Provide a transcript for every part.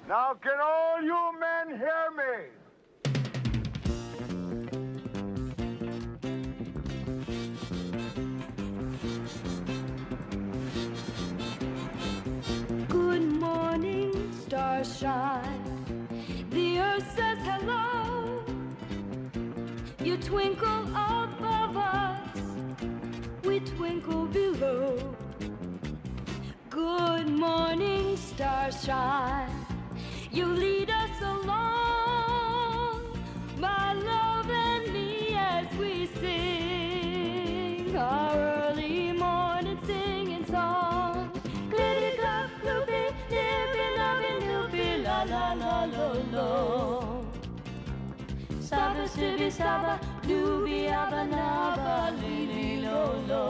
Now can all you men hear me? Good morning, starshine. The earth says hello. You twinkle above us, we twinkle below. Good morning, starshine. You lead us along, my love and me, as we sing our early morning singing song. Glitty glop gloopy, nippy lovey loopy, la la la lo lo. Saba sibi saba, dooby abba naba, lily lo lo.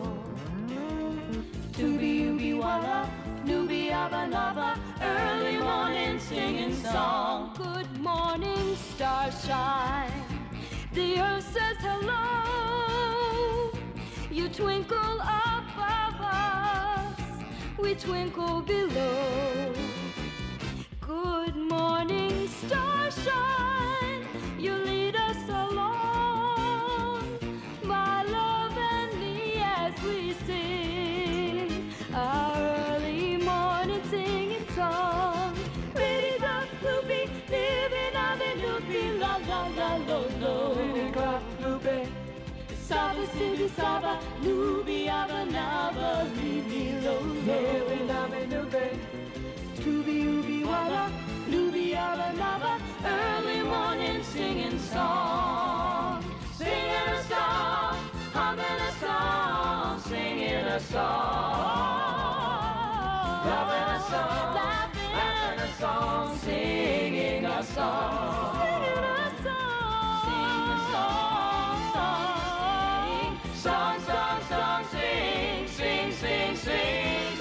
Tooby ooby walla, nooby abba naba, early morning singing song. Good morning, starshine. The earth says hello. You twinkle above us, we twinkle below. Good morning, starshine. You lead us along, my love and me, as we sing our early morning singing song. Pretty duck loopy, living on the loopy, la la la lo lo. Pretty duck loopy, saba sibi saba, loopy abba naba, lily lo lo. Living on the loopy, tooby ooby walla, loopy abba naba, early morning singing song. Singing a song, humming a song, singing a song. Loving a song, laughing a song, singing a song. Singing a song, sing a song, song. Song, song, song, sing, sing, sing, sing,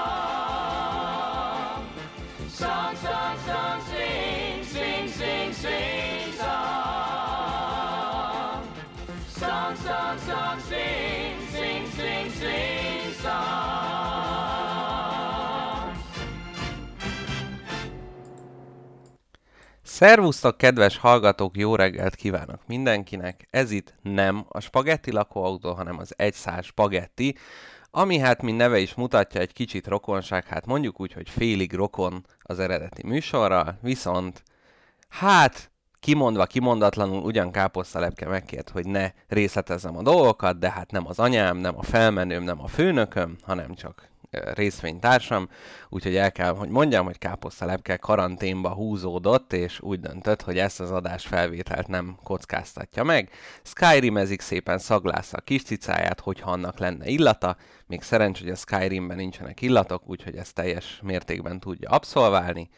song. Song, song, song, sing, sing, sing, sing, song. Song, song, song, sing, sing, sing, sing, song. Szervusztok, kedves hallgatók, jó reggelt kívánok mindenkinek! Ez itt nem a Spagetti lakóautó, hanem az Egyszál Spagetti, ami hát, mint neve is mutatja, egy kicsit rokonság, hát mondjuk úgy, hogy félig rokon az eredeti műsorral, viszont hát kimondva, kimondatlanul ugyan Káposztalepke megkért, hogy ne részletezzem a dolgokat, de hát nem az anyám, nem a felmenőm, nem a főnököm, hanem csak részvénytársam, úgyhogy el kell, hogy mondjam, hogy Káposztalepke karanténba húzódott, és úgy döntött, hogy ezt az adás felvételt nem kockáztatja meg. Skyrimezik szépen, szaglásza a kis cicáját, hogyha annak lenne illata, még szerencs, hogy a Skyrimben nincsenek illatok, úgyhogy ezt teljes mértékben tudja abszolválni.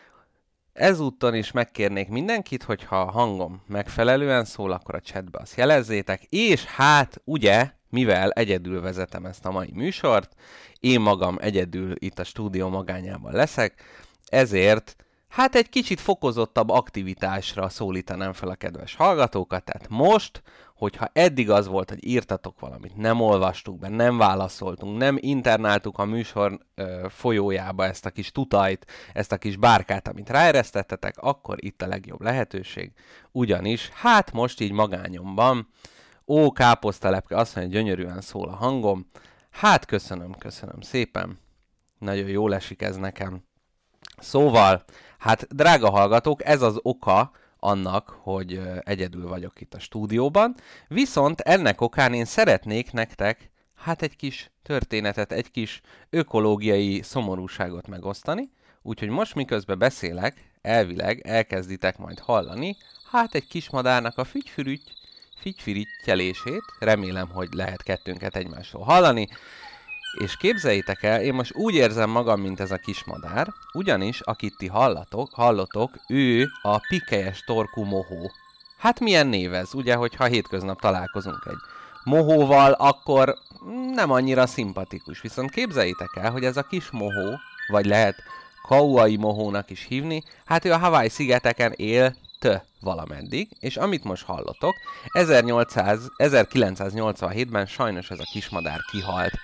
Ezúttal is megkérnék mindenkit, hogyha a hangom megfelelően szól, akkor a chatbe azt jelezzétek, és hát ugye, mivel egyedül vezetem ezt a mai műsort, én magam egyedül itt a stúdió magányában leszek, ezért hát egy kicsit fokozottabb aktivitásra szólítanám fel a kedves hallgatókat, tehát most, hogyha eddig az volt, hogy írtatok valamit, nem olvastuk be, nem válaszoltunk, nem internáltuk a műsor folyójába ezt a kis tutajt, ezt a kis bárkát, amit ráeresztettetek, akkor itt a legjobb lehetőség. Ugyanis, hát most így magányomban, ó, Káposztalepke, azt mondja, gyönyörűen szól a hangom, hát köszönöm szépen, nagyon jól esik ez nekem. Szóval, hát drága hallgatók, ez az oka annak, hogy egyedül vagyok itt a stúdióban, viszont ennek okán én szeretnék nektek hát egy kis történetet, egy kis ökológiai szomorúságot megosztani, úgyhogy most miközben beszélek, elvileg elkezditek majd hallani, hát egy kismadárnak a fügyfüríttyelését, remélem, hogy lehet kettőnket egymástól hallani, és képzeljétek el, én most úgy érzem magam, mint ez a kismadár, ugyanis, akit ti hallotok, ő a pikelyes torkú mohó. Hát milyen név ez, ugye, hogyha hétköznap találkozunk egy mohóval, akkor nem annyira szimpatikus. Viszont képzeljétek el, hogy ez a kis mohó, vagy lehet kauai mohónak is hívni, hát ő a Hawaii-szigeteken élt valameddig, és amit most hallotok, 1987-ben sajnos ez a kismadár kihalt.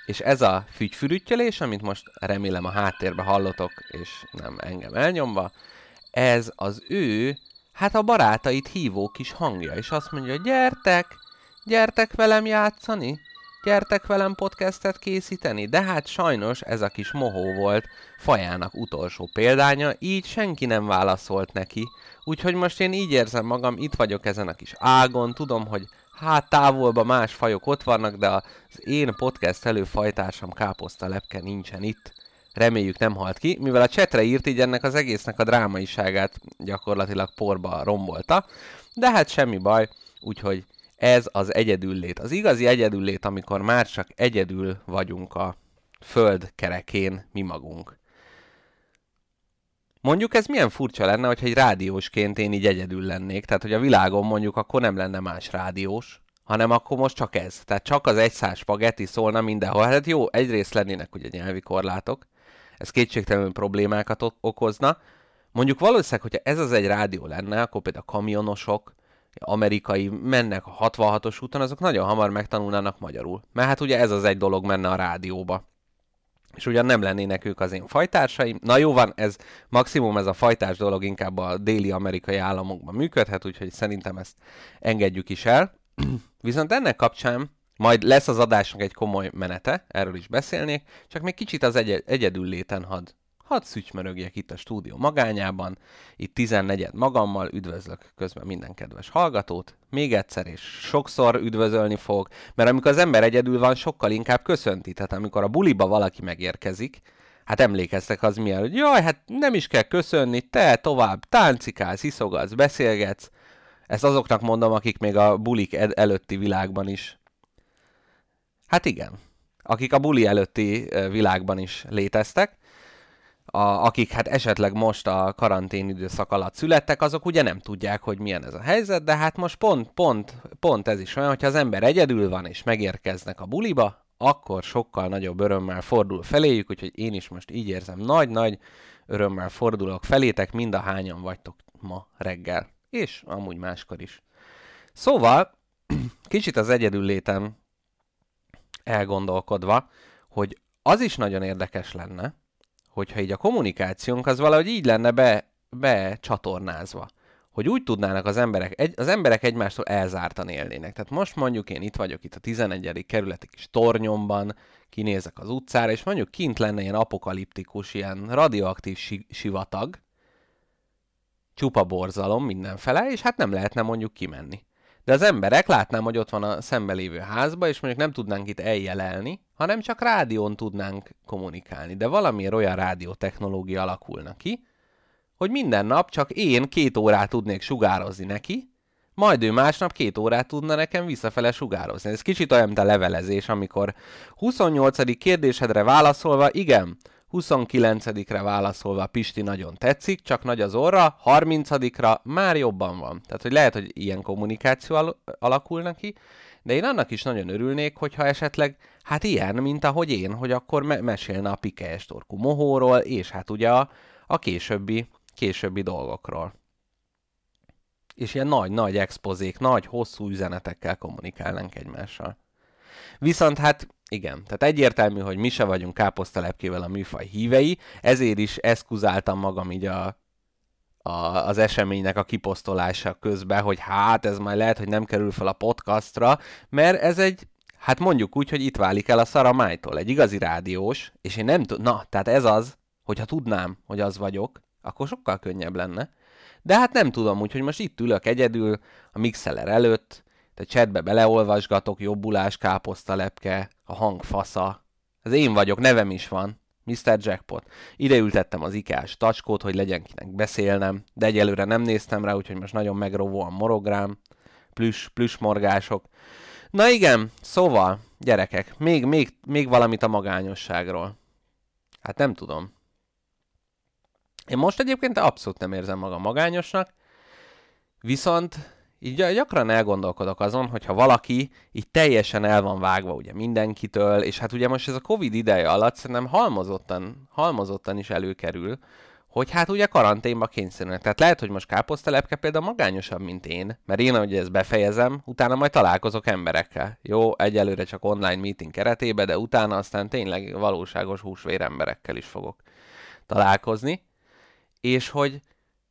És ez a fügyfürüttyölés, amit most remélem a háttérbe hallotok, és nem engem elnyomva, ez az ő, hát a barátait hívó kis hangja, és azt mondja, gyertek velem játszani, gyertek velem podcastet készíteni, de hát sajnos ez a kis mohó volt fajának utolsó példánya, így senki nem válaszolt neki, úgyhogy most én így érzem magam, itt vagyok ezen a kis ágon, tudom, hogy hát távolban más fajok ott vannak, de az én podcast előfajtársam káposztalepke nincsen itt. Reméljük nem halt ki, mivel a csetre írt, így ennek az egésznek a drámaiságát gyakorlatilag porba rombolta, de hát semmi baj, úgyhogy ez az egyedüllét. Az igazi egyedüllét, amikor már csak egyedül vagyunk a föld kerekén mi magunk. Mondjuk ez milyen furcsa lenne, hogyha egy rádiósként én így egyedül lennék, tehát hogy a világon mondjuk akkor nem lenne más rádiós, hanem akkor most csak ez. Tehát csak az egyszás spagetti szólna mindenhol. Hát jó, egyrészt lennének ugye nyelvi korlátok, ez kétségtelenül problémákat okozna. Mondjuk valószínűleg, hogyha ez az egy rádió lenne, akkor például a kamionosok, amerikai mennek a 66-os úton, azok nagyon hamar megtanulnának magyarul. Mert hát ugye ez az egy dolog menne a rádióba. És ugyan nem lennének ők az én fajtársaim. Na jó van, ez maximum ez a fajtárs dolog inkább a déli amerikai államokban működhet, úgyhogy szerintem ezt engedjük is el. Viszont ennek kapcsán majd lesz az adásnak egy komoly menete, erről is beszélnék, csak még kicsit az egyedül léten hadd szütymörögjek itt a stúdió magányában, itt 14 magammal, üdvözlök közben minden kedves hallgatót, még egyszer és sokszor üdvözölni fog, mert amikor az ember egyedül van, sokkal inkább köszönti, tehát amikor a buliba valaki megérkezik, hát emlékeztek az milyen, hogy jaj, hát nem is kell köszönni, te tovább táncikálsz, iszogatsz, beszélgetsz, ezt azoknak mondom, akik még a bulik előtti világban is, hát igen, akik a buli előtti világban is léteztek, akik hát esetleg most a karantén időszak alatt születtek, azok ugye nem tudják, hogy milyen ez a helyzet, de hát most pont ez is olyan, hogyha az ember egyedül van és megérkeznek a buliba, akkor sokkal nagyobb örömmel fordul feléjük, úgyhogy én is most így érzem, nagy-nagy örömmel fordulok felétek, mind a hányan vagytok ma reggel, és amúgy máskor is. Szóval, kicsit az egyedül létem elgondolkodva, hogy az is nagyon érdekes lenne, hogyha így a kommunikációnk az valahogy így lenne becsatornázva. Hogy úgy tudnának az emberek egymástól elzártan élnének. Tehát most mondjuk én itt vagyok itt a 11. kerületi kis tornyomban, kinézek az utcára, és mondjuk kint lenne ilyen apokaliptikus, ilyen radioaktív sivatag, csupa borzalom mindenfele, és hát nem lehetne mondjuk kimenni. De az emberek látnám, hogy ott van a szembe lévő házba, és mondjuk nem tudnánk itt eljelelni, hanem csak rádión tudnánk kommunikálni. De valamiért olyan rádiótechnológia alakulna ki, hogy minden nap csak én 2 órát tudnék sugározni neki, majd ő másnap 2 órát tudna nekem visszafele sugározni. Ez kicsit olyan, mint a levelezés, amikor 28. kérdésedre válaszolva, igen, 29-re válaszolva Pisti nagyon tetszik, csak nagy az orra, 30-ra már jobban van. Tehát, hogy lehet, hogy ilyen kommunikáció alakulna ki, de én annak is nagyon örülnék, hogyha esetleg, hát ilyen, mint ahogy én, hogy akkor mesélne a pikelyes torkú mohóról, és hát ugye a későbbi dolgokról. És ilyen nagy expozék, nagy, hosszú üzenetekkel kommunikálnánk egymással. Viszont hát igen, tehát egyértelmű, hogy mi se vagyunk káposztalepkével a műfaj hívei, ezért is eszkuzáltam magam így az eseménynek a kiposztolása közben, hogy hát ez majd lehet, hogy nem kerül fel a podcastra, mert ez hát mondjuk úgy, hogy itt válik el a szar a májtól, egy igazi rádiós, és én nem tudom, tehát ez az, hogyha tudnám, hogy az vagyok, akkor sokkal könnyebb lenne. De hát nem tudom, úgyhogy most itt ülök egyedül a mixeler előtt, a chatbe beleolvasgatok, jobbulás, káposztalepke, a hang fasza. Ez én vagyok, nevem is van, Mr. Jackpot. Ide ültettem az IKEA-s tacskót, hogy legyen kinek beszélnem, de egyelőre nem néztem rá, úgyhogy most nagyon megrovóan morog rám, plüss morgások. Na igen, szóval, gyerekek, még valamit a magányosságról. Hát nem tudom. Én most egyébként abszolút nem érzem magam magányosnak, viszont így gyakran elgondolkodok azon, hogyha valaki így teljesen el van vágva ugye mindenkitől, és hát ugye most ez a Covid ideje alatt szerintem halmozottan is előkerül, hogy hát ugye karanténba kényszerülnek. Tehát lehet, hogy most káposztelepke például magányosabb, mint én, mert én, ahogy ezt befejezem, utána majd találkozok emberekkel. Jó, egyelőre csak online meeting keretében, de utána aztán tényleg valóságos húsvér emberekkel is fogok találkozni. És hogy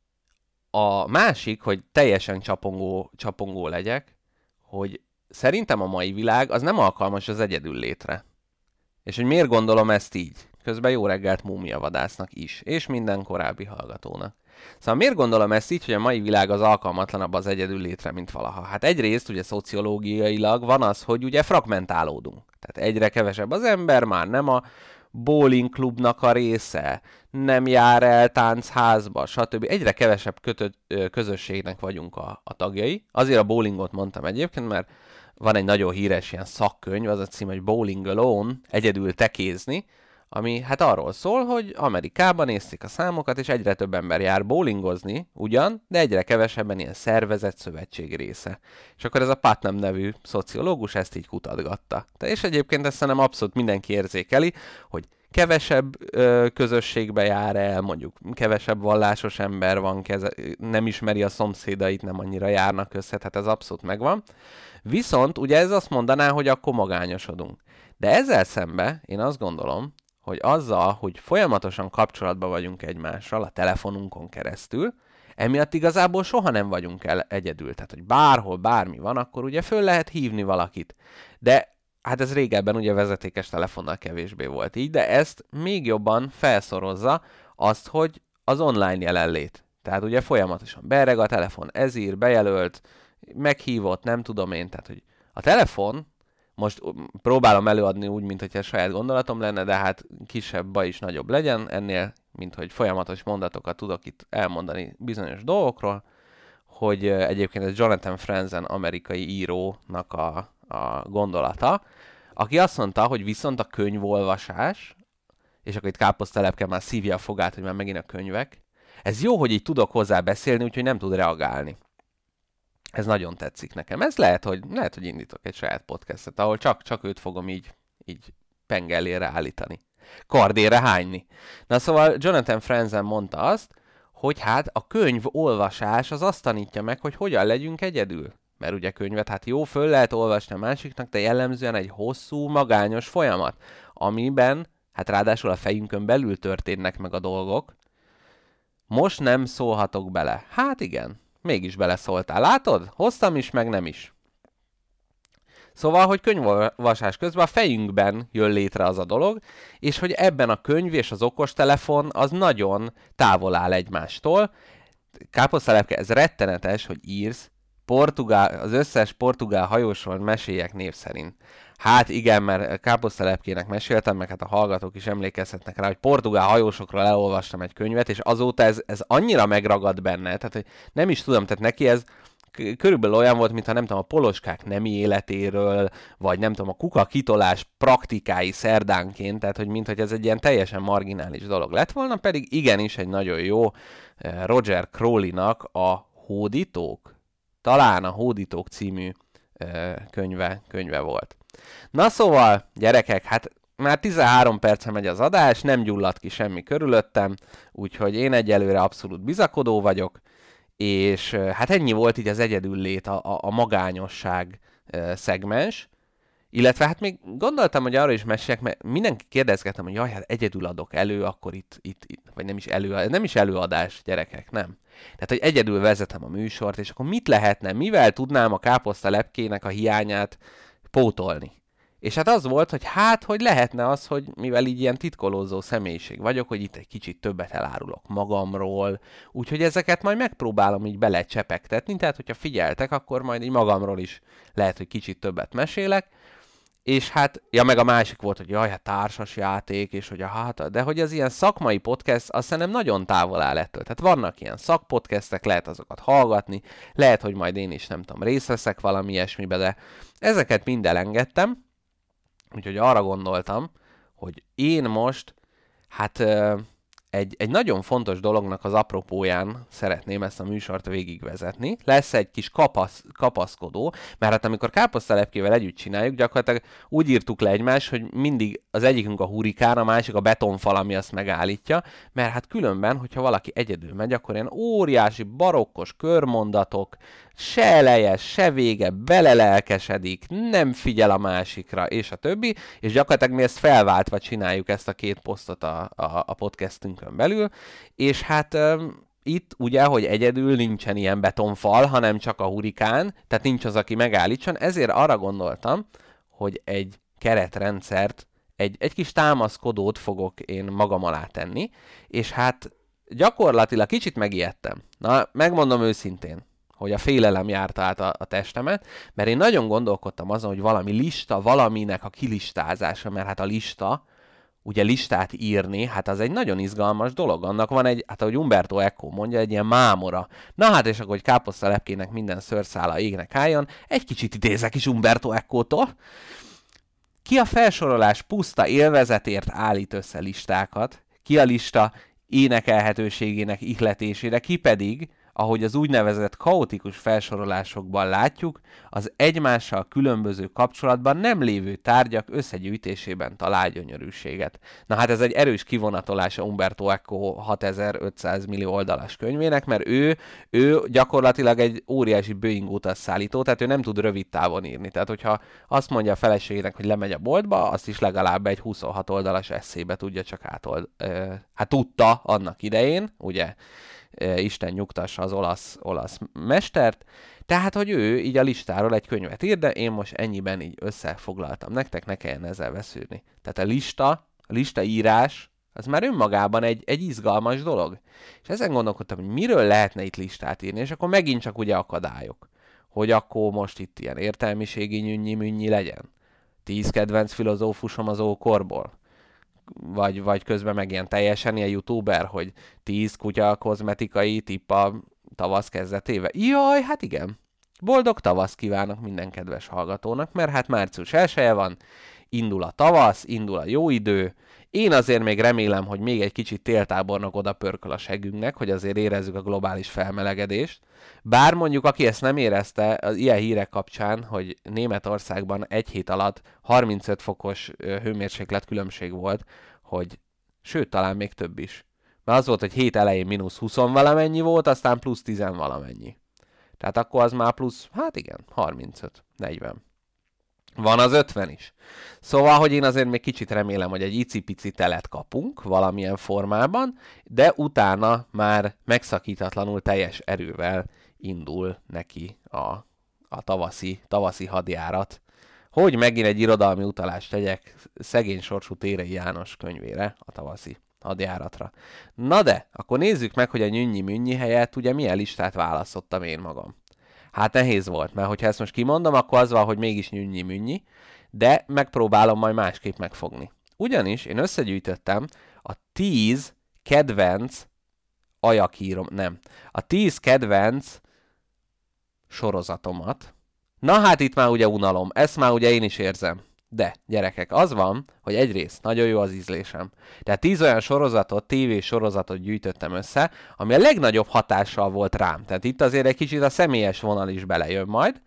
a másik, hogy teljesen csapongó legyek, hogy szerintem a mai világ az nem alkalmas az egyedül létre. És hogy miért gondolom ezt így? Közben jó reggelt múmiavadásznak is, és minden korábbi hallgatónak. Szóval miért gondolom ezt így, hogy a mai világ az alkalmatlanabb az egyedül létre, mint valaha? Hát egyrészt ugye szociológiailag van az, hogy ugye fragmentálódunk. Tehát egyre kevesebb az ember, már nem a bowling klubnak a része, nem jár el táncházba, stb. Egyre kevesebb közösségnek vagyunk a tagjai. Azért a bowlingot mondtam egyébként, mert van egy nagyon híres ilyen szakkönyv, az a cím, hogy Bowling Alone, egyedül tekézni, ami hát arról szól, hogy Amerikában nézték a számokat, és egyre több ember jár bowlingozni, ugyan, de egyre kevesebben ilyen szervezett szövetség része. És akkor ez a Putnam nevű szociológus ezt így kutatgatta. És egyébként ezt szerintem abszolút mindenki érzékeli, hogy kevesebb közösségbe jár el, mondjuk kevesebb vallásos ember van, nem ismeri a szomszédait, nem annyira járnak össze, tehát ez abszolút megvan. Viszont ugye ez azt mondaná, hogy akkor magányosodunk. De ezzel szemben én azt gondolom, hogy azzal, hogy folyamatosan kapcsolatban vagyunk egymással a telefonunkon keresztül, emiatt igazából soha nem vagyunk egyedül. Tehát, hogy bárhol bármi van, akkor ugye föl lehet hívni valakit. De hát ez régebben ugye vezetékes telefonnal kevésbé volt így, de ezt még jobban felszorozza azt, hogy az online jelenlét. Tehát ugye folyamatosan bereg a telefon, ez ír, bejelölt, meghívott, nem tudom én. Tehát, hogy a telefon, most próbálom előadni úgy, mint hogyha saját gondolatom lenne, de hát kisebb baj is nagyobb legyen ennél, mint hogy folyamatos mondatokat tudok itt elmondani bizonyos dolgokról, hogy egyébként ez Jonathan Franzen amerikai írónak a gondolata, aki azt mondta, hogy viszont a könyvolvasás, és akkor itt káposztelepke már szívja a fogát, hogy már megint a könyvek, ez jó, hogy így tudok hozzá beszélni, úgyhogy nem tud reagálni. Ez nagyon tetszik nekem. Ez lehet, hogy indítok egy saját podcastet, ahol csak őt fogom így pengellére állítani. Kardére hányni. Na szóval Jonathan Franzen mondta azt, hogy hát a könyvolvasás az azt tanítja meg, hogy hogyan legyünk egyedül. Mert ugye könyvet hát jó, föl lehet olvasni a másiknak, de jellemzően egy hosszú, magányos folyamat, amiben hát ráadásul a fejünkön belül történnek meg a dolgok. Most nem szólhatok bele. Hát igen. Mégis beleszóltál. Látod? Hoztam is, meg nem is. Szóval, hogy könyvolvasás közben a fejünkben jön létre az a dolog, és hogy ebben a könyv és az okostelefon az nagyon távol áll egymástól. Káposztelepke, ez rettenetes, hogy írsz az összes portugál hajósról meséljek név szerint. Hát igen, mert káposztelepkének meséltem, meg hát a hallgatók is emlékezhetnek rá, hogy portugál hajósokról elolvastam egy könyvet, és azóta ez annyira megragad benne, tehát hogy nem is tudom, tehát neki ez körülbelül olyan volt, mintha nem tudom, a poloskák nemi életéről, vagy nem tudom, a kuka kitolás praktikái szerdánként, tehát hogy mintha ez egy ilyen teljesen marginális dolog lett volna, pedig igenis egy nagyon jó Roger Crowley-nak a Hódítók, talán a Hódítók című könyve volt. Na szóval, gyerekek, hát már 13 perce megy az adás, nem gyulladt ki semmi körülöttem, úgyhogy én egyelőre abszolút bizakodó vagyok, és hát ennyi volt így az egyedüllét, a magányosság szegmens, illetve hát még gondoltam, hogy arra is meséljek, mert mindenki kérdezgettem, hogy jaj, hát egyedül adok elő, akkor itt vagy nem is előadás, gyerekek, nem. Tehát, hogy egyedül vezetem a műsort, és akkor mit lehetne, mivel tudnám a káposztalepkének a hiányát pótolni. És hát az volt, hogy lehetne az, hogy mivel így ilyen titkolózó személyiség vagyok, hogy itt egy kicsit többet elárulok magamról, úgyhogy ezeket majd megpróbálom így belecsepegtetni, tehát hogyha figyeltek, akkor majd így magamról is lehet, hogy kicsit többet mesélek, és hát, meg a másik volt, hogy jaj, hát társas játék, és hogy de hogy az ilyen szakmai podcast, azt szerintem nagyon távol áll ettől. Tehát vannak ilyen szakpodcastek, lehet azokat hallgatni, lehet, hogy majd én is, nem tudom, részt veszek valami ilyesmibe, de ezeket mind elengedtem, úgyhogy arra gondoltam, hogy én most, egy nagyon fontos dolognak az apropóján szeretném ezt a műsort végigvezetni. Lesz egy kis kapaszkodó, mert hát amikor káposztalepkével együtt csináljuk, gyakorlatilag úgy írtuk le egymást, hogy mindig az egyikünk a hurikán, a másik a betonfal, ami azt megállítja, mert hát különben, hogyha valaki egyedül megy, akkor ilyen óriási barokkos körmondatok, se eleje, se vége, belelelkesedik, nem figyel a másikra, és a többi, és gyakorlatilag mi ezt felváltva csináljuk ezt a két posztot a podcastünkön belül, és hát itt ugye, hogy egyedül nincsen ilyen betonfal, hanem csak a hurikán, tehát nincs az, aki megállítson, ezért arra gondoltam, hogy egy keretrendszert, egy kis támaszkodót fogok én magam alá tenni, és hát gyakorlatilag kicsit megijedtem. Na, megmondom őszintén, hogy a félelem járta át a testemet, mert én nagyon gondolkodtam azon, hogy valami lista, valaminek a kilistázása, mert hát a lista, ugye listát írni, hát az egy nagyon izgalmas dolog. Annak van egy, hát ahogy Umberto Eco mondja, egy ilyen mámora. Na hát, és akkor, hogy káposztalepkének minden szőrszála égnek álljon, egy kicsit idézek is Umberto Ecótól. Ki a felsorolás puszta élvezetért állít össze listákat, ki a lista énekelhetőségének ihletésére, ki pedig, ahogy az úgynevezett kaotikus felsorolásokban látjuk, az egymással különböző kapcsolatban nem lévő tárgyak összegyűjtésében talál gyönyörűséget. Na hát ez egy erős kivonatolása Umberto Eco 6500 millió oldalas könyvének, mert ő gyakorlatilag egy óriási Boeing utasszállító, tehát ő nem tud rövid távon írni. Tehát hogyha azt mondja a feleségének, hogy lemegy a boltba, azt is legalább egy 26 oldalas eszébe tudja csak hát tudta annak idején, ugye, Isten nyugtassa az olasz mestert, tehát, hogy ő így a listáról egy könyvet ír, de én most ennyiben így összefoglaltam nektek, ne kelljen ezzel vesződni. Tehát a listaírás, az már önmagában egy izgalmas dolog. És ezen gondolkodtam, hogy miről lehetne itt listát írni, és akkor megint csak ugye akadályok. Hogy akkor most itt ilyen értelmiségi nyünnyi legyen. 10 kedvenc filozófusom az ókorból. Vagy közben meg ilyen teljesen ilyen youtuber, hogy 10 kutya kozmetikai tipp a tavasz kezdetével. Jaj, hát igen. Boldog tavasz kívánok minden kedves hallgatónak, mert hát március 1-e van, indul a tavasz, indul a jó idő. Én azért még remélem, hogy még egy kicsit téltábornok oda pörköl a segünknek, hogy azért érezzük a globális felmelegedést. Bár mondjuk, aki ezt nem érezte, az ilyen hírek kapcsán, hogy Németországban egy hét alatt 35 fokos hőmérséklet különbség volt, hogy sőt, talán még több is. Mert az volt, hogy hét elején mínusz 20 valamennyi volt, aztán plusz 10 valamennyi. Tehát akkor az már plusz, hát igen, 35, 40. Van az 50 is. Szóval, hogy én azért még kicsit remélem, hogy egy icipici telet kapunk valamilyen formában, de utána már megszakítatlanul teljes erővel indul neki a tavaszi hadjárat. Hogy megint egy irodalmi utalást tegyek szegény sorsú Térei János könyvére, a tavaszi hadjáratra. Na de, akkor nézzük meg, hogy a nyünnyi-műnnyi helyett ugye milyen listát választottam én magam. Hát nehéz volt, mert hogyha ezt most kimondom, akkor az van, hogy mégis nyünnyi-műnnyi, de megpróbálom majd másképp megfogni. Ugyanis én összegyűjtöttem a 10 kedvenc a 10 kedvenc sorozatomat. Na hát itt már ugye unalom, ezt már ugye én is érzem. De, gyerekek, az van, hogy egyrészt nagyon jó az ízlésem. Tehát 10 olyan tévésorozatot gyűjtöttem össze, ami a legnagyobb hatással volt rám. Tehát itt azért egy kicsit a személyes vonal is belejön majd.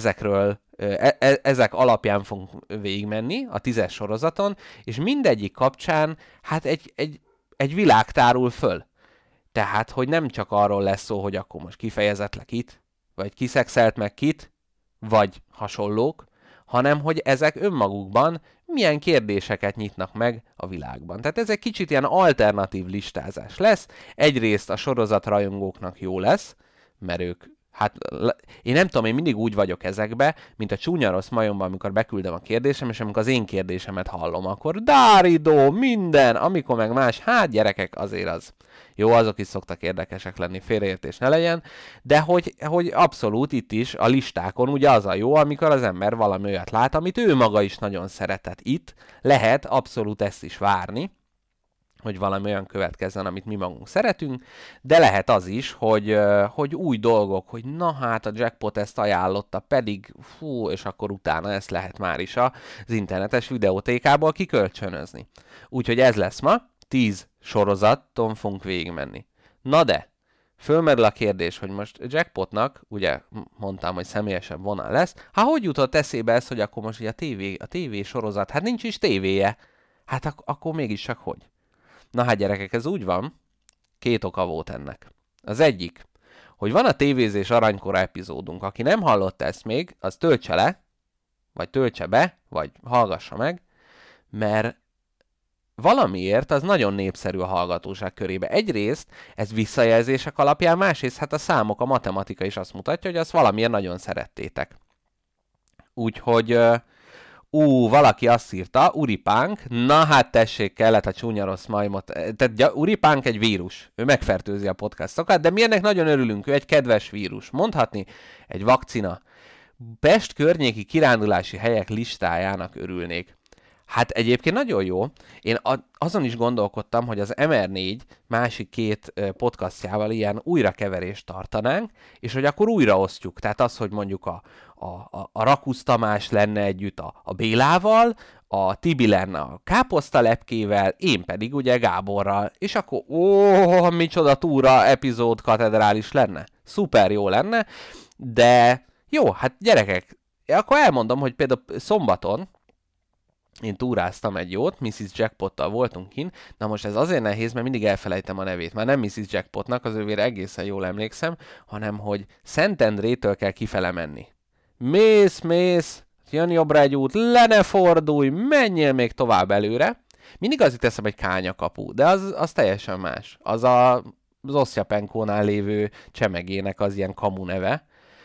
Ezek alapján fogunk végigmenni a 10-es sorozaton, és mindegyik kapcsán hát egy világ tárul föl. Tehát, hogy nem csak arról lesz szó, hogy akkor most kifejezetlek itt, vagy kiszexelt meg kit, vagy hasonlók, hanem hogy ezek önmagukban milyen kérdéseket nyitnak meg a világban. Tehát ez egy kicsit ilyen alternatív listázás lesz. Egyrészt a sorozatrajongóknak jó lesz, mert ők, hát én nem tudom, én mindig úgy vagyok ezekbe, mint a csúnya rossz majomban, amikor beküldöm a kérdésem, és amikor az én kérdésemet hallom, akkor Dáridó, minden, amikor meg más, hát gyerekek, azért az. Jó, azok is szoktak érdekesek lenni, félreértés ne legyen, de hogy abszolút itt is a listákon ugye az a jó, amikor az ember valami olyat lát, amit ő maga is nagyon szeretett. Itt lehet abszolút ezt is várni, hogy valami olyan következzen, amit mi magunk szeretünk, de lehet az is, hogy új dolgok, hogy na hát a Jackpot ezt ajánlotta, pedig és akkor utána ezt lehet már is az internetes videótékából kikölcsönözni. Úgyhogy ez lesz ma. 10 sorozaton fogunk végigmenni. Na de, fölmerül a kérdés, hogy most Jackpotnak, ugye mondtam, hogy személyesebb vonal lesz, hogy jutott eszébe ez, hogy akkor most ugye a TV sorozat, hát nincs is tévéje. Hát akkor mégis csak hogy? Na hát gyerekek, ez úgy van, 2 oka volt ennek. Az egyik, hogy van a tévézés aranykora epizódunk. Aki nem hallotta ezt még, az töltse le, vagy töltse be, vagy hallgassa meg, mert valamiért az nagyon népszerű a hallgatóság körébe. Egyrészt ez visszajelzések alapján, másrészt hát a számok, a matematika is azt mutatja, hogy azt valamiért nagyon szerettétek. Úgyhogy, valaki azt írta, Uripánk, na hát tessék, kellett a csúnya rossz majmot. Tehát Uripánk egy vírus, ő megfertőzi a podcastokat, de mi ennek nagyon örülünk, ő egy kedves vírus. Mondhatni, egy vakcina. Pest környéki kirándulási helyek listájának örülnék. Hát egyébként nagyon jó. Én azon is gondolkodtam, hogy az MR4 másik 2 podcastjával ilyen újrakeverést tartanánk, és hogy akkor újraosztjuk. Tehát az, hogy mondjuk a Rakusz Tamás lenne együtt a Bélával, a Tibi lenne a Káposztalepkével, én pedig ugye Gáborral. És akkor, micsoda túra epizód katedrális lenne. Szuper jó lenne, de jó, hát gyerekek, akkor elmondom, hogy például szombaton én túráztam egy jót, Mrs. Jackpottal voltunk kint, na most ez azért nehéz, mert mindig elfelejtem a nevét. Már nem Mrs. Jackpotnak, az ővére egészen jól emlékszem, hanem hogy Szentendrétől kell kifele menni. Mész, jön jobbra egy út, le ne fordulj, menjél még tovább előre. Mindig az jut eszembe, hogy Kányakapu, de az teljesen más. Az az Osztyapenkónál lévő csemegének az ilyen kamu neve.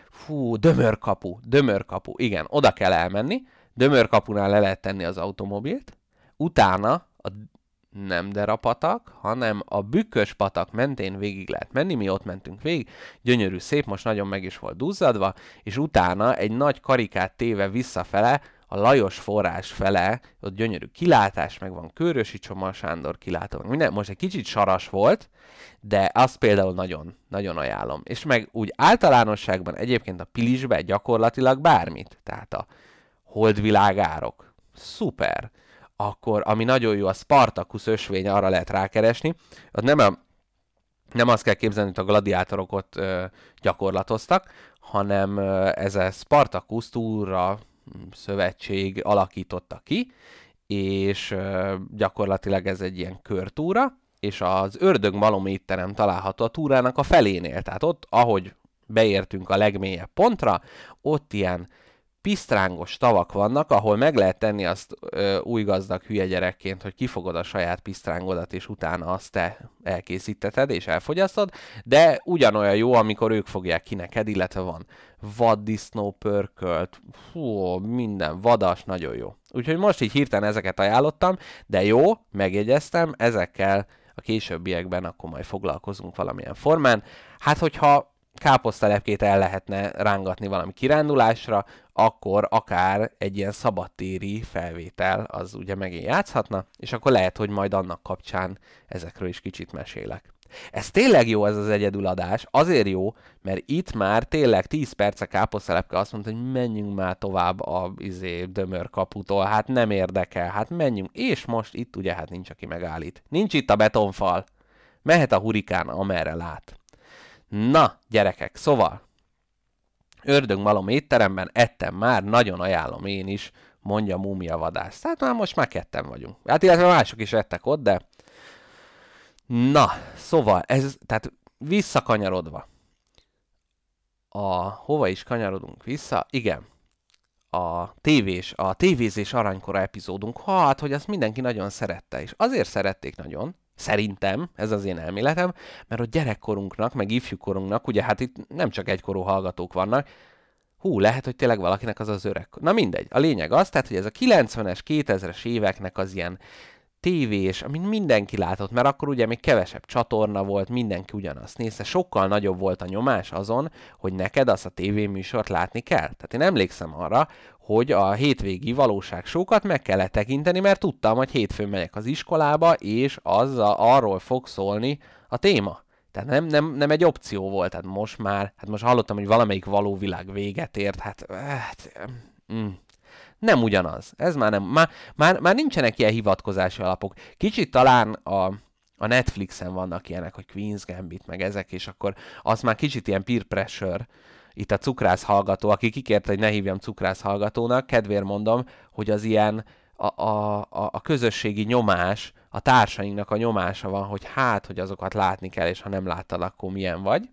Dömörkapu, igen, oda kell elmenni, Dömörkapunál le lehet tenni az automobilt, utána nem Derapatak, hanem a Bükkös-patak mentén végig lehet menni, mi ott mentünk végig, gyönyörű szép, most nagyon meg is volt duzzadva, és utána egy nagy karikát téve visszafele, a Lajos forrás fele, ott gyönyörű kilátás, meg van Kőrösi Csoma Sándor kilátó, minden, most egy kicsit saras volt, de azt például nagyon, nagyon ajánlom. És meg úgy általánosságban egyébként a Pilisbe gyakorlatilag bármit, tehát a holdvilágárok, szuper. Akkor, ami nagyon jó, a Spartacus ösvény, arra lehet rákeresni, ott nem azt kell képzelni, hogy a gladiátorok ott gyakorlatoztak, hanem ez a Spartacus túra szövetség alakította ki, és gyakorlatilag ez egy ilyen körtúra, és az Ördögmalom étterem található a túrának a felénél. Tehát ott, ahogy beértünk a legmélyebb pontra, ott ilyen pisztrángos tavak vannak, ahol meg lehet tenni azt új gazdag hülye gyerekként, hogy kifogod a saját pisztrángodat, és utána azt te elkészíteted, és elfogyasztod, de ugyanolyan jó, amikor ők fogják ki neked, illetve van vaddisznó pörkölt, minden vadas, nagyon jó. Úgyhogy most így hirtelen ezeket ajánlottam, de jó, megjegyeztem, ezekkel a későbbiekben akkor majd foglalkozunk valamilyen formán. Hát, hogyha káposztalepkét el lehetne rángatni valami kirándulásra, akkor akár egy ilyen szabadtéri felvétel az ugye megint játszhatna, és akkor lehet, hogy majd annak kapcsán ezekről is kicsit mesélek. Ez tényleg jó, ez az egyedüladás, azért jó, mert itt már tényleg 10 perce káposztalepke azt mondta, hogy menjünk már tovább a Dömörkaputól, hát nem érdekel, hát menjünk, és most itt ugye hát nincs, aki megállít. Nincs itt a betonfal, mehet a hurikán, amerre lát. Na, gyerekek, szóval Ördögmalom étteremben ettem már, nagyon ajánlom én is, mondja Múmia vadász. Tehát már most már 2 vagyunk. Hát illetve mások is ettek ott, de... Na, szóval, ez, tehát visszakanyarodva. Hova is kanyarodunk vissza? Igen, a tévézés aranykora epizódunk. Hát, hogy azt mindenki nagyon szerette, és azért szerették nagyon, szerintem, ez az én elméletem, mert a gyerekkorunknak, meg ifjúkorunknak, ugye hát itt nem csak egykorú hallgatók vannak, lehet, hogy tényleg valakinek az öreg. Na mindegy, a lényeg az, tehát, hogy ez a 90-es, 2000-es éveknek az ilyen tévés, amit mindenki látott, mert akkor ugye még kevesebb csatorna volt, mindenki ugyanazt nézte, sokkal nagyobb volt a nyomás azon, hogy neked azt a tévéműsort látni kell. Tehát én emlékszem arra, hogy a hétvégi valóságsókat meg kellett tekinteni, mert tudtam, hogy hétfőn megyek az iskolába, és arról fog szólni a téma. Tehát nem egy opció volt, tehát most hallottam, hogy valamelyik való világ véget ért, Nem ugyanaz. Ez már nem. Már nincsenek ilyen hivatkozási alapok. Kicsit talán a Netflixen vannak ilyenek, hogy Queen's Gambit, meg ezek, és akkor az már kicsit ilyen peer pressure. Itt a cukrász hallgató, aki kikérte, hogy ne hívjam cukrász hallgatónak, kedvéért mondom, hogy az ilyen a közösségi nyomás, a társainknak a nyomása van, hogy hogy azokat látni kell, és ha nem láttad, akkor milyen vagy.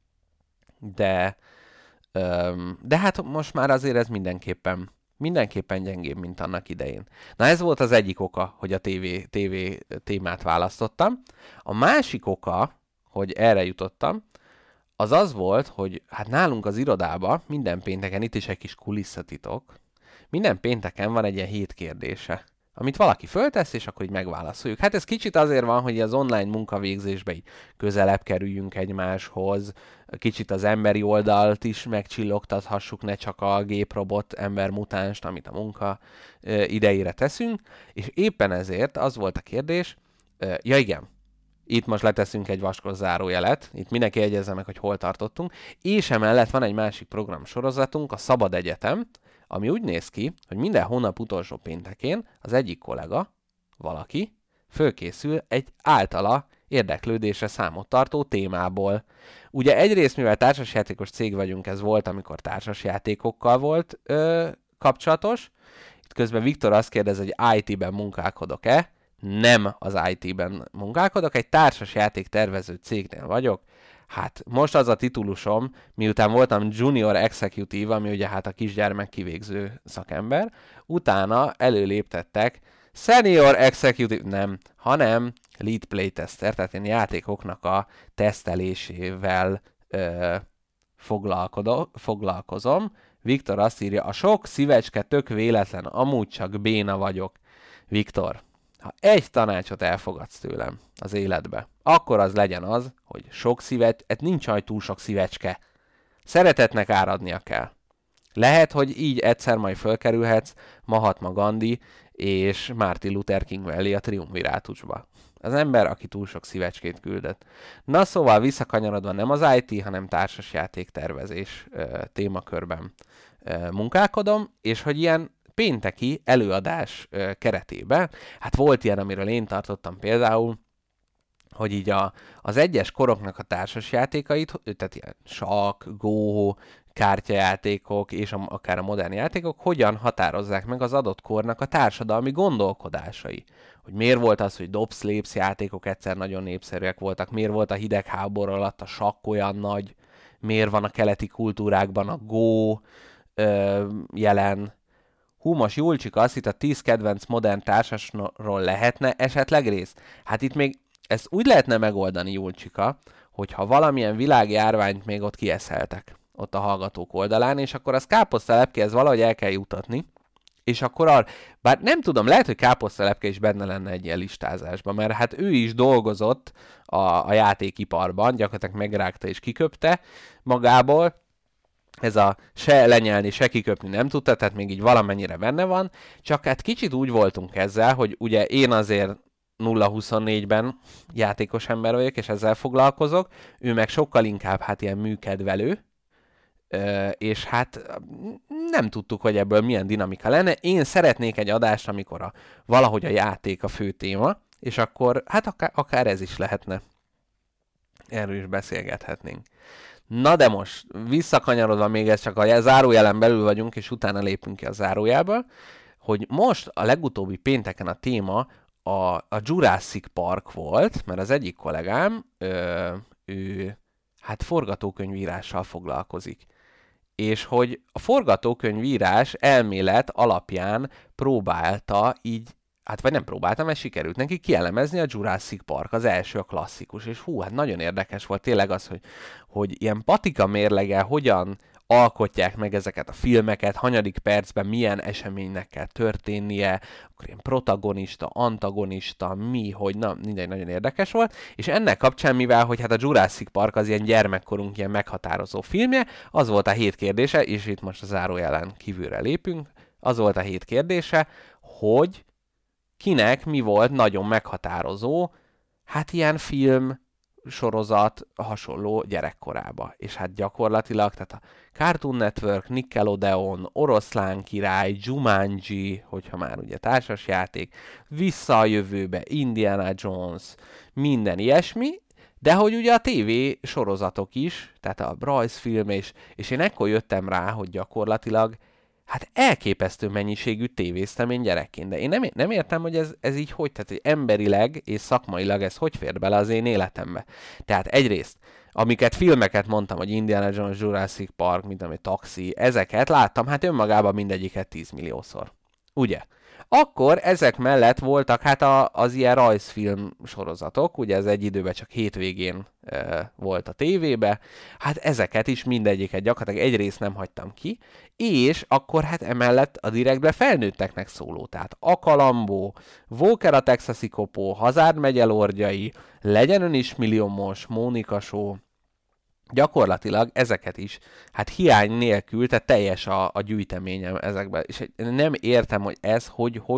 De hát most már azért ez mindenképpen gyengébb, mint annak idején. Na ez volt az egyik oka, hogy a TV témát választottam. A másik oka, hogy erre jutottam, az volt, hogy hát nálunk az irodában minden pénteken, itt is egy kis kulisszatitok, minden pénteken van egy ilyen 7 kérdése, amit valaki föltesz, és akkor így megválaszoljuk. Hát ez kicsit azért van, hogy az online munkavégzésbe így közelebb kerüljünk egymáshoz, kicsit az emberi oldalt is megcsillogtathassuk, ne csak a géprobot embermutánst, amit a munka idejére teszünk, és éppen ezért az volt a kérdés, ja igen, itt most leteszünk egy vaskos zárójelet, itt mindenki jegyezze meg, hogy hol tartottunk, és emellett van egy másik programsorozatunk, a Szabad Egyetem, ami úgy néz ki, hogy minden hónap utolsó péntekén az egyik kollega, valaki, fölkészül egy általa érdeklődésre számot tartó témából. Ugye egyrészt, mivel társasjátékos cég vagyunk, ez volt, amikor társasjátékokkal volt kapcsolatos. Itt közben Viktor azt kérdez, hogy IT-ben munkálkodok-e? Nem az IT-ben munkálkodok, egy társasjáték tervező cégnél vagyok. Hát most az a titulusom, miután voltam Junior Executive, ami ugye hát a kisgyermek kivégző szakember, utána előléptettek Senior Executive, nem, hanem Lead Playtester, tehát én játékoknak a tesztelésével foglalkozom. Viktor azt írja, a sok szívecske tök véletlen, amúgy csak béna vagyok. Viktor, ha egy tanácsot elfogadsz tőlem az életbe, akkor az legyen az, hogy sok nincs aj túl sok szívecske. Szeretetnek áradnia kell. Lehet, hogy így egyszer majd fölkerülhetsz Mahatma Gandhi és Martin Luther King mellé a triumvirátusba. Az ember, aki túl sok szívecskét küldött. Na szóval visszakanyarodva nem az IT, hanem társasjáték tervezés témakörben munkálkodom, és hogy ilyen pénteki előadás keretében, hát volt ilyen, amiről én tartottam például, hogy így az egyes koroknak a társasjátékait, tehát ilyen sakk, go, kártyajátékok és akár a modern játékok hogyan határozzák meg az adott kornak a társadalmi gondolkodásai. Hogy miért volt az, hogy dobsz-lépsz játékok egyszer nagyon népszerűek voltak, miért volt a hidegháború alatt a sakk olyan nagy, miért van a keleti kultúrákban a go jelen. Húmos Julcsika azt hitt, a 10 kedvenc modern társasról lehetne esetleg rész. Hát itt még ezt úgy lehetne megoldani, Julcsika, hogyha valamilyen világjárványt még ott kieszeltek, ott a hallgatók oldalán, és akkor az káposztalepkéhez valahogy el kell jutatni, és akkor bár nem tudom, lehet, hogy káposztalepke is benne lenne egy ilyen listázásban, mert hát ő is dolgozott a játékiparban, gyakorlatilag megrágta és kiköpte magából, ez a se lenyelni, se kiköpni nem tudta, tehát még így valamennyire benne van, csak hát kicsit úgy voltunk ezzel, hogy ugye én azért 0-24-ben játékos ember vagyok, és ezzel foglalkozok, ő meg sokkal inkább hát ilyen műkedvelő, és hát nem tudtuk, hogy ebből milyen dinamika lenne. Én szeretnék egy adást, amikor valahogy a játék a fő téma, és akkor hát akár ez is lehetne. Erről is beszélgethetnénk. Na de most, visszakanyarodva még ez csak a zárójelen belül vagyunk, és utána lépünk ki a zárójelből, hogy most a legutóbbi pénteken a téma a Jurassic Park volt, mert az egyik kollégám, ő hát forgatókönyvírással foglalkozik. És hogy a forgatókönyvírás elmélet alapján próbálta így, hát vagy nem próbáltam, mert sikerült neki kielemezni a Jurassic Park, az első, a klasszikus, és hát nagyon érdekes volt tényleg az, hogy ilyen patika mérleggel hogyan alkotják meg ezeket a filmeket, hanyadik percben milyen eseménynek kell történnie, akkor ilyen protagonista, antagonista, mindegy, nagyon érdekes volt, és ennek kapcsán, mivel, hogy hát a Jurassic Park az ilyen gyermekkorunk ilyen meghatározó filmje, az volt a 7 kérdése, és itt most a zárójelen kívülre lépünk, az volt a 7 kérdése, hogy kinek mi volt nagyon meghatározó, hát ilyen film sorozat hasonló gyerekkorába. És hát gyakorlatilag, tehát a Cartoon Network, Nickelodeon, Oroszlán király, Jumanji, hogyha már ugye társasjáték, Vissza a jövőbe, Indiana Jones, minden ilyesmi, de hogy ugye a TV sorozatok is, tehát a rajzfilm, és én ekkor jöttem rá, hogy gyakorlatilag hát elképesztő mennyiségű tévéztem én gyerekként, de én nem értem, hogy ez így hogy, tehát hogy emberileg és szakmailag ez hogy fér bele az én életembe. Tehát egyrészt, amiket filmeket mondtam, hogy Indiana Jones, Jurassic Park, mint ami Taxi, ezeket láttam, hát önmagában mindegyiket 10 milliószor. Ugye? Akkor ezek mellett voltak hát az ilyen rajzfilm sorozatok, ugye ez egy időben csak hétvégén volt a tévébe, hát ezeket is mindegyiket gyakorlatilag egy részt nem hagytam ki, és akkor hát emellett a direktbe felnőtteknek szóló, tehát Akalambó, Walker a Texasi Kopó, Hazárd megye lordjai, Legyen ön is milliómos, Mónika Show, gyakorlatilag ezeket is, hát hiány nélkül, tehát teljes a gyűjteményem ezekben, és nem értem, hogy ez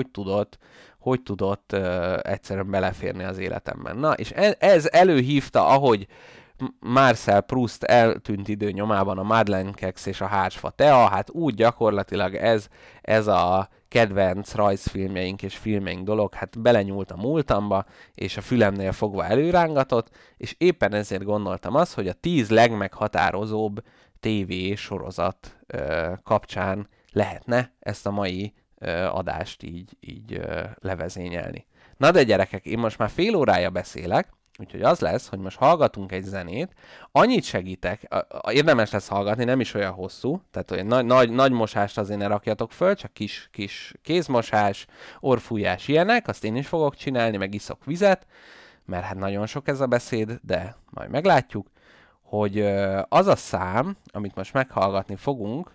hogy tudott egyszerűen beleférni az életemben. Na, és ez előhívta, ahogy Marcel Proust eltűnt idő nyomában a Madeleine Keksz és a Hársfa Tea, hát úgy gyakorlatilag ez a kedvenc rajzfilmjeink és filmjeink dolog, hát belenyúlt a múltamba, és a fülemnél fogva előrángatott, és éppen ezért gondoltam azt, hogy a 10 legmeghatározóbb TV sorozat kapcsán lehetne ezt a mai adást így levezényelni. Na de gyerekek, én most már fél órája beszélek, úgyhogy az lesz, hogy most hallgatunk egy zenét, annyit segítek, érdemes lesz hallgatni, nem is olyan hosszú, tehát olyan nagy mosást azért ne rakjatok föl, csak kis kézmosás, orrfújás ilyenek, azt én is fogok csinálni, meg iszok vizet, mert hát nagyon sok ez a beszéd, de majd meglátjuk, hogy az a szám, amit most meghallgatni fogunk,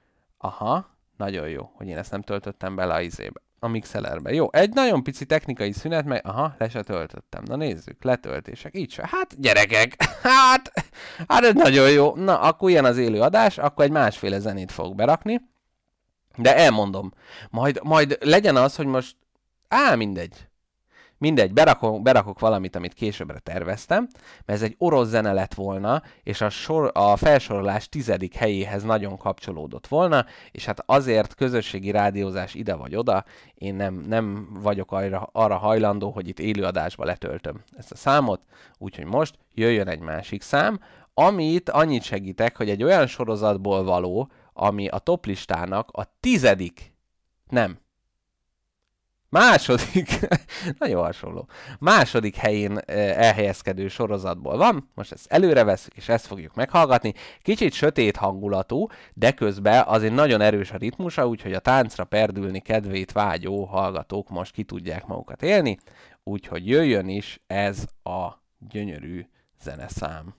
nagyon jó, hogy én ezt nem töltöttem bele a mixelerbe. Jó, egy nagyon pici technikai szünet, meg le se töltöttem. Na nézzük, letöltések, így se. Hát gyerekek, hát ez nagyon jó. Na, akkor ilyen az élő adás, akkor egy másféle zenét fogok berakni. De elmondom, majd legyen az, hogy most, mindegy, berakok valamit, amit későbbre terveztem, mert ez egy orosz zene lett volna, és a felsorolás 10. helyéhez nagyon kapcsolódott volna, és hát azért közösségi rádiózás ide vagy oda, én nem vagyok arra hajlandó, hogy itt élőadásba letöltöm ezt a számot, úgyhogy most jöjjön egy másik szám, amit annyit segítek, hogy egy olyan sorozatból való, ami a toplistának a 10. második, nagyon hasonló, második helyén elhelyezkedő sorozatból van, most ezt előre veszük, és ezt fogjuk meghallgatni. Kicsit sötét hangulatú, de közben azért nagyon erős a ritmusa, úgyhogy a táncra perdülni kedvét vágyó hallgatók most ki tudják magukat élni, úgyhogy jöjjön is ez a gyönyörű zeneszám.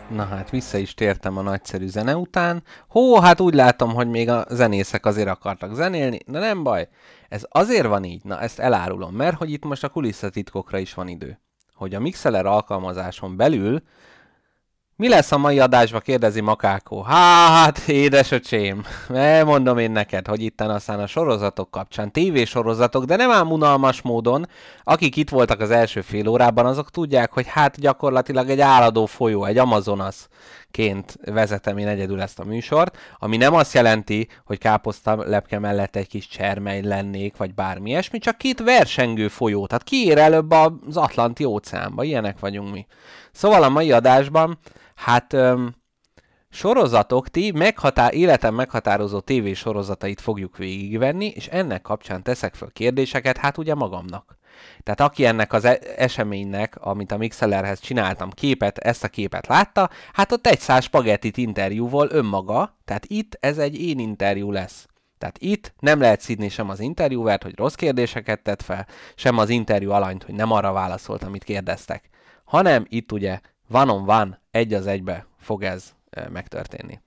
Na hát, vissza is tértem a nagyszerű zene után. Hát úgy látom, hogy még a zenészek azért akartak zenélni. Na nem baj, ez azért van így, na ezt elárulom, mert hogy itt most a kulisszatitkokra is van idő. Hogy a Mixlr alkalmazáson belül mi lesz a mai adásban, kérdezi Makákó. Hát, édesöcsém, mondom én neked, hogy itten aztán a sorozatok kapcsán, tévésorozatok, de nem ám unalmas módon, akik itt voltak az első fél órában, azok tudják, hogy hát gyakorlatilag egy áradó folyó, egy Amazonasként vezetem én egyedül ezt a műsort, ami nem azt jelenti, hogy káposzta lepke mellett egy kis csermely lennék, vagy bármi ilyesmi, csak két versengő folyó, tehát ki ér előbb az Atlanti óceánba, ilyenek vagyunk mi. Szóval a mai adásban hát sorozatok, életem meghatározó tévésorozatait fogjuk végigvenni, és ennek kapcsán teszek föl kérdéseket, hát ugye magamnak. Tehát aki ennek az eseménynek, amit a Mixlrhez csináltam ezt a képet látta, hát ott egy száz spagettit interjúval önmaga, tehát itt ez egy én interjú lesz. Tehát itt nem lehet szidni sem az interjúvert, hogy rossz kérdéseket tett fel, sem az interjú alanyt, hogy nem arra válaszolt, amit kérdeztek, hanem itt ugye van, egy az egybe fog ez megtörténni.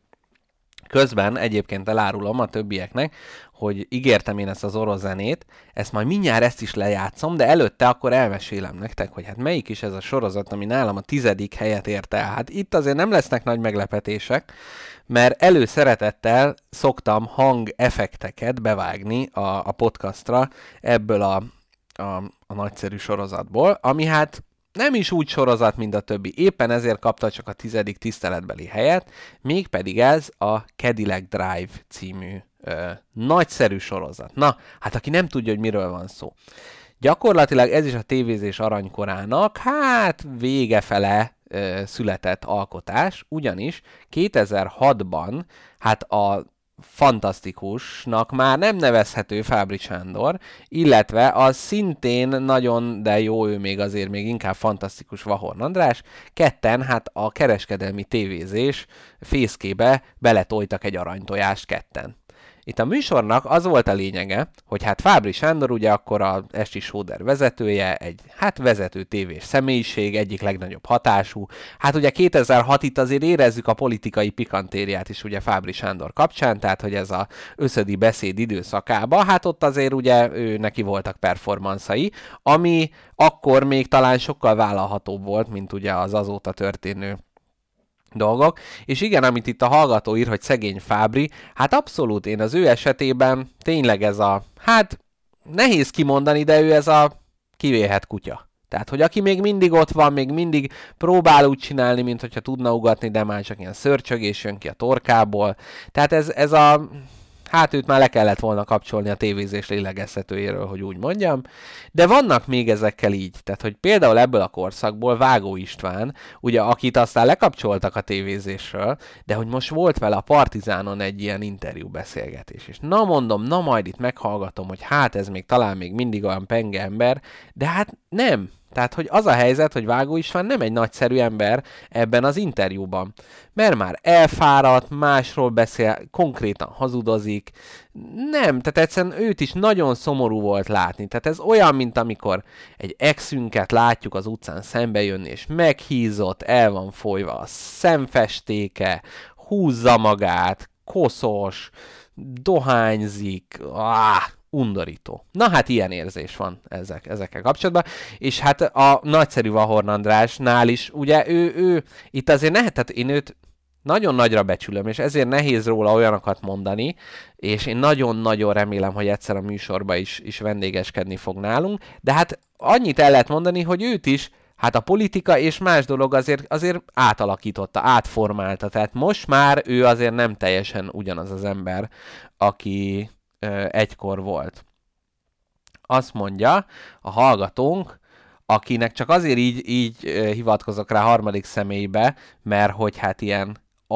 Közben egyébként elárulom a többieknek, hogy ígértem én ezt az orosz zenét, ezt majd mindjárt ezt is lejátszom, de előtte akkor elmesélem nektek, hogy hát melyik is ez a sorozat, ami nálam a 10. helyet érte el. Hát itt azért nem lesznek nagy meglepetések, mert előszeretettel szoktam hangeffekteket bevágni a podcastra ebből a nagyszerű sorozatból, ami hát nem is úgy sorozat, mint a többi. Éppen ezért kapta csak a 10. tiszteletbeli helyet, mégpedig ez a Cadillac Drive című nagyszerű sorozat. Na, hát aki nem tudja, hogy miről van szó. Gyakorlatilag ez is a tévézés aranykorának, hát végefele született alkotás, ugyanis 2006-ban, hát a fantasztikusnak már nem nevezhető Fábry Sándor, illetve az szintén nagyon, de jó, ő még inkább fantasztikus Vahorn András, ketten hát a kereskedelmi tévézés fészkébe beletoltak egy aranytojást ketten. Itt a műsornak az volt a lényege, hogy hát Fábry Sándor ugye akkor a Esti Sóder vezetője, egy hát vezető tévés személyiség, egyik legnagyobb hatású. Hát ugye 2006 itt azért érezzük a politikai pikantériát is ugye Fábry Sándor kapcsán, tehát hogy ez a összödi beszéd időszakában, hát ott azért ugye neki voltak performanszai, ami akkor még talán sokkal vállalhatóbb volt, mint ugye az azóta történő dolgok. És igen, amit itt a hallgató ír, hogy szegény Fábry, hát abszolút én az ő esetében tényleg ez a, hát nehéz kimondani, de ő ez a kivéhet kutya. Tehát, hogy aki még mindig ott van, még mindig próbál úgy csinálni, mint hogyha tudna ugatni, de már csak ilyen szörcsögés jön ki a torkából. Tehát ez a... Hát őt már le kellett volna kapcsolni a tévézés lélegeztetőjéről, hogy úgy mondjam. De vannak még ezekkel így. Tehát, hogy például ebből a korszakból Vágó István, ugye akit aztán lekapcsoltak a tévézésről, de hogy most volt vele a Partizánon egy ilyen interjú beszélgetés. És na mondom, na majd itt meghallgatom, hogy hát ez még talán még mindig olyan penge ember, de hát nem. Tehát, hogy az a helyzet, hogy Vágó István nem egy nagyszerű ember ebben az interjúban. Mert már elfáradt, másról beszél, konkrétan hazudozik. Nem, tehát egyszerűen őt is nagyon szomorú volt látni. Tehát ez olyan, mint amikor egy exünket látjuk az utcán szembe jönni, és meghízott, el van folyva a szemfestéke, húzza magát, koszos, dohányzik, undorító. Na hát ilyen érzés van ezekkel kapcsolatban, és hát a nagyszerű Vahorn Andrásnál is, ugye ő itt azért tehát én őt nagyon nagyra becsülöm, és ezért nehéz róla olyanokat mondani, és én nagyon-nagyon remélem, hogy egyszer a műsorba is vendégeskedni fog nálunk, de hát annyit el lehet mondani, hogy őt is hát a politika és más dolog azért átalakította, átformálta, tehát most már ő azért nem teljesen ugyanaz az ember, aki egykor volt. Azt mondja a hallgatónk, akinek csak azért így hivatkozok rá harmadik személybe, mert hogy hát ilyen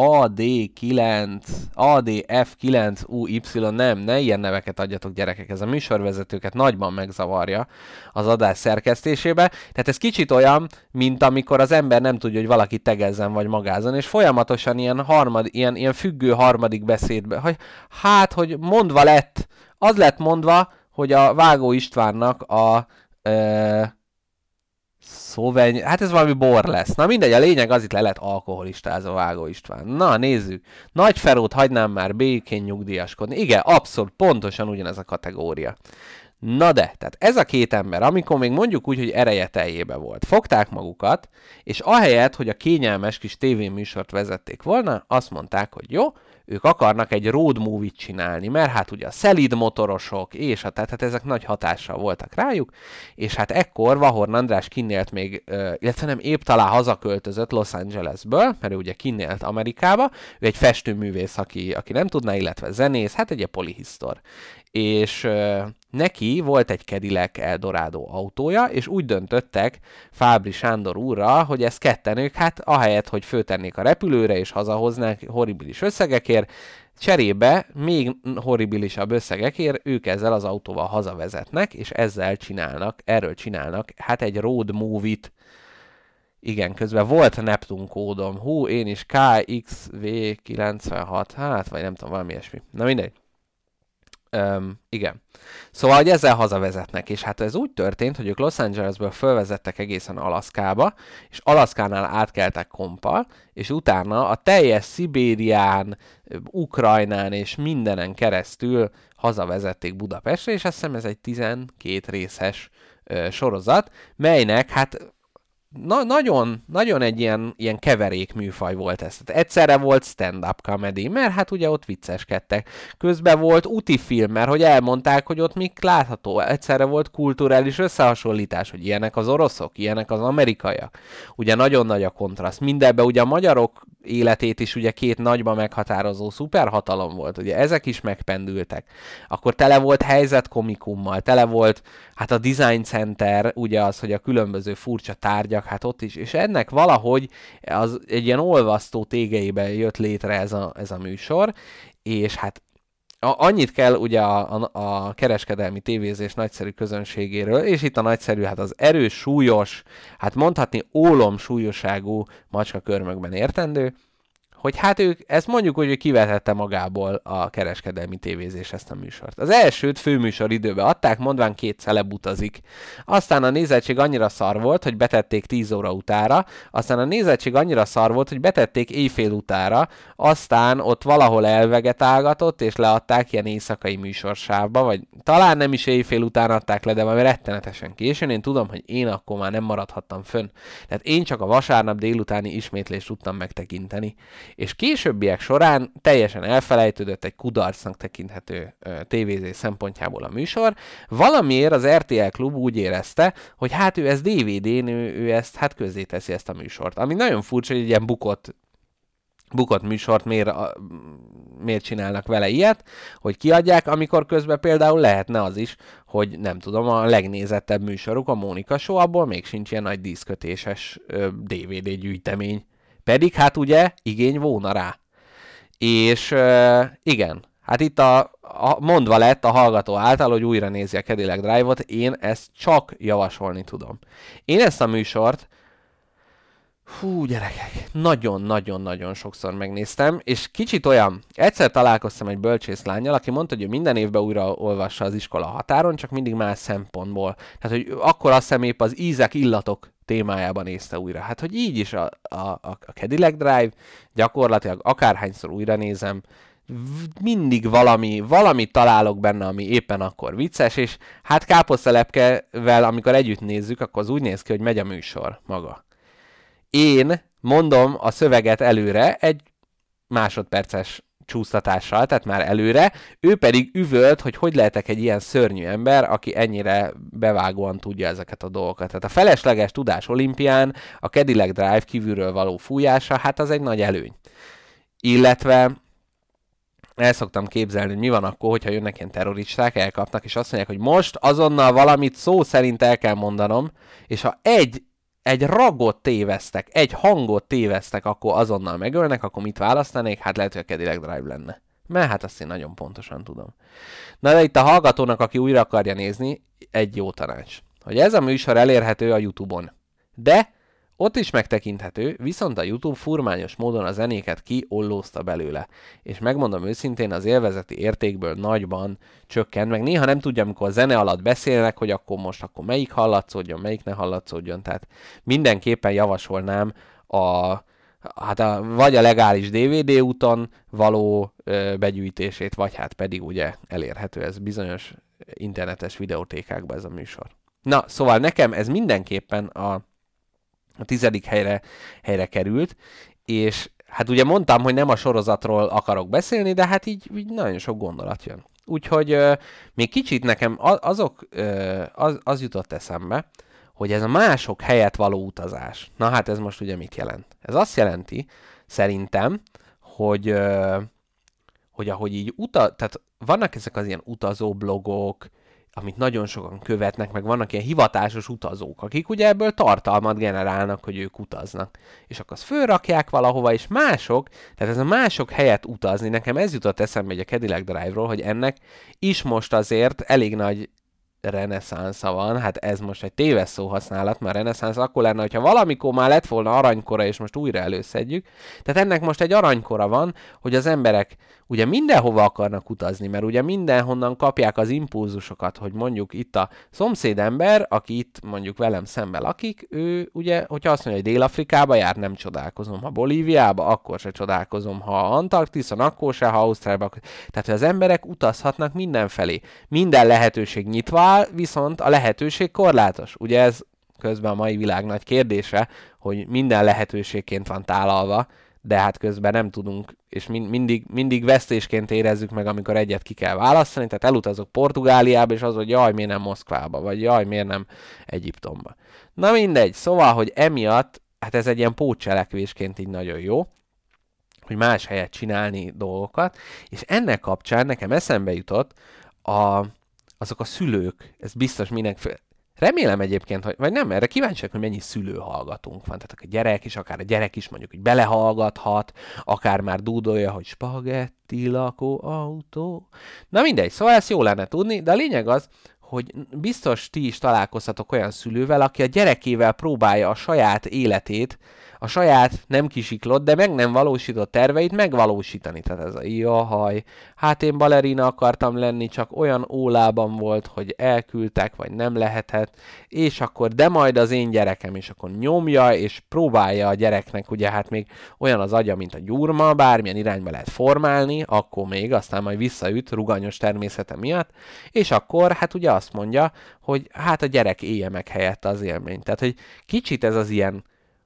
ADF9UY, ne ilyen neveket adjatok gyerekek, ez a műsorvezetőket nagyban megzavarja az adás szerkesztésébe, tehát ez kicsit olyan, mint amikor az ember nem tudja, hogy valaki tegezzen vagy magázon, és folyamatosan ilyen függő harmadik beszédbe, hogy mondva lett, az lett mondva, hogy a Vágó Istvánnak a hát ez valami bor lesz. Na mindegy, a lényeg az, itt le lett alkoholistázva Vágó István. Na nézzük. Nagy Ferót hagynám már békén nyugdíjaskodni. Igen, abszolút, pontosan ugyanez a kategória. Na de, tehát ez a két ember, amikor még mondjuk úgy, hogy ereje teljébe volt, fogták magukat, és ahelyett, hogy a kényelmes kis tévéműsort vezették volna, azt mondták, hogy jó, ők akarnak egy road movie-t csinálni, mert hát ugye a szelíd motorosok, és tehát ezek nagy hatással voltak rájuk, és hát ekkor Vahorn András kinnélt még, illetve nem, épp talán hazaköltözött Los Angelesből, mert ő ugye kinnélt Amerikába, ő egy festőművész, aki nem tudná, illetve zenész, hát egy polihisztor. És neki volt egy Cadillac Eldorado autója, és úgy döntöttek Fábry Sándor úrral, hogy ezt ketten ők, hát ahelyett, hogy föltennék a repülőre és hazahoznák horribilis összegekért, cserébe még horribilisabb összegekért ők ezzel az autóval hazavezetnek, és erről csinálnak hát egy road movie-t. Igen, közben volt Neptun kódom. Én is KXV96, hát vagy nem tudom, valami ilyesmi. Na mindegy. Igen. Szóval, hogy ezzel hazavezetnek, és hát ez úgy történt, hogy ők Los Angelesből fölvezettek egészen Alaszkába, és Alaszkánál átkeltek kompal, és utána a teljes Szibérián, Ukrajnán és mindenen keresztül hazavezették Budapestre, és azt hiszem ez egy 12 részes sorozat, melynek hát nagyon egy ilyen keverék műfaj volt ez. Tehát egyszerre volt stand-up comedy, mert hát ugye ott vicceskedtek. Közben volt útifilm, mert hogy elmondták, hogy ott mik látható. Egyszerre volt kulturális összehasonlítás, hogy ilyenek az oroszok, ilyenek az amerikaiak. Ugye nagyon nagy a kontraszt. Mindebben ugye a magyarok életét is ugye két nagyban meghatározó szuperhatalom volt. Ugye ezek is megpendültek. Akkor tele volt helyzetkomikummal, tele volt hát a Design Center, ugye az, hogy a különböző furcsa tárgyak, hát ott is, és ennek valahogy az egy ilyen olvasztó tégeiben jött létre ez a műsor, és hát annyit kell ugye a kereskedelmi tévézés nagyszerű közönségéről, és itt a nagyszerű, hát az erős, súlyos, hát mondhatni ólom súlyosságú macskakörmökben értendő, hogy hát ők, ezt mondjuk, hogy ő kivetette magából a kereskedelmi tévézés ezt a műsort. Az elsőt főműsor időben adták, mondván 2 celeb utazik. Aztán a nézettség annyira szar volt, hogy betették 10 óra utára, aztán a nézettség annyira szar volt, hogy betették éjfél utára, aztán ott valahol elvegetálgatott, és leadták ilyen éjszakai műsorsávba, vagy talán nem is éjfél után adták le, de valami rettenetesen későn. Én tudom, hogy én akkor már nem maradhattam fönn. Tehát én csak a vasárnap délutáni ismétlést tudtam megtekinteni. És későbbiek során teljesen elfelejtődött, egy kudarcnak tekinthető tévézés szempontjából a műsor. Valamiért az RTL Klub úgy érezte, hogy hát ő ezt DVD-n, ő ezt hát közzéteszi ezt a műsort. Ami nagyon furcsa, hogy egy ilyen bukott műsort miért csinálnak vele ilyet, hogy kiadják, amikor közben például lehetne az is, hogy nem tudom, a legnézettebb műsoruk, a Mónika Show, abból még sincs ilyen nagy díszkötéses DVD gyűjtemény. Pedig hát ugye igény volna rá. És igen, hát itt mondva lett a hallgató által, hogy újra nézi a Cadillac Drive-ot, én ezt csak javasolni tudom. Én ezt a műsort, gyerekek, nagyon-nagyon-nagyon sokszor megnéztem, és kicsit olyan, egyszer találkoztam egy bölcsészlánnyal, aki mondta, hogy ő minden évben újra olvassa az Iskola határon, csak mindig más szempontból. Tehát, hogy akkor azt hiszem épp az ízek, illatok témájában nézte újra. Hát, hogy így is a Cadillac Drive, gyakorlatilag akárhányszor újra nézem, mindig valamit találok benne, ami éppen akkor vicces, és hát káposztelepkevel, amikor együtt nézzük, akkor az úgy néz ki, hogy megy a műsor maga. Én mondom a szöveget előre egy másodperces csúsztatással, tehát már előre, ő pedig üvölt, hogy lehetek egy ilyen szörnyű ember, aki ennyire bevágóan tudja ezeket a dolgokat. Tehát a felesleges tudás olimpián a Cadillac Drive kívülről való fújása, hát az egy nagy előny. Illetve el szoktam képzelni, hogy mi van akkor, hogyha jönnek ilyen terroristák, elkapnak, és azt mondják, hogy most azonnal valamit szó szerint el kell mondanom, és ha egy ragot tévesztek, egy hangot tévesztek, akkor azonnal megölnek, akkor mit választanék? Hát lehet, hogy a Cadillac Drive lenne. Mert hát azt én nagyon pontosan tudom. Na de itt a hallgatónak, aki újra akarja nézni, egy jó tanács. Hogy ez a műsor elérhető a YouTube-on. De Ott is megtekinthető, viszont a YouTube furmányos módon a zenéket kiollózta belőle. És megmondom őszintén, az élvezeti értékből nagyban csökken, meg néha nem tudja, amikor a zene alatt beszélnek, hogy akkor melyik hallatszódjon, melyik ne hallatszódjon. Tehát mindenképpen javasolnám vagy a legális DVD úton való begyűjtését, vagy hát pedig ugye elérhető ez bizonyos internetes videótékákban ez a műsor. Na, szóval nekem ez mindenképpen a 10. helyre került, és hát ugye mondtam, hogy nem a sorozatról akarok beszélni, de hát így nagyon sok gondolat jön. Úgyhogy még kicsit nekem az jutott eszembe, hogy ez a mások helyett való utazás. Na hát ez most ugye mit jelent? Ez azt jelenti, szerintem, hogy ahogy így tehát vannak ezek az ilyen utazó blogok, amit nagyon sokan követnek, meg vannak ilyen hivatásos utazók, akik ugye ebből tartalmat generálnak, hogy ők utaznak. És akkor azt fölrakják valahova, és mások, tehát ez a mások helyett utazni, nekem ez jutott eszembe egy a Cadillac Drive-ról, hogy ennek is most azért elég nagy reneszánsza van, hát ez most egy téves szóhasználat, mert reneszánsz akkor lenne, hogyha valamikor már lett volna aranykora, és most újra előszedjük. Tehát ennek most egy aranykora van, hogy az emberek ugye mindenhova akarnak utazni, mert ugye mindenhonnan kapják az impulzusokat, hogy mondjuk itt a szomszédember, aki itt mondjuk velem szemben lakik, ő ugye, hogyha azt mondja, hogy Dél-Afrikába jár, nem csodálkozom, ha Bolíviába, akkor se csodálkozom, ha Antarktiszon, akkor se, ha Ausztráliába. Tehát, hogy az emberek utazhatnak mindenfelé. Minden lehetőség nyitva áll, viszont a lehetőség korlátos. Ugye ez közben a mai világ nagy kérdése, hogy minden lehetőségként van tálalva, de hát közben nem tudunk, és mindig vesztésként érezzük meg, amikor egyet ki kell választani, tehát elutazok Portugáliába, és az, hogy jaj, miért nem Moszkvába, vagy jaj, miért nem Egyiptomba. Na mindegy, szóval, hogy emiatt, hát ez egy ilyen pótcselekvésként így nagyon jó, hogy más helyet csinálni dolgokat, és ennek kapcsán nekem eszembe jutott azok a szülők, ez biztos mindenféle. Remélem egyébként, vagy nem, erre kíváncsiak, hogy mennyi szülő hallgatunk van. Tehát a gyerek is, akár a gyerek is mondjuk, hogy belehallgathat, akár már dúdolja, hogy spagetti lakóautó. Na mindegy, szóval ezt jó lenne tudni, de a lényeg az, hogy biztos ti is találkozhatok olyan szülővel, aki a gyerekével próbálja a saját életét, a saját nem kisiklott, de meg nem valósított terveit megvalósítani. Tehát ez a jahaj, hát én balerina akartam lenni, csak olyan ólában volt, hogy elküldtek, vagy nem lehetett, és akkor de majd az én gyerekem, és akkor nyomja, és próbálja a gyereknek, ugye hát még olyan az agya, mint a gyurma, bármilyen irányba lehet formálni, akkor még, aztán majd visszaüt ruganyos természete miatt, és akkor hát ugye azt mondja, hogy hát a gyerek élje meg helyette az élményt. Tehát, hogy kicsit ez az ilyen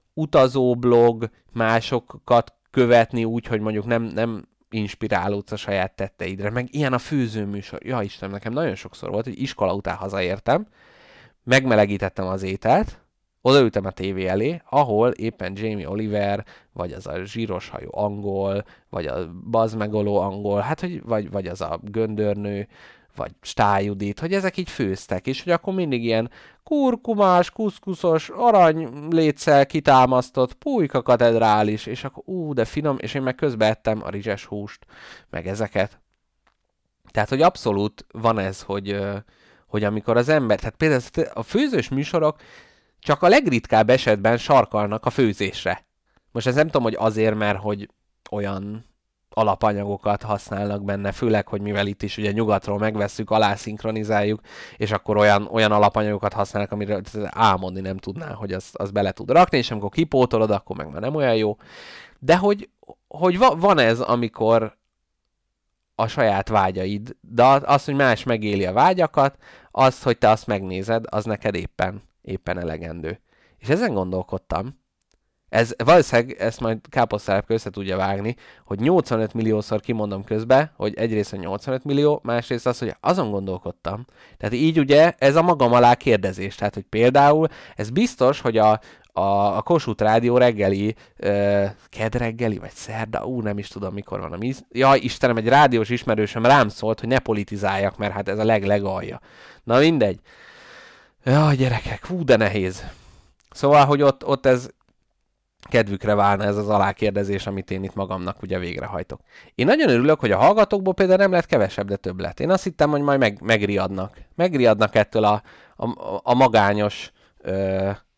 utazóblog, másokat követni úgy, hogy mondjuk nem inspirálódsz a saját tetteidre, meg ilyen a főzőműsor. Ja Istenem, nekem nagyon sokszor volt, hogy iskola után hazaértem, megmelegítettem az ételt, odaültem a tévé elé, ahol éppen Jamie Oliver, vagy az a zsíros hajú angol, vagy a bazmegoló angol, hát vagy az a göndörnő, vagy Stály Judit, hogy ezek így főztek, és hogy akkor mindig ilyen kurkumás, kuszkuszos, aranyléccel kitámasztott, pulyka katedrális, és akkor de finom, és én meg közben ettem a rizses húst, meg ezeket. Tehát, hogy abszolút van ez, hogy amikor az ember, tehát például a főzős műsorok csak a legritkább esetben sarkalnak a főzésre. Most ez nem tudom, hogy azért, mert hogy olyan alapanyagokat használnak benne, főleg, hogy mivel itt is ugye nyugatról megvesszük, alászinkronizáljuk, és akkor olyan alapanyagokat használnak, amiről álmodni nem tudná, hogy az bele tud rakni, és amikor kipótolod, akkor meg már nem olyan jó. De hogy van ez, amikor a saját vágyaid, de az, hogy más megéli a vágyakat, az, hogy te azt megnézed, az neked éppen elegendő. És ezen gondolkodtam, valószínűleg ezt majd káposztelepke össze tudja vágni, hogy 85 milliószor kimondom közbe, hogy egyrészt a 85 millió, másrészt az, hogy azon gondolkodtam. Tehát így ugye ez a magam alá kérdezés. Tehát, hogy például ez biztos, hogy a Kossuth Rádió reggeli, kedd reggeli, vagy szerda, nem is tudom mikor van a Jaj, Istenem, egy rádiós ismerősöm rám szólt, hogy ne politizáljak, mert hát ez a legalja. Na mindegy. Jaj, gyerekek, de nehéz. Szóval, hogy ott ez kedvükre válna ez az alákérdezés, amit én itt magamnak ugye végrehajtok. Én nagyon örülök, hogy a hallgatókból például nem lett kevesebb, de több lett. Én azt hittem, hogy majd megriadnak. Megriadnak ettől a magányos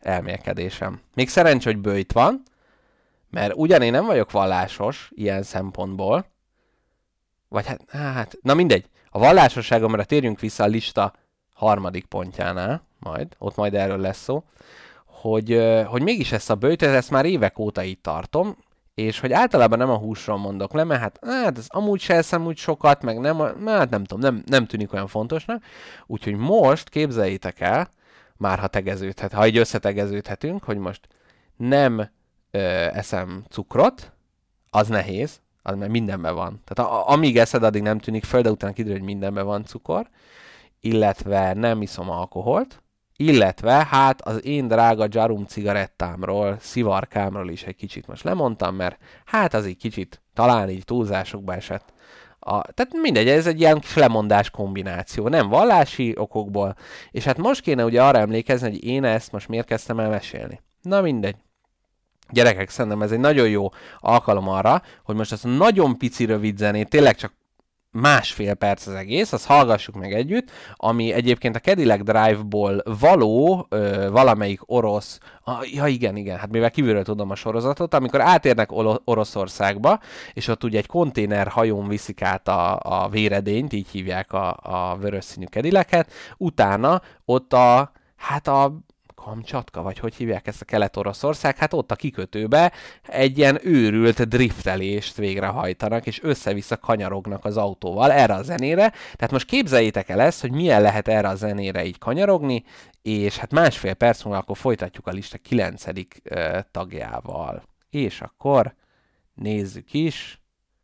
elmélkedésem. Még szerencsé, hogy böjt van, mert ugyan én nem vagyok vallásos ilyen szempontból, vagy hát, na mindegy. A vallásosságomra térjünk vissza a lista harmadik pontjánál, ott majd erről lesz szó, hogy mégis ezt a böjtöt, ezt már évek óta így tartom, és hogy általában nem a húsról mondok le, mert hát ez amúgy se eszem úgy sokat, meg nem tudom, nem tűnik olyan fontosnak, úgyhogy most képzeljétek el, már ha így összetegeződhetünk, hogy most nem eszem cukrot, az nehéz, az mert mindenben van. Tehát amíg eszed, addig nem tűnik föl, de utána kiderül, hogy mindenben van cukor, illetve nem iszom alkoholt, illetve hát az én drága Jarum cigarettámról, szivarkámról is egy kicsit most lemondtam, mert hát az így kicsit talán így túlzásokba esett. Tehát mindegy, ez egy ilyen kis lemondás kombináció, nem vallási okokból, és hát most kéne ugye arra emlékezni, hogy én ezt most miért kezdtem el mesélni. Na mindegy. Gyerekek, szerintem ez egy nagyon jó alkalom arra, hogy most ezt a nagyon pici rövid zenét, tényleg csak másfél perc az egész, azt hallgassuk meg együtt, ami egyébként a Cadillac Drive-ból való valamelyik orosz, igen, hát mivel kívülről tudom a sorozatot, amikor átérnek Oroszországba, és ott ugye egy konténerhajón viszik át a véredényt, így hívják a vörös színű Cadillacet, utána ott a Kamcsatka, vagy hogy hívják ezt a Kelet-Oroszország, hát ott a kikötőbe egy ilyen őrült driftelést végrehajtanak, és össze-vissza kanyarognak az autóval erre a zenére. Tehát most képzeljétek el ezt, hogy milyen lehet erre a zenére így kanyarogni, és hát másfél perc múlva akkor folytatjuk a lista 9. tagjával. És akkor nézzük is.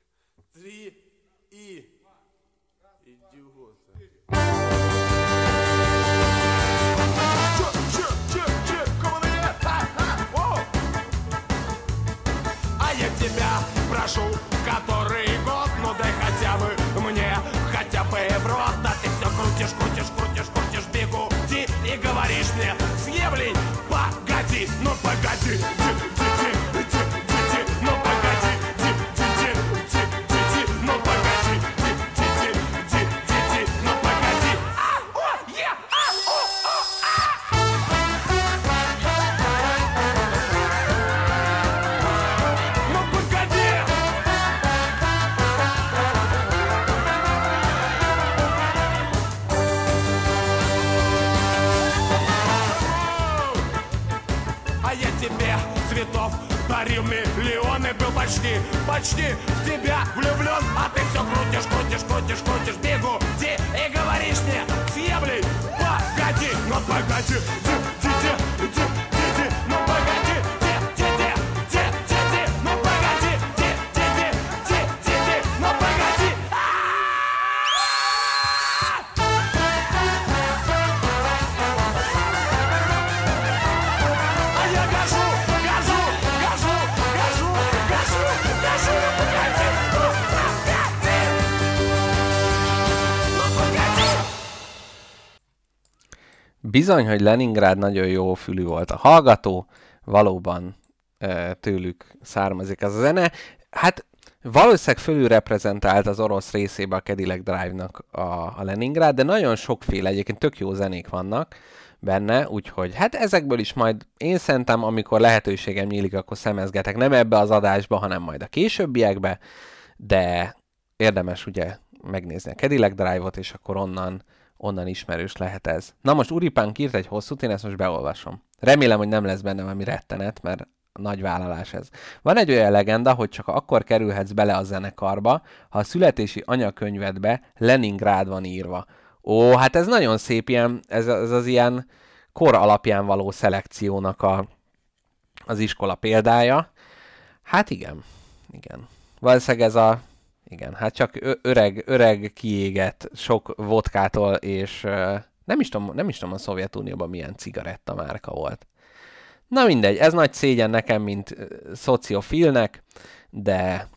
Тебя прошу, который год, ну дай хотя бы мне, хотя бы в рот. А ты все крутишь, бегути и говоришь мне, съеблень, погоди, ну погоди, ну погоди, ну погоди, ну погоди. Цветов дарил миллионы, был почти в тебя влюблен. А ты все крутишь, бегути и говоришь мне, съеблень, погоди, ну погоди, ну погоди, ну погоди, ну погоди. А я гажу, Bizony, hogy Leningrád nagyon jó fülű volt a hallgató, valóban tőlük származik ez a zene. Hát valószínűleg fölülreprezentált az orosz részébe a Cadillac Drive-nak a Leningrád, de nagyon sokféle, egyébként tök jó zenék vannak benne, úgyhogy hát ezekből is majd én szerintem, amikor lehetőségem nyílik, akkor szemezgetek, nem ebbe az adásba, hanem majd a későbbiekbe, de érdemes ugye megnézni a Cadillac Drive-ot, és akkor onnan ismerős lehet ez. Na most Uripánk írt egy hosszút, én ezt most beolvasom. Remélem, hogy nem lesz benne valami rettenet, mert nagy vállalás ez. Van egy olyan legenda, hogy csak akkor kerülhetsz bele a zenekarba, ha a születési anyakönyvedbe Leningrád van írva. Ó, hát ez nagyon szép, ez az ilyen kor alapján való szelekciónak az iskola példája. Hát igen. Valószínűleg igen, hát csak öreg kiégett sok vodkától, és nem is tudom a Szovjetunióban milyen cigarettamárka volt. Na mindegy, ez nagy szégyen nekem, mint szociofilnek, de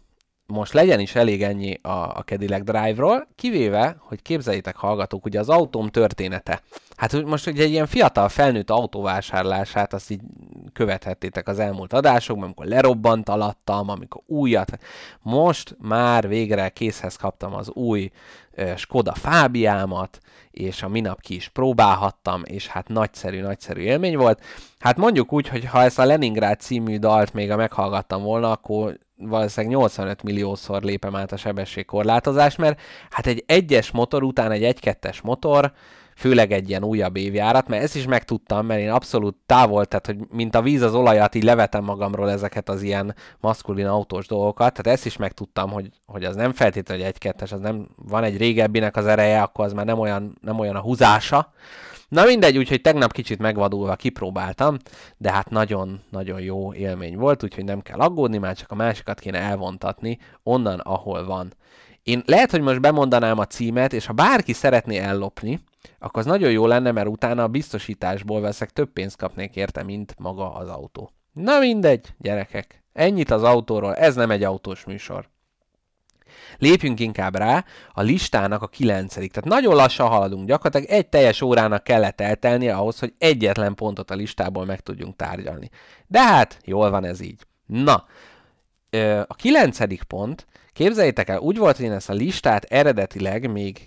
most legyen is elég ennyi a Cadillac Drive-ról, kivéve, hogy képzeljétek hallgatók, ugye az autóm története. Hát most ugye egy ilyen fiatal felnőtt autóvásárlását azt így követhettétek az elmúlt adásokban, amikor lerobbant alattam, amikor újat. Most már végre készhez kaptam az új Skoda Fábiámat, és a minap ki is próbálhattam, és hát nagyszerű élmény volt. Hát mondjuk úgy, hogy ha ezt a Leningrád című dalt még meghallgattam volna, akkor valószínűleg 85 milliószor lépem át a sebességkorlátozást, mert hát egy 1-es motor után egy 1-2-es motor, főleg egy ilyen újabb évjárat, mert ezt is megtudtam, mert én abszolút távol, tehát hogy mint a víz az olajat, így levetem magamról ezeket az ilyen maszkulin autós dolgokat, tehát ezt is megtudtam, hogy az nem feltétlenül egy 1-2-es, az nem, van egy régebbinek az ereje, akkor az már nem olyan a húzása. Na mindegy, úgyhogy tegnap kicsit megvadulva kipróbáltam, de hát nagyon-nagyon jó élmény volt, úgyhogy nem kell aggódni, már csak a másikat kéne elvontatni onnan, ahol van. Én lehet, hogy most bemondanám a címet, és ha bárki szeretné ellopni, akkor az nagyon jó lenne, mert utána a biztosításból veszek több pénzt kapnék érte, mint maga az autó. Na mindegy, gyerekek. Ennyit az autóról, ez nem egy autós műsor. Lépjünk inkább rá a listának a 9. Tehát nagyon lassan haladunk, gyakorlatilag egy teljes órának kellett eltelnie ahhoz, hogy egyetlen pontot a listából meg tudjunk tárgyalni. De hát, jól van ez így. Na, a 9. pont, képzeljétek el, úgy volt, hogy én ezt a listát eredetileg még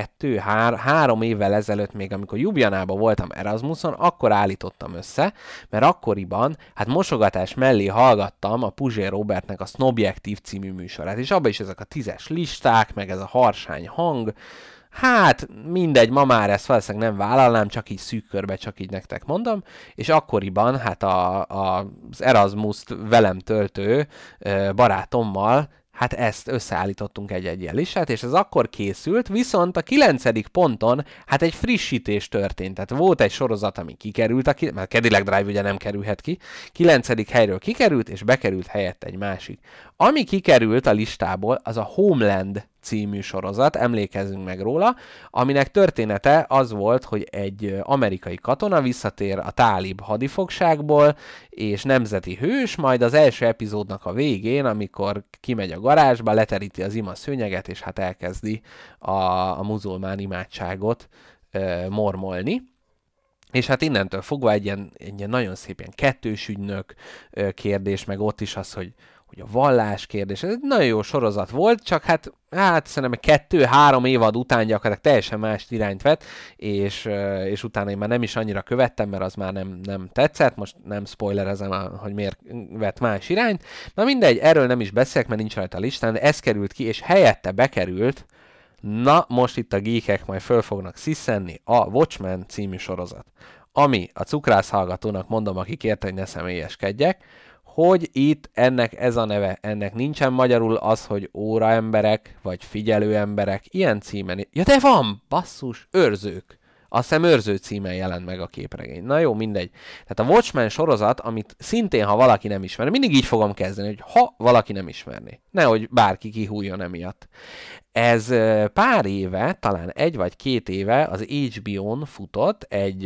2-3 évvel ezelőtt, még amikor Ljubljanában voltam Erasmuson, akkor állítottam össze, mert akkoriban, hát mosogatás mellé hallgattam a Puzsér Robertnek a Snobjektív című műsorát, és abban is ezek a 10-es listák, meg ez a harsány hang, hát mindegy, ma már ezt valószínűleg nem vállalnám, csak így szűk körbe, csak így nektek mondom, és akkoriban hát az Erasmus-t velem töltő barátommal hát ezt összeállítottunk egy ilyen listát, és ez akkor készült, viszont a 9. ponton hát egy frissítés történt. Tehát volt egy sorozat, ami kikerült, mert a Cadillac Drive ugye nem kerülhet ki, 9. helyről kikerült, és bekerült helyett egy másik. Ami kikerült a listából, az a Homeland című sorozat, emlékezzünk meg róla, aminek története az volt, hogy egy amerikai katona visszatér a tálib hadifogságból, és nemzeti hős, majd az első epizódnak a végén, amikor kimegy a garázsba, leteríti az ima szőnyeget, és hát elkezdi a muzulmán imádságot mormolni. És hát innentől fogva egy ilyen nagyon szép ilyen kettős ügynök kérdés, meg ott is az, hogy a vallás kérdés. Ez egy nagyon jó sorozat volt, csak hát szerintem 2-3 évad után gyakorlatilag teljesen más irányt vett, és utána én már nem is annyira követtem, mert az már nem tetszett, most nem spoilerezem, hogy miért vett más irányt. Na mindegy, erről nem is beszélek, mert nincs rajta a listán, de ez került ki, és helyette bekerült, na most itt a geekek majd föl fognak sziszenni, a Watchmen című sorozat, ami a cukrász hallgatónak mondom, aki kérte, hogy ne személyeskedjek, hogy itt ennek ez a neve, ennek nincsen magyarul az, hogy óraemberek, vagy figyelő emberek, ilyen címen. Ja, de van! Basszus! Őrzők! Azt hiszem őrző címen jelent meg a képregény. Na jó, mindegy. Tehát a Watchmen sorozat, amit szintén, ha valaki nem ismer, mindig így fogom kezdeni, hogy ha valaki nem ismerné. Nehogy bárki kihújjon emiatt. Ez pár éve, talán 1 vagy 2 éve az HBO-n futott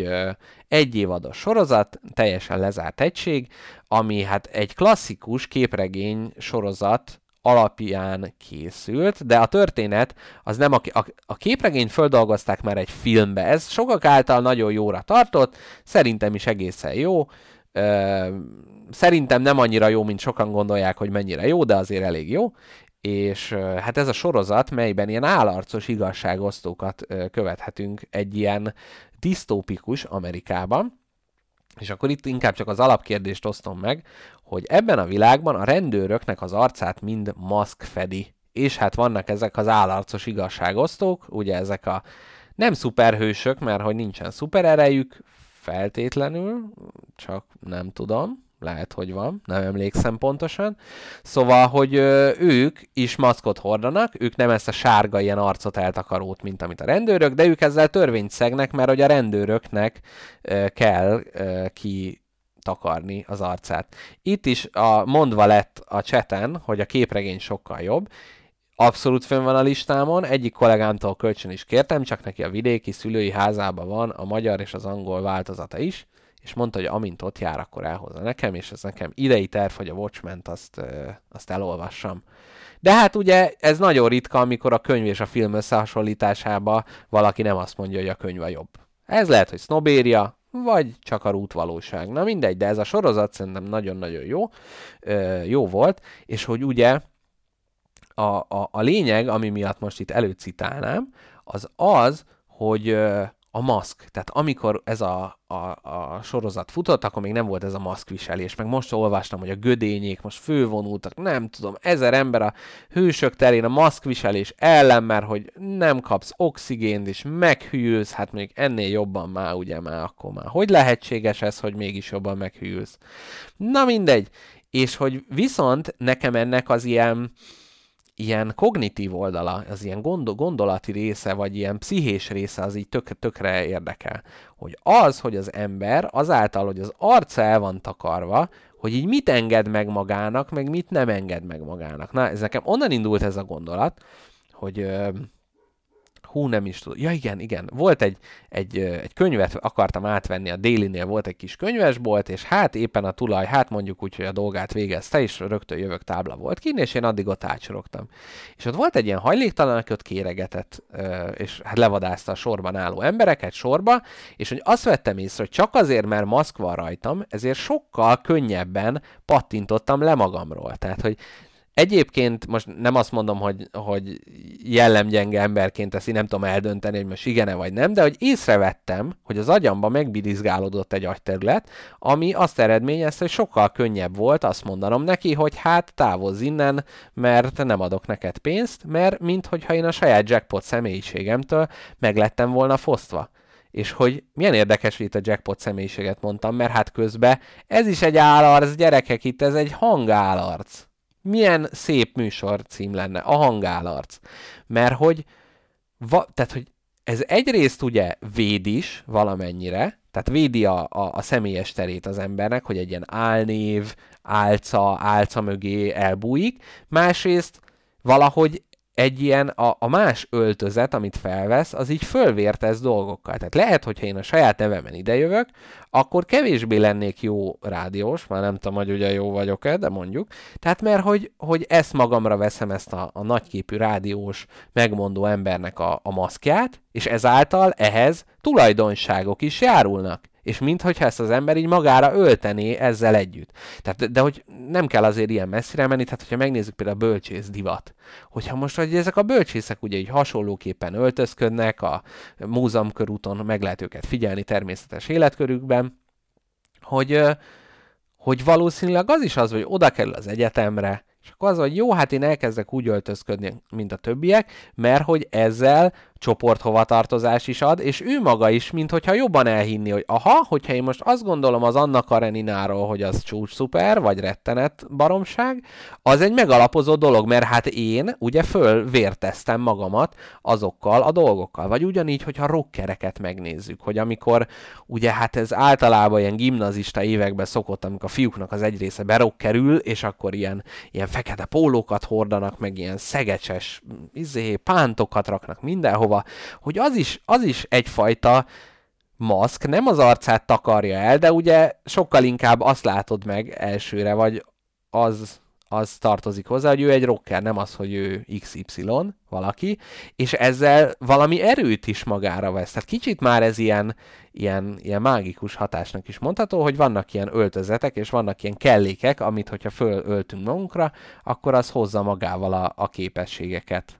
egy évados sorozat, teljesen lezárt egység, ami hát egy klasszikus képregény sorozat alapján készült, de a történet az nem a képregényt földolgozták már egy filmbe. Ez sokak által nagyon jóra tartott, szerintem is egészen jó. Szerintem nem annyira jó, mint sokan gondolják, hogy mennyire jó, de azért elég jó. És hát ez a sorozat, melyben ilyen állarcos igazságosztókat követhetünk egy ilyen disztópikus Amerikában, és akkor itt inkább csak az alapkérdést osztom meg, hogy ebben a világban a rendőröknek az arcát mind maszk fedi. És hát vannak ezek az állarcos igazságosztók, ugye ezek a nem szuperhősök, mert hogy nincsen szupererejük feltétlenül, csak nem tudom, lehet, hogy van, nem emlékszem pontosan. Szóval, hogy ők is maszkot hordanak, ők nem ezt a sárga ilyen arcot eltakarót, mint amit a rendőrök, de ők ezzel törvényt szegnek, mert hogy a rendőröknek kell kitakarni az arcát. Itt is mondva lett a chaten, hogy a képregény sokkal jobb. Abszolút fönn van a listámon, egyik kollégámtól kölcsön is kértem, csak neki a vidéki szülői házában van a magyar és az angol változata is. és mondta, hogy amint ott jár, akkor elhozza nekem, és ez nekem idei terv, hogy a Watchmen-t azt elolvassam. De hát ugye ez nagyon ritka, amikor a könyv és a film összehasonlításába valaki nem azt mondja, hogy a könyv a jobb. Ez lehet, hogy sznobéria, vagy csak a rútvalóság. Na mindegy, de ez a sorozat szerintem nagyon-nagyon jó volt, és hogy ugye a lényeg, ami miatt most itt előcitálnám, az, hogy a maszk. Tehát amikor ez a sorozat futott, akkor még nem volt ez a maszkviselés. Meg most olvastam, hogy a gödényék most fővonultak, nem tudom, 1000 ember a hősök terén a maszkviselés ellen, mert hogy nem kapsz oxigént, és meghűlsz, hát még ennél jobban már, ugye már akkor már. Hogy lehetséges ez, hogy mégis jobban meghűlsz? Na mindegy. És hogy viszont nekem ennek az ilyen kognitív oldala, az ilyen gondolati része, vagy ilyen pszichés része, az így tökre érdekel. Hogy az ember azáltal, hogy az arca el van takarva, hogy így mit enged meg magának, meg mit nem enged meg magának. Na, ez nekem onnan indult ez a gondolat, hogy nem is tudom. Ja, igen. Volt egy könyvet, akartam átvenni a Dailynél, volt egy kis könyvesbolt, és hát éppen a tulaj, hát mondjuk úgy, hogy a dolgát végezte, és rögtön jövök tábla volt kint, és én addig ott átsorogtam. És ott volt egy ilyen hajléktalan, aki ott kéregetett, és hát levadázta a sorban álló embereket sorba, és hogy azt vettem észre, hogy csak azért, mert maszk van rajtam, ezért sokkal könnyebben pattintottam le magamról. Tehát, hogy egyébként most nem azt mondom, hogy jellemgyenge emberként ezt én nem tudom eldönteni, hogy most igen-e vagy nem, de hogy észrevettem, hogy az agyamban megbirizgálódott egy agyterület, ami azt eredményezte, hogy sokkal könnyebb volt azt mondanom neki, hogy hát távozz innen, mert nem adok neked pénzt, mert minthogyha én a saját jackpot személyiségemtől meglettem volna fosztva. És hogy milyen érdekes, hogy itt a jackpot személyiséget mondtam, mert hát közben ez is egy állarc, gyerekek, itt ez egy hangállarc. Milyen szép műsorcím lenne, a hangállarc. Mert hogy, tehát, hogy ez egyrészt ugye véd is valamennyire, tehát védi a személyes terét az embernek, hogy egy ilyen álnév, álca mögé elbújik, másrészt valahogy egy ilyen a más öltözet, amit felvesz, az így fölvértez dolgokkal. Tehát lehet, hogyha én a saját nevemen idejövök, akkor kevésbé lennék jó rádiós, már nem tudom, hogy ugye jó vagyok-e, de mondjuk. Tehát mert hogy ezt magamra veszem, ezt a nagyképű rádiós megmondó embernek a maszkját, és ezáltal ehhez tulajdonságok is járulnak. És minthogyha ezt az ember így magára öltené ezzel együtt. Tehát, de hogy nem kell azért ilyen messzire menni, tehát hogyha megnézzük például a bölcsész divat, hogyha most, hogy ezek a bölcsészek ugye így hasonlóképpen öltözködnek, a múzeumkörúton meg lehet őket figyelni természetes életkörükben, hogy valószínűleg az is az, hogy oda kerül az egyetemre, és akkor az, hogy jó, hát én elkezdek úgy öltözködni, mint a többiek, mert hogy ezzel csoporthovatartozás is ad, és ő maga is, minthogyha jobban elhinni, hogy hogyha én most azt gondolom az Anna Karenináról, hogy az csúcs szuper, vagy rettenet baromság, az egy megalapozott dolog, mert hát én ugye fölvérteztem magamat azokkal a dolgokkal. Vagy ugyanígy, hogyha rockereket megnézzük, hogy amikor ugye hát ez általában ilyen gimnazista években szokott, amikor a fiúknak az egy része berokkerül, és akkor ilyen fekete pólókat hordanak, meg ilyen szegecses pántokat raknak mindenhova, hogy az is egyfajta maszk, nem az arcát takarja el, de ugye sokkal inkább azt látod meg elsőre, vagy az tartozik hozzá, hogy ő egy rocker, nem az, hogy ő XY valaki, és ezzel valami erőt is magára vesz. Tehát kicsit már ez ilyen mágikus hatásnak is mondható, hogy vannak ilyen öltözetek, és vannak ilyen kellékek, amit hogyha fölöltünk magunkra, akkor az hozza magával a képességeket.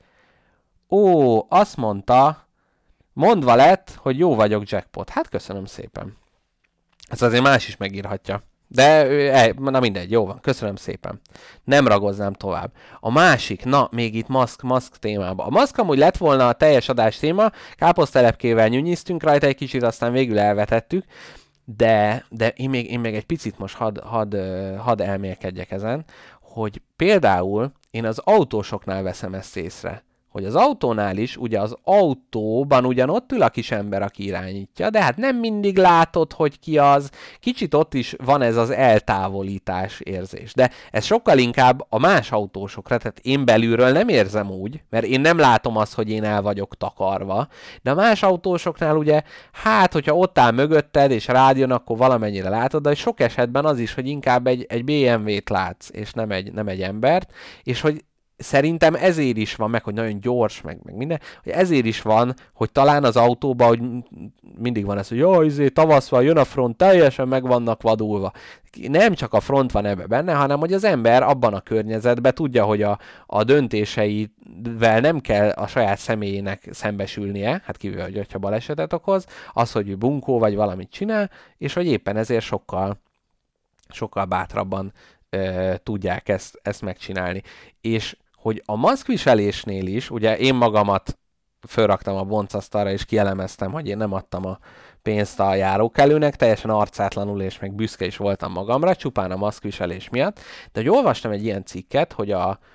Azt mondta, mondva lett, hogy jó vagyok jackpot. Hát köszönöm szépen. Ezt azért más is megírhatja. De na mindegy, jó van, köszönöm szépen. Nem ragoznám tovább. A másik, még itt maszk témában. A maszk amúgy lett volna a teljes adás téma, káposztelepkével nyúnyiztünk rajta egy kicsit, aztán végül elvetettük, de én még egy picit most hadd elmélkedjek ezen, hogy például én az autósoknál veszem ezt észre, hogy az autónál is, ugye az autóban ugyanott ül a kis ember, aki irányítja, de hát nem mindig látod, hogy ki az, kicsit ott is van ez az eltávolítás érzés, de ez sokkal inkább a más autósokra, tehát én belülről nem érzem úgy, mert én nem látom azt, hogy én el vagyok takarva, de a más autósoknál ugye, hát, hogyha ott áll mögötted, és rád jön, akkor valamennyire látod, de sok esetben az is, hogy inkább egy BMW-t látsz, és nem egy embert, és hogy szerintem ezért is van, meg hogy nagyon gyors, meg minden, hogy ezért is van, hogy talán az autóban, hogy mindig van ez, hogy jaj, tavasz van, jön a front, teljesen meg vannak vadulva. Nem csak a front van ebbe benne, hanem hogy az ember abban a környezetben tudja, hogy a döntéseivel nem kell a saját személyének szembesülnie, hát kívül, hogyha balesetet okoz, az, hogy ő bunkó vagy valamit csinál, és hogy éppen ezért sokkal bátrabban tudják ezt megcsinálni. És hogy a maszkviselésnél is, ugye én magamat fölraktam a boncasztalra, és kielemeztem, hogy én nem adtam a pénzt a járókelőnek, teljesen arcátlanul, és meg büszke is voltam magamra, csupán a maszkviselés miatt, de hogy olvastam egy ilyen cikket, hogy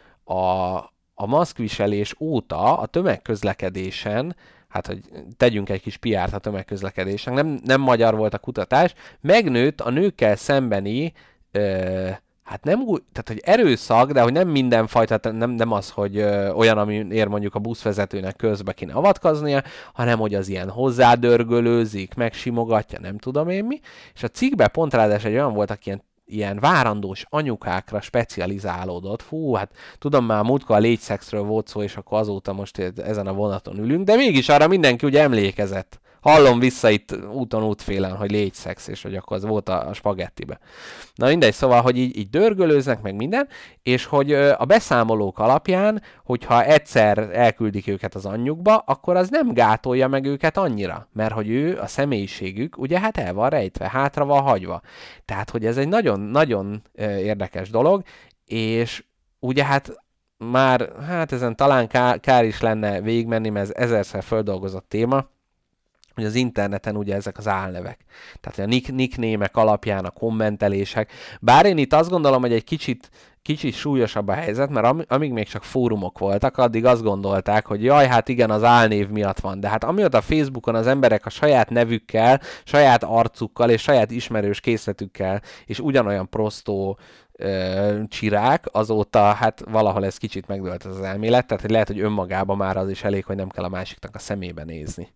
a maszkviselés óta a tömegközlekedésen, hát hogy tegyünk egy kis PR-t a tömegközlekedésnek, nem magyar volt a kutatás, megnőtt a nőkkel szembeni hát nem úgy, tehát hogy erőszak, de hogy nem mindenfajta, nem az, hogy olyan, amiért mondjuk a buszvezetőnek közbe kéne avatkoznia, hanem hogy az ilyen hozzádörgölőzik, megsimogatja, nem tudom én mi. És a cikkben pont ráadásul egy olyan volt, aki ilyen várandós anyukákra specializálódott. Fú, hát tudom már múltkor a légyszexről volt szó, és akkor azóta most ezen a vonaton ülünk, de mégis arra mindenki ugye emlékezett. Hallom vissza itt úton útfélen, hogy légyszex, és hogy akkor az volt a spagettibe. Na mindegy, szóval, hogy így dörgölőznek meg minden, és hogy a beszámolók alapján, hogyha egyszer elküldik őket az anyjukba, akkor az nem gátolja meg őket annyira, mert hogy ő, a személyiségük, ugye hát el van rejtve, hátra van hagyva. Tehát, hogy ez egy nagyon-nagyon érdekes dolog, és ugye hát már, hát ezen talán kár is lenne végigmenni, mert ez ezerszer földolgozott téma, hogy az interneten ugye ezek az álnevek. Tehát a nicknémek alapján a kommentelések. Bár én itt azt gondolom, hogy egy kicsit súlyosabb a helyzet, mert amíg még csak fórumok voltak, addig azt gondolták, hogy jaj, hát igen, az álnév miatt van. De hát amióta a Facebookon az emberek a saját nevükkel, saját arcukkal és saját ismerős készletükkel és ugyanolyan prostó csirák, azóta hát valahol ez kicsit megdőlt az elmélet, tehát hogy lehet, hogy önmagában már az is elég, hogy nem kell a másiknak a szemébe nézni.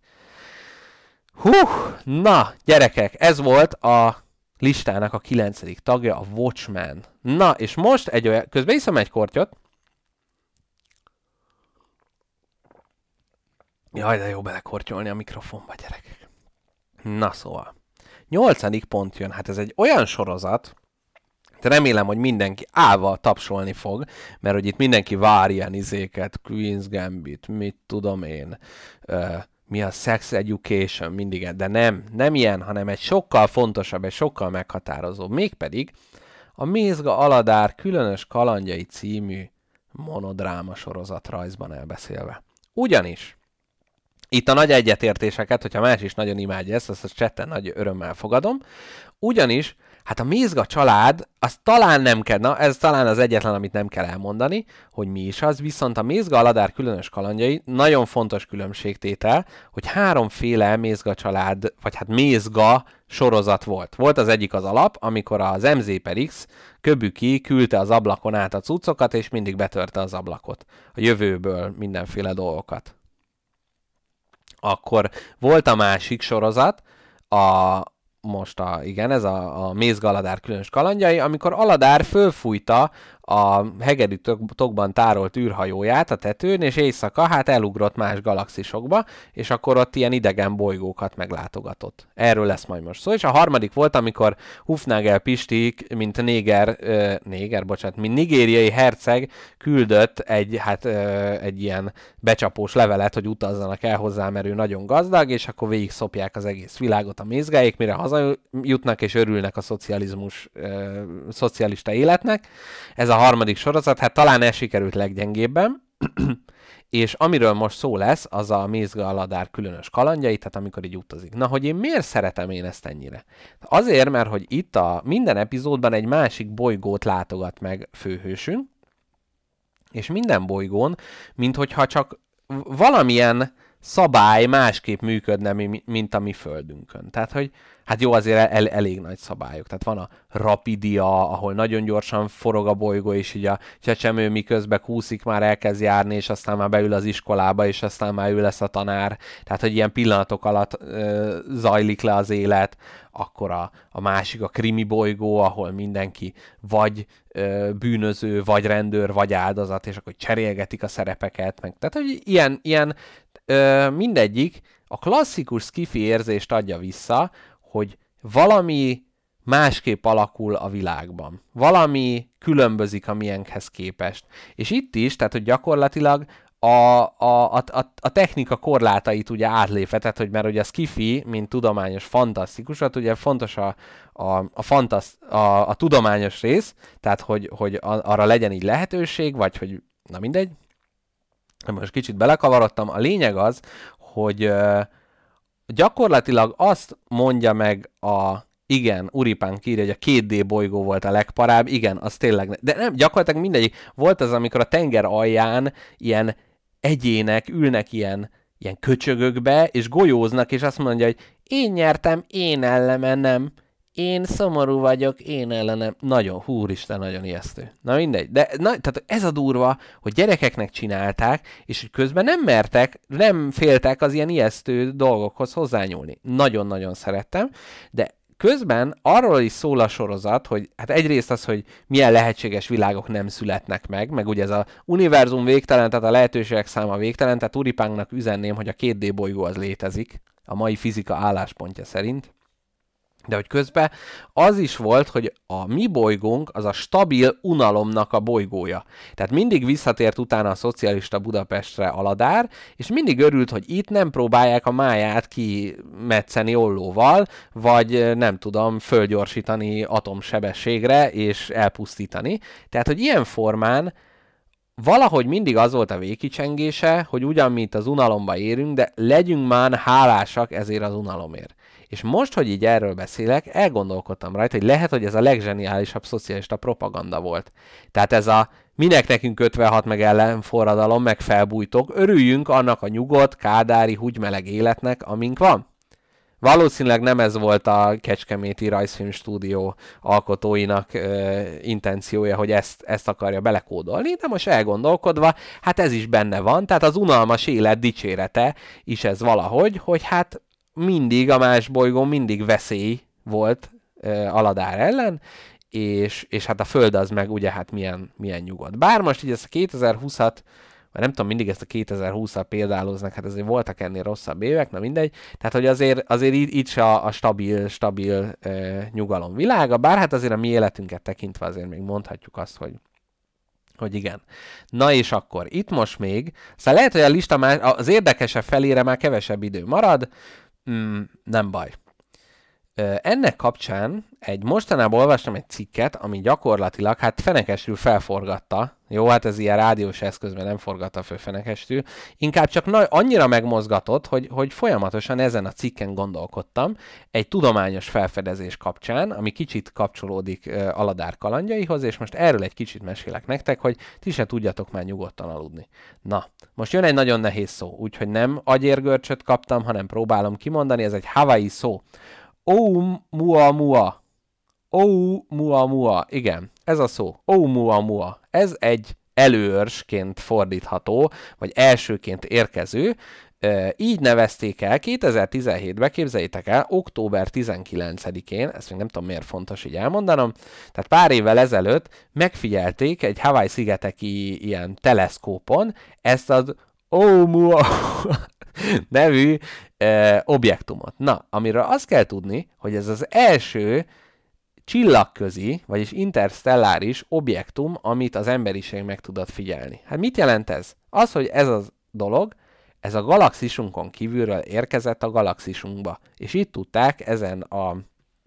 Na, gyerekek, ez volt a listának a 9. tagja, a Watchman. Na, és most közben iszom egy kortyot. Jaj, de jó belekortyolni a mikrofonba, gyerekek. Na, szóval. 8. pont jön. Hát ez egy olyan sorozat, remélem, hogy mindenki állva tapsolni fog, mert hogy itt mindenki vár ilyen izéket, Queen's Gambit, mit tudom én, mi a Sex Education, mindig, de nem ilyen, hanem egy sokkal fontosabb, egy sokkal meghatározóbb. Mégpedig a Mézga Aladár különös kalandjai című monodráma sorozat rajzban elbeszélve. Ugyanis itt a nagy egyetértéseket, hogyha más is nagyon imádja ezt, azt a chatten nagy örömmel fogadom, ugyanis hát a Mézga család, az talán nem kell, na ez talán az egyetlen, amit nem kell elmondani, hogy mi is az, viszont a Mézga Aladár különös kalandjai, nagyon fontos különbségtétel, hogy 3 Mézga család, vagy hát Mézga sorozat volt. Volt az egyik az alap, amikor az MZ/X Köbüki küldte az ablakon át a cuccokat, és mindig betörte az ablakot. A jövőből mindenféle dolgokat. Akkor volt a másik sorozat, ez a Mézga Aladár különös kalandjai, amikor Aladár fölfújta a hegedű tokban tárolt űrhajóját a tetőn, és éjszaka hát elugrott más galaxisokba, és akkor ott ilyen idegen bolygókat meglátogatott. Erről lesz majd most szó. És a harmadik volt, amikor Hufnagel Pistik, mint nigériai herceg küldött egy ilyen becsapós levelet, hogy utazzanak el hozzá, mert ő nagyon gazdag, és akkor végig szopják az egész világot a mézgáik, mire hazajutnak és örülnek a szocialista életnek. Ez a harmadik sorozat, hát talán ez sikerült leggyengébben, és amiről most szó lesz, az a Mézga Aladár különös kalandjai, tehát amikor így utazik. Na, hogy én miért szeretem én ezt ennyire? Azért, mert hogy itt minden epizódban egy másik bolygót látogat meg főhősünk, és minden bolygón, minthogyha csak valamilyen szabály másképp működne, mint a mi földünkön. Tehát, hogy hát jó, azért elég nagy szabályok. Tehát van a rapidia, ahol nagyon gyorsan forog a bolygó, és így a csecsemő miközben kúszik, már elkezd járni, és aztán már beül az iskolába, és aztán már ő lesz a tanár. Tehát, hogy ilyen pillanatok alatt zajlik le az élet. Akkor a másik a krimi bolygó, ahol mindenki vagy bűnöző, vagy rendőr, vagy áldozat, és akkor cserélgetik a szerepeket. Meg. Tehát, hogy ilyen mindegyik a klasszikus sci-fi érzést adja vissza, hogy valami másképp alakul a világban. Valami különbözik a miénkhez képest. És itt is, tehát hogy gyakorlatilag a technika korlátait ugye átlépve, tehát hogy mert ugye a sci-fi, mint tudományos fantasztikus, hát ugye fontos a tudományos rész, tehát hogy arra legyen így lehetőség, vagy hogy, na mindegy, most kicsit belekavarodtam. A lényeg az, hogy gyakorlatilag azt mondja meg igen, Uripánk írja, hogy a 2D bolygó volt a legparább, igen, az tényleg, de nem, gyakorlatilag mindegyik. Volt az, amikor a tenger alján ilyen egyének ülnek ilyen köcsögökbe, és golyóznak, és azt mondja, hogy én nyertem, én ellenem, én szomorú vagyok, én ellenem. Nagyon, húristen, nagyon ijesztő. Na mindegy. Tehát ez a durva, hogy gyerekeknek csinálták, és hogy közben nem féltek az ilyen ijesztő dolgokhoz hozzányúlni. Nagyon-nagyon szerettem, de közben arról is szól a sorozat, hogy hát egyrészt az, hogy milyen lehetséges világok nem születnek meg ugye ez a univerzum végtelen, tehát a lehetőségek száma végtelen, tehát Uripánknak üzenném, hogy a 2D bolygó az létezik, a mai fizika álláspontja szerint. De hogy közben az is volt, hogy a mi bolygónk az a stabil unalomnak a bolygója. Tehát mindig visszatért utána a szocialista Budapestre Aladár, és mindig örült, hogy itt nem próbálják a máját kimetszeni ollóval, vagy nem tudom, fölgyorsítani atomsebességre, és elpusztítani. Tehát, hogy ilyen formán valahogy mindig az volt a végkicsengése, hogy ugyan mi itt az unalomba érünk, de legyünk már hálásak ezért az unalomért. És most, hogy így erről beszélek, elgondolkodtam rajta, hogy lehet, hogy ez a legzseniálisabb szocialista propaganda volt. Tehát ez a minek nekünk 56 meg ellenforradalom, meg felbújtok, örüljünk annak a nyugodt, kádári, húgymeleg életnek, amink van. Valószínűleg nem ez volt a Kecskeméti Rajzfilm Stúdió alkotóinak intenciója, hogy ezt akarja belekódolni, de most elgondolkodva, hát ez is benne van, tehát az unalmas élet dicsérete is ez valahogy, hogy hát mindig a más bolygón mindig veszély volt Aladár ellen, és hát a Föld az meg ugye hát milyen nyugodt. Bár most így ezt a 2020-at, vagy nem tudom, mindig ezt a 2020-at példáloznak, hát azért voltak ennél rosszabb évek, na mindegy, tehát hogy azért így se a stabil nyugalom világa, bár hát azért a mi életünket tekintve azért még mondhatjuk azt, hogy igen. Na és akkor, itt most még, szóval lehet, hogy a lista az érdekesebb felére már kevesebb idő marad, nem baj. Ennek kapcsán mostanában olvastam egy cikket, ami gyakorlatilag hát fenekestül felforgatta. Jó, hát ez ilyen rádiós eszközben nem forgatta föl fenekestül. Inkább csak annyira megmozgatott, hogy folyamatosan ezen a cikken gondolkodtam egy tudományos felfedezés kapcsán, ami kicsit kapcsolódik Aladár kalandjaihoz, és most erről egy kicsit mesélek nektek, hogy ti se tudjatok már nyugodtan aludni. Na, most jön egy nagyon nehéz szó, úgyhogy nem agyérgörcsöt kaptam, hanem próbálom kimondani, ez egy hawaii szó. Oumuamua. Oumuamua. Igen, ez a szó. Oumuamua. Ez egy előörsként fordítható, vagy elsőként érkező. Így nevezték el 2017-ben, képzeljétek el, október 19-én, ezt még nem tudom miért fontos így elmondanom, tehát pár évvel ezelőtt megfigyelték egy Hawaii-szigeteki ilyen teleszkópon ezt az Oumuamua nevű objektumot. Na, amiről azt kell tudni, hogy ez az első csillagközi, vagyis interstelláris objektum, amit az emberiség meg tudott figyelni. Hát mit jelent ez? Az, hogy ez a dolog, ez a galaxisunkon kívülről érkezett a galaxisunkba. És itt tudták ezen a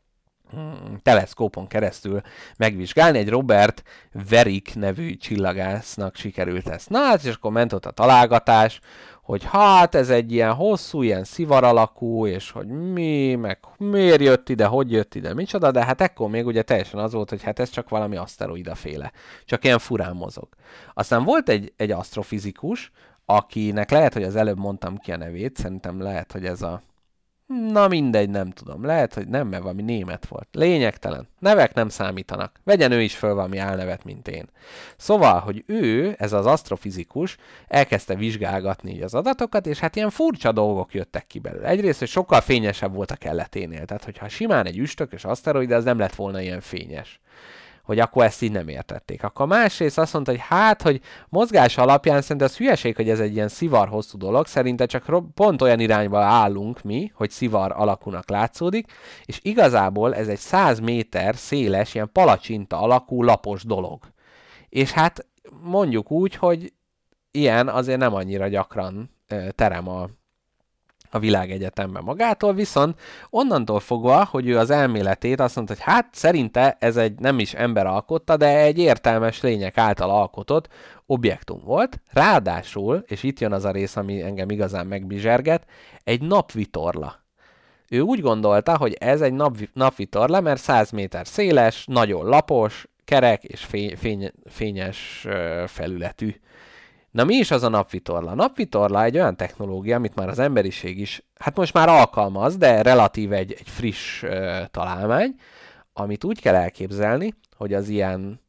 teleszkópon keresztül megvizsgálni. Egy Robert Verick nevű csillagásznak sikerült ezt. Na, hát és akkor ment ott a találgatás, hogy hát ez egy ilyen hosszú, ilyen szivar alakú, és hogy meg miért jött ide, hogy jött ide, micsoda, de hát ekkor még ugye teljesen az volt, hogy hát ez csak valami aszteroidaféle. Csak ilyen furán mozog. Aztán volt egy asztrofizikus, akinek lehet, hogy az előbb mondtam ki a nevét, szerintem lehet, hogy ez a... Na mindegy, nem tudom. Lehet, hogy nem, mert valami német volt. Lényegtelen. Nevek nem számítanak. Vegyen ő is föl valami álnevet, mint én. Szóval, hogy ő, ez az asztrofizikus, elkezdte vizsgálgatni így az adatokat, és hát ilyen furcsa dolgok jöttek ki belőle. Egyrészt, hogy sokkal fényesebb volt a kelleténél. Tehát, hogyha simán egy üstökös aszteroid, az nem lett volna ilyen fényes. Hogy akkor ezt így nem értették. Akkor másrészt azt mondta, hogy hát, hogy mozgás alapján szerintem az hülyeség, hogy ez egy ilyen szivar hosszú dolog, szerintem csak pont olyan irányba állunk mi, hogy szivar alakúnak látszódik, és igazából ez egy 100 méter széles, ilyen palacsinta alakú lapos dolog. És hát mondjuk úgy, hogy ilyen azért nem annyira gyakran terem a világegyetemben magától, viszont onnantól fogva, hogy ő az elméletét azt mondta, hogy hát szerinte ez egy nem is ember alkotta, de egy értelmes lények által alkotott objektum volt. Ráadásul, és itt jön az a rész, ami engem igazán megbizserget, egy napvitorla. Ő úgy gondolta, hogy ez egy napvitorla, mert 100 méter széles, nagyon lapos, kerek és fényes felületű. Na mi is az a napvitorla? A napvitorla egy olyan technológia, amit már az emberiség is, hát most már alkalmaz, de relatív egy friss találmány, amit úgy kell elképzelni, hogy az ilyen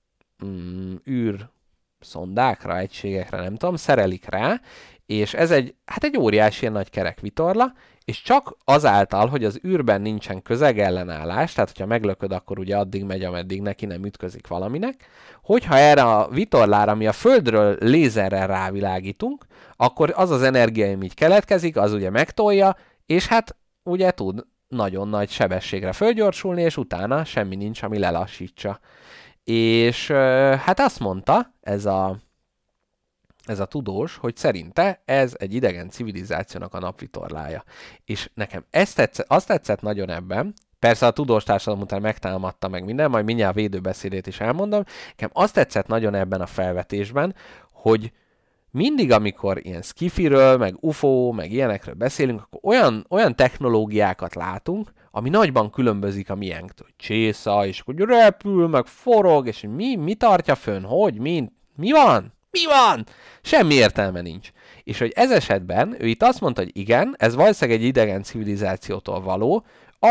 űrszondákra, egységekre, nem tudom, szerelik rá, és ez egy óriási ilyen nagy kerek vitorla, és csak azáltal, hogy az űrben nincsen közegellenállás, tehát hogyha meglököd, akkor ugye addig megy, ameddig neki nem ütközik valaminek, hogyha erre a vitorlára, ami a Földről lézerrel rávilágítunk, akkor az az energia, ami így keletkezik, az ugye megtolja, és hát ugye tud nagyon nagy sebességre fölgyorsulni, és utána semmi nincs, ami lelassítsa. És hát azt mondta ez a tudós, hogy szerinte ez egy idegen civilizációnak a napvitorlája. És nekem azt tetszett nagyon ebben, persze a tudós társadalom után megtámadta meg minden, majd mindjárt a védőbeszédét is elmondom, nekem azt tetszett nagyon ebben a felvetésben, hogy mindig, amikor ilyen skifiről, meg UFO, meg ilyenekről beszélünk, akkor olyan technológiákat látunk, ami nagyban különbözik a miénktől. Hogy csésza, és hogy repül, meg forog, és mi tartja fönn, hogy, mi van? Mi van? Semmi értelme nincs. És hogy ez esetben ő itt azt mondta, hogy igen, ez valószínűleg egy idegen civilizációtól való,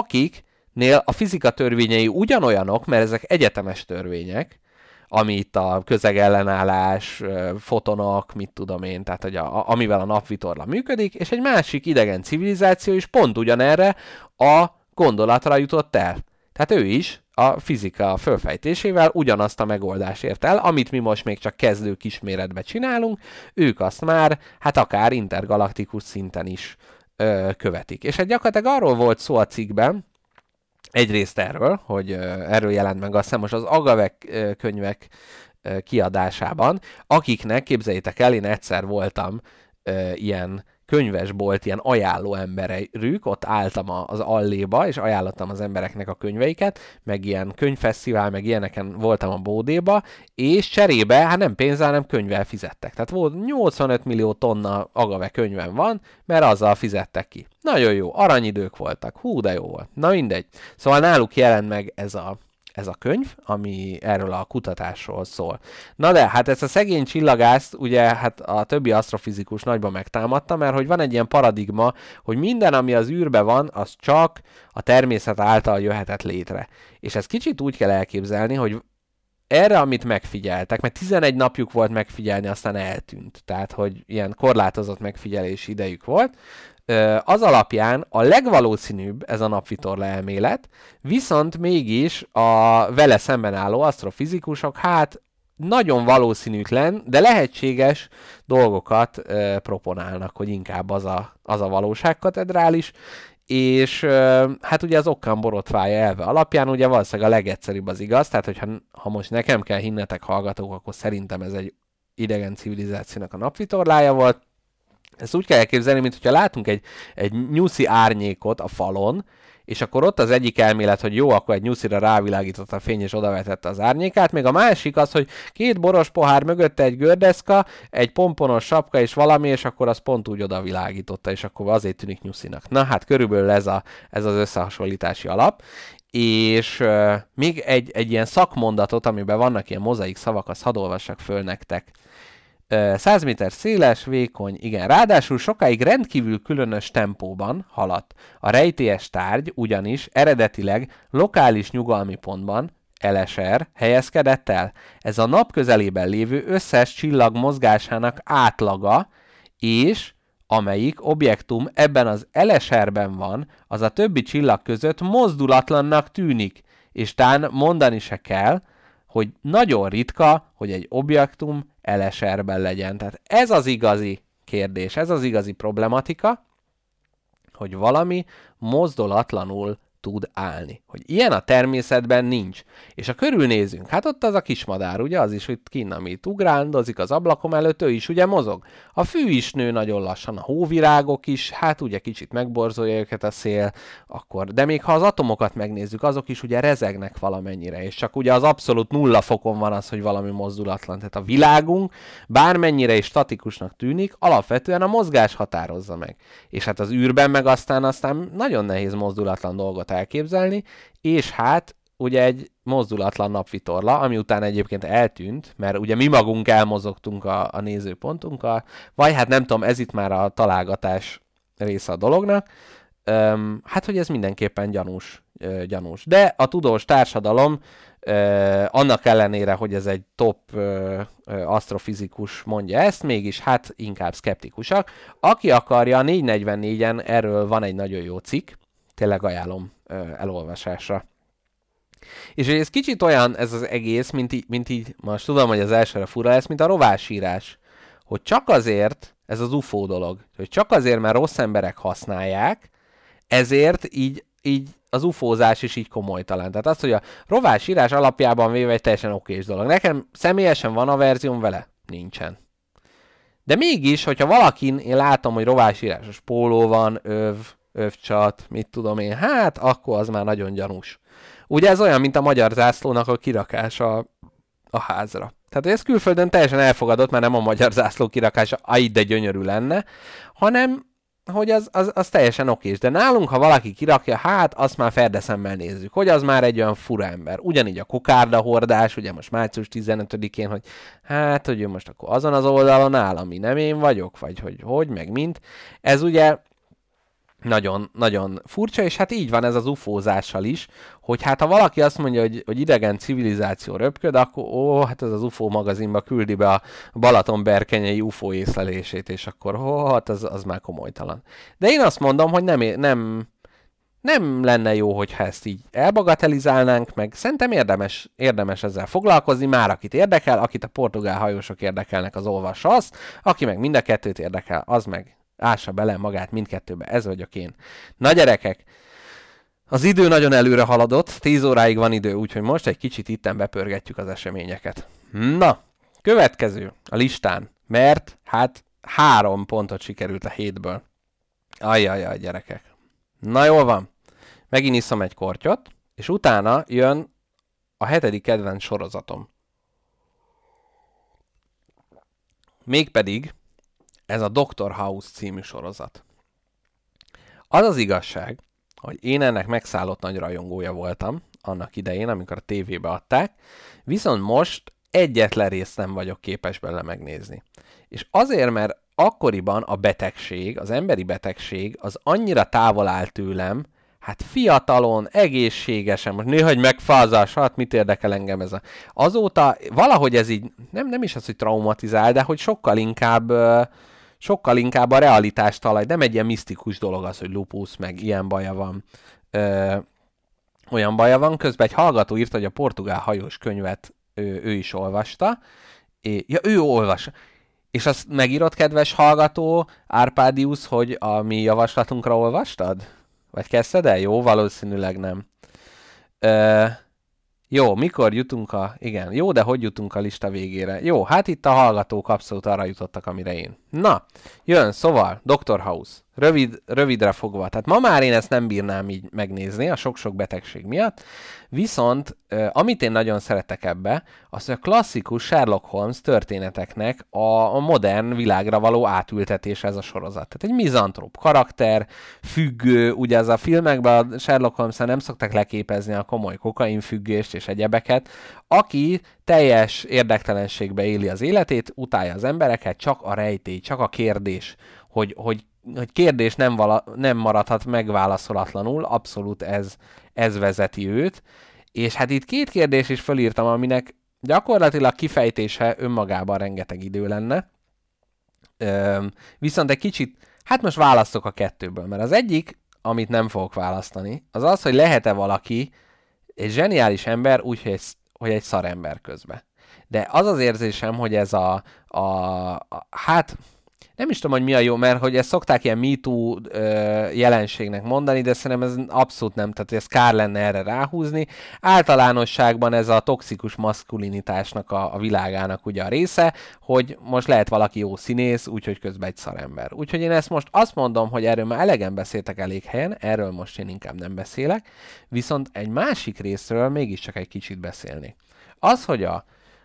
akiknél a fizika törvényei ugyanolyanok, mert ezek egyetemes törvények, ami itt a közegellenállás, fotonok, mit tudom én, tehát hogy amivel a napvitorla működik, és egy másik idegen civilizáció is pont ugyanerre a gondolatra jutott el. Tehát ő is a fizika fölfejtésével ugyanazt a megoldást ért el, amit mi most még csak kezdő kisméretben csinálunk, ők azt már, hát akár intergalaktikus szinten is követik. És hát gyakorlatilag arról volt szó a cikkben, egyrészt erről, hogy erről jelent meg azt hiszem most az Agave könyvek kiadásában, akiknek, képzeljétek el, én egyszer voltam ilyen könyvesbolt, ilyen ajánló emberük, ott álltam az alléba, és ajánlottam az embereknek a könyveiket, meg ilyen könyvfesztivál, meg ilyeneken voltam a bódéba, és cserébe, hát nem pénzzel, hanem könyvvel fizettek. Tehát volt 85 millió tonna Agave könyvem van, mert azzal fizettek ki. Nagyon jó, aranyidők voltak, hú, de jó volt. Na mindegy. Szóval náluk jelent meg ez a könyv, ami erről a kutatásról szól. Na de, hát ezt a szegény csillagászt ugye hát a többi asztrofizikus nagyban megtámadta, mert hogy van egy ilyen paradigma, hogy minden, ami az űrben van, az csak a természet által jöhetett létre. És ezt kicsit úgy kell elképzelni, hogy erre, amit megfigyeltek, mert 11 napjuk volt megfigyelni, aztán eltűnt. Tehát, hogy ilyen korlátozott megfigyelési idejük volt, az alapján a legvalószínűbb ez a napvitorla elmélet, viszont mégis a vele szemben álló asztrofizikusok hát nagyon valószínűtlen, de lehetséges dolgokat proponálnak, hogy inkább az a valóságkatedrális, és hát ugye az Occam borotvája elve alapján ugye valószínűleg a legegyszerűbb az igaz, tehát hogyha most nekem kell hinnetek hallgatók, akkor szerintem ez egy idegen civilizációnak a napvitorlája volt. Ezt úgy kell elképzelni, mint hogyha látunk egy nyuszi árnyékot a falon, és akkor ott az egyik elmélet, hogy jó, akkor egy nyuszira rávilágított a fény, és odavetette az árnyékát, még a másik az, hogy 2 boros pohár mögötte egy gördeszka, egy pomponos sapka és valami, és akkor az pont úgy odavilágította, és akkor azért tűnik nyuszinak. Na hát körülbelül ez az összehasonlítási alap. És még egy ilyen szakmondatot, amiben vannak ilyen mozaik szavak, azt hadd olvassak föl nektek. 100 méter széles, vékony, igen. Ráadásul sokáig rendkívül különös tempóban haladt. A rejtélyes tárgy ugyanis eredetileg lokális nyugalmi pontban, LSR helyezkedett el. Ez a nap közelében lévő összes csillag mozgásának átlaga, és amelyik objektum ebben az LSR-ben van, az a többi csillag között mozdulatlannak tűnik, és tán mondani se kell, hogy nagyon ritka, hogy egy objektum LSR-ben legyen. Tehát ez az igazi kérdés, ez az igazi problematika, hogy valami mozdulatlanul tud állni. Hogy ilyen a természetben nincs. És ha körülnézünk, hát ott az a kismadár, ugye, az is, hogy kinn, amit ugrándozik az ablakom előtt, ő is ugye mozog. A fű is nő nagyon lassan, a hóvirágok is, hát ugye kicsit megborzolja őket a szél, akkor, de még ha az atomokat megnézzük, azok is ugye rezegnek valamennyire, és csak ugye az abszolút 0 fokon van az, hogy valami mozdulatlan. Tehát a világunk bármennyire is statikusnak tűnik, alapvetően a mozgás határozza meg. És hát az űrben meg aztán nagyon nehéz mozdulatlan dolgot elképzelni, és hát ugye egy mozdulatlan napvitorla, ami után egyébként eltűnt, mert ugye mi magunk elmozogtunk a nézőpontunkkal, vagy hát nem tudom, ez itt már a találgatás része a dolognak, hát hogy ez mindenképpen gyanús. De a tudós társadalom annak ellenére, hogy ez egy top asztrofizikus mondja ezt, mégis hát inkább szkeptikusak. Aki akarja, 444-en erről van egy nagyon jó cikk, tényleg ajánlom elolvasásra. És ez kicsit olyan ez az egész, mint így most tudom, hogy az elsőre fura lesz, mint a rovásírás. Hogy csak azért, ez az UFO dolog, hogy csak azért, mert rossz emberek használják, ezért így az ufózás is így komolytalan. Tehát az, hogy a rovásírás alapjában véve egy teljesen okés dolog. Nekem személyesen van a verzióm vele? Nincsen. De mégis, hogyha valakin, én látom, hogy rovásírásos póló van, övcsat, mit tudom én, hát akkor az már nagyon gyanús. Ugye ez olyan, mint a magyar zászlónak a kirakása a házra. Tehát ez külföldön teljesen elfogadott, mert nem a magyar zászló kirakása, de gyönyörű lenne, hanem hogy az teljesen okés. De nálunk, ha valaki kirakja, hát azt már ferdeszemmel nézzük, hogy az már egy olyan fura ember. Ugyanígy a kokárdahordás, ugye most március 15-én, hogy hát, hogy ő most akkor azon az oldalon áll, ami nem én vagyok, vagy hogy meg mint. Ez ugye nagyon, nagyon furcsa, és hát így van ez az ufózással is, hogy hát ha valaki azt mondja, hogy idegen civilizáció röpköd, akkor hát ez az UFO magazinba küldi be a Balatonberkenyei UFO észlelését, és akkor hát az már komolytalan. De én azt mondom, hogy nem lenne jó, hogyha ezt így elbagatelizálnánk, meg szerintem érdemes ezzel foglalkozni, már akit érdekel, akit a portugál hajósok érdekelnek, az olvassa azt, aki meg mind a kettőt érdekel, az meg ássa bele magát mindkettőbe, ez vagyok én. Na gyerekek, az idő nagyon előre haladott, 10 óráig van idő, úgyhogy most egy kicsit itten bepörgetjük az eseményeket. Na, következő a listán, mert hát 3 pontot sikerült a 7-ből. Ajjajjaj, gyerekek. Na jól van, megint iszom egy kortyot, és utána jön a 7. kedvenc sorozatom. Mégpedig ez a Dr. House című sorozat. Az az igazság, hogy én ennek megszállott nagy rajongója voltam annak idején, amikor a tévébe adták, viszont most egyetlen részt nem vagyok képes belőle megnézni. És azért, mert akkoriban a betegség, az emberi betegség az annyira távol áll tőlem, hát fiatalon, egészségesen, most néha egy megfázás, hát mit érdekel engem ez Azóta valahogy ez így, nem is az, hogy traumatizál, de hogy sokkal inkább a realitást talaj, nem egy ilyen misztikus dolog az, hogy lupus, meg ilyen baja van, olyan baja van. Közben egy hallgató írt, hogy a portugál hajós könyvet ő is olvasta. Ő olvas. És azt megírott, kedves hallgató, Árpádiusz, hogy a mi javaslatunkra olvastad? Vagy kezdted el? Jó, valószínűleg nem. Jó, mikor jutunk igen, jó, de hogy jutunk a lista végére? Jó, hát itt a hallgatók abszolút arra jutottak, amire én. Na, jön, szóval, Dr. House. rövidre fogva. Tehát ma már én ezt nem bírnám így megnézni a sok-sok betegség miatt, viszont amit én nagyon szeretek ebbe, az, hogy a klasszikus Sherlock Holmes történeteknek a modern világra való átültetése ez a sorozat. Tehát egy mizantróp karakter, függő, ugye az a filmekben a Sherlock Holmes-en nem szokták leképezni a komoly kokainfüggést és egyebeket, aki teljes érdektelenségbe éli az életét, utálja az embereket, csak a rejtély, csak a kérdés, hogy kérdés nem maradhat megválaszolatlanul, abszolút ez vezeti őt. És hát itt 2 kérdés is fölírtam, aminek gyakorlatilag kifejtése önmagában rengeteg idő lenne. Viszont egy kicsit, hát most választok a 2-ből, mert az egyik, amit nem fogok választani, az az, hogy lehet-e valaki egy zseniális ember úgy, hogy egy szarember közben. De az az érzésem, hogy ez hát nem is tudom, hogy mi a jó, mert hogy ezt szokták ilyen MeToo jelenségnek mondani, de szerintem ez abszolút nem, tehát ez kár lenne erre ráhúzni. Általánosságban ez a toxikus maszkulinitásnak a világának ugye a része, hogy most lehet valaki jó színész, úgyhogy közben egy szarember. Úgyhogy én ezt most azt mondom, hogy erről már elegen beszéltek elég helyen, erről most én inkább nem beszélek, viszont egy másik részről mégiscsak egy kicsit beszélni. Az, hogy a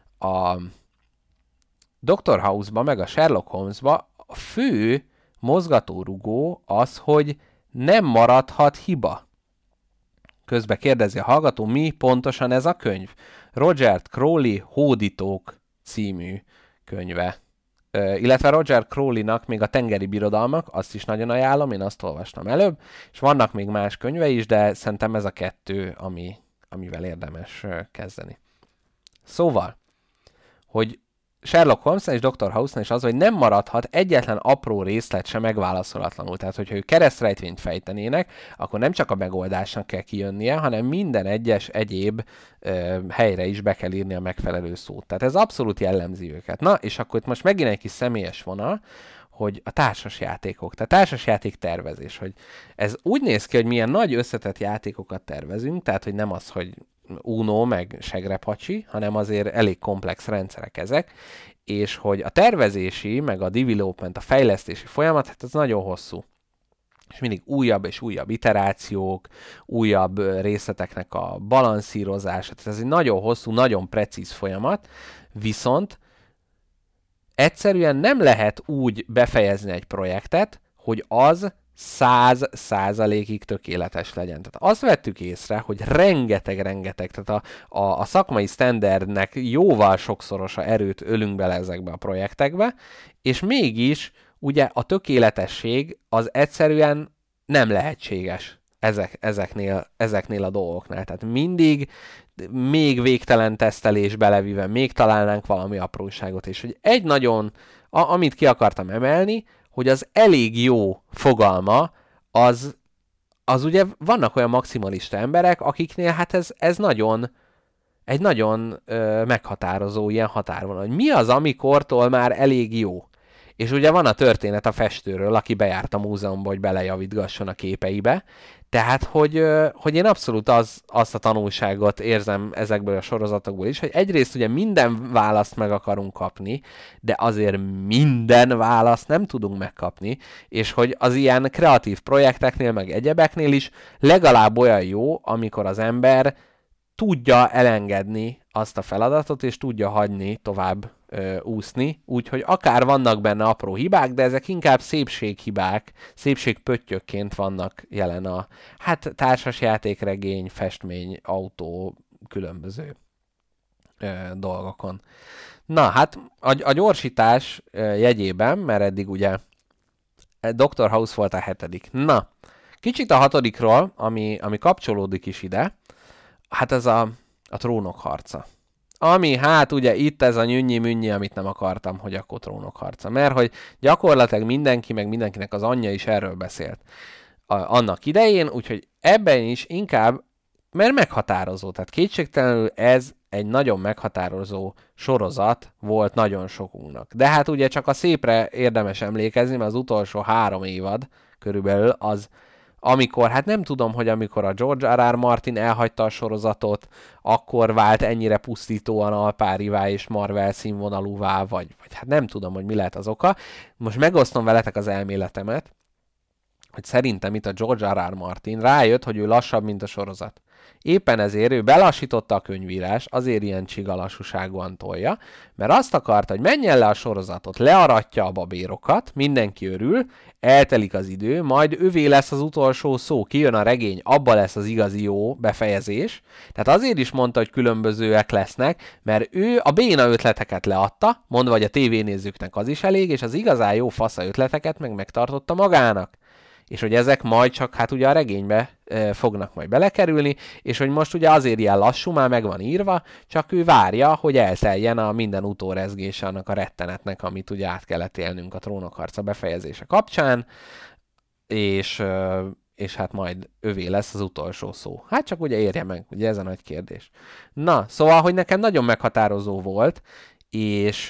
Dr. House-ba, meg a Sherlock Holmes-ba a fő mozgatórugó az, hogy nem maradhat hiba. Közben kérdezi a hallgató, mi pontosan ez a könyv? Roger Crowley Hódítók című könyve. Illetve Roger Crowley-nak még a Tengeri Birodalmak, azt is nagyon ajánlom, én azt olvastam előbb, és vannak még más könyve is, de szerintem ez a 2, amivel érdemes kezdeni. Szóval, hogy Sherlock Holmes és Dr. House-nál is az, hogy nem maradhat egyetlen apró részlet sem megválaszolatlanul. Tehát, hogyha ők keresztrejtvényt fejtenének, akkor nem csak a megoldásnak kell kijönnie, hanem minden egyes egyéb helyre is be kell írni a megfelelő szót. Tehát ez abszolút jellemzi őket. Na, és akkor itt most megint egy kis személyes vonal, hogy a társasjátékok, tehát társasjáték tervezés, hogy ez úgy néz ki, hogy milyen nagy összetett játékokat tervezünk, tehát, hogy nem az, hogy Uno, meg Segrepacsi, hanem azért elég komplex rendszerek ezek, és hogy a tervezési, meg a development, a fejlesztési folyamat, hát ez nagyon hosszú. És mindig újabb és újabb iterációk, újabb részleteknek a balanszírozása, tehát ez egy nagyon hosszú, nagyon precíz folyamat, viszont egyszerűen nem lehet úgy befejezni egy projektet, hogy az 100%-ig tökéletes legyen. Tehát azt vettük észre, hogy rengeteg, tehát a szakmai standardnek jóval sokszorosa erőt ölünk bele ezekbe a projektekbe, és mégis ugye a tökéletesség az egyszerűen nem lehetséges ezeknél a dolgoknál. Tehát mindig még végtelen tesztelés belevíve, még találnánk valami apróságot, és hogy egy nagyon, amit ki akartam emelni, hogy az elég jó fogalma, az ugye vannak olyan maximalista emberek, akiknél hát ez egy nagyon meghatározó ilyen határvonal, hogy mi az, amikortól már elég jó. És ugye van a történet a festőről, aki bejárt a múzeumba, hogy belejavítgasson a képeibe, tehát, hogy én abszolút azt a tanulságot érzem ezekből a sorozatokból is, hogy egyrészt ugye minden választ meg akarunk kapni, de azért minden választ nem tudunk megkapni, és hogy az ilyen kreatív projekteknél, meg egyebeknél is legalább olyan jó, amikor az ember tudja elengedni azt a feladatot, és tudja hagyni tovább úszni, úgyhogy akár vannak benne apró hibák, de ezek inkább szépséghibák, szépségpöttyökként vannak jelen a társasjátékregény, festmény, autó, különböző dolgokon. Na, hát a gyorsítás jegyében, mert eddig ugye Dr. House volt a 7. Na, kicsit a 6-ról, ami kapcsolódik is ide, hát ez a Trónok harca. Ami hát ugye itt ez a nyünnyi-műnnyi, amit nem akartam, hogy akkor Trónok harca. Mert hogy gyakorlatilag mindenki, meg mindenkinek az anyja is erről beszélt annak idején, úgyhogy ebben is inkább, mert meghatározó. Tehát kétségtelenül ez egy nagyon meghatározó sorozat volt nagyon sokunknak. De hát ugye csak a szépre érdemes emlékezni, mert az utolsó 3 évad körülbelül az, amikor, hát nem tudom, hogy amikor a George R.R. Martin elhagyta a sorozatot, akkor vált ennyire pusztítóan alpárivá és Marvel színvonalúvá, vagy hát nem tudom, hogy mi lehet az oka. Most megosztom veletek az elméletemet, hogy szerintem itt a George R.R. Martin rájött, hogy ő lassabb, mint a sorozat. Éppen ezért ő belassította a könyvírás, azért ilyen csigalassúságúan tolja, mert azt akarta, hogy menjen le a sorozatot, learatja a babérokat, mindenki örül, eltelik az idő, majd ővé lesz az utolsó szó, kijön a regény, abba lesz az igazi jó befejezés. Tehát azért is mondta, hogy különbözőek lesznek, mert ő a béna ötleteket leadta, mondva, hogy a tévénézőknek az is elég, és az igazán jó fasza ötleteket meg megtartotta magának. És hogy ezek majd csak hát ugye a regénybe fognak majd belekerülni, és hogy most ugye azért ilyen lassú, már meg van írva, csak ő várja, hogy elteljen a minden utórezgése annak a rettenetnek, amit ugye át kellett élnünk a Trónok harca befejezése kapcsán, és hát majd övé lesz az utolsó szó. Hát csak ugye érje meg, ugye ez a nagy kérdés. Na, szóval, hogy nekem nagyon meghatározó volt, és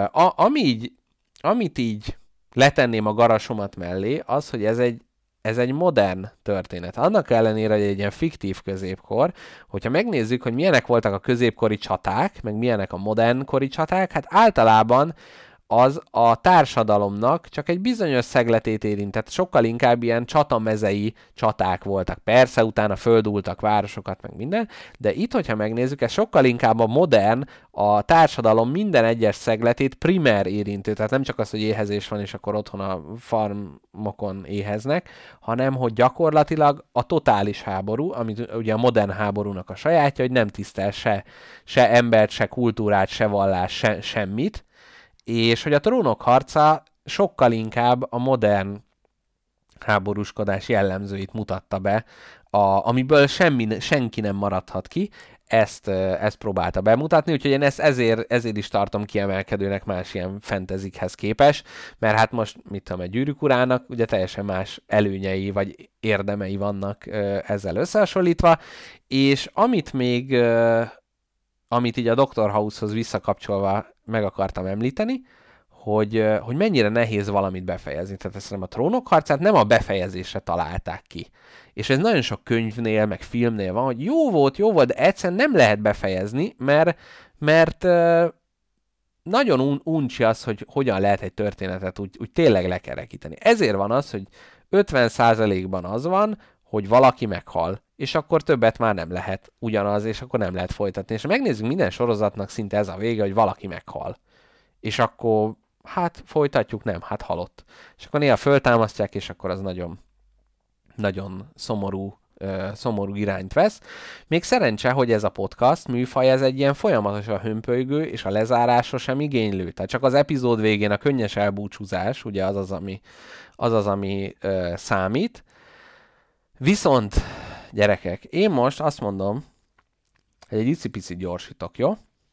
amit így letenném a garasomat mellé, az, hogy ez egy modern történet. Annak ellenére, hogy egy ilyen fiktív középkor, hogyha megnézzük, hogy milyenek voltak a középkori csaták, meg milyenek a modernkori csaták, hát általában az a társadalomnak csak egy bizonyos szegletét érintett, sokkal inkább ilyen csatamezei csaták voltak. Persze utána földúltak városokat, meg minden, de itt, hogyha megnézzük, ez sokkal inkább a modern, a társadalom minden egyes szegletét primer érintő, tehát nem csak az, hogy éhezés van, és akkor otthon a farmokon éheznek, hanem, hogy gyakorlatilag a totális háború, amit ugye a modern háborúnak a sajátja, hogy nem tisztel se embert, se kultúrát, se vallás, semmit, és hogy a Trónok harca sokkal inkább a modern háborúskodás jellemzőit mutatta be, amiből senki nem maradhat ki, ezt próbálta bemutatni, úgyhogy én ezt ezért is tartom kiemelkedőnek más ilyen fentezikhez képest, mert hát most, mit tudom, egy Gyűrűk urának ugye teljesen más előnyei vagy érdemei vannak ezzel összehasonlítva, és amit így a Dr. House-hoz visszakapcsolva meg akartam említeni, hogy mennyire nehéz valamit befejezni. Tehát ezt nem a Trónok harcát nem a befejezésre találták ki. És ez nagyon sok könyvnél, meg filmnél van, hogy jó volt, de egyszerűen nem lehet befejezni, mert nagyon uncsi az, hogy hogyan lehet egy történetet úgy tényleg lekerekíteni. Ezért van az, hogy 50%-ban az van, hogy valaki meghal, és akkor többet már nem lehet ugyanaz, és akkor nem lehet folytatni. És megnézzük, minden sorozatnak szinte ez a vége, hogy valaki meghal. És akkor, hát folytatjuk, nem, hát halott. És akkor néha föltámasztják, és akkor az nagyon, nagyon szomorú irányt vesz. Még szerencse, hogy ez a podcast műfaj, ez egy ilyen folyamatosan hömpölygő, és a lezárásra sem igénylő. Tehát csak az epizód végén a könnyes elbúcsúzás, ugye az az, ami számít. Viszont, gyerekek, én most azt mondom, hogy egy icipicit gyorsítok, jó?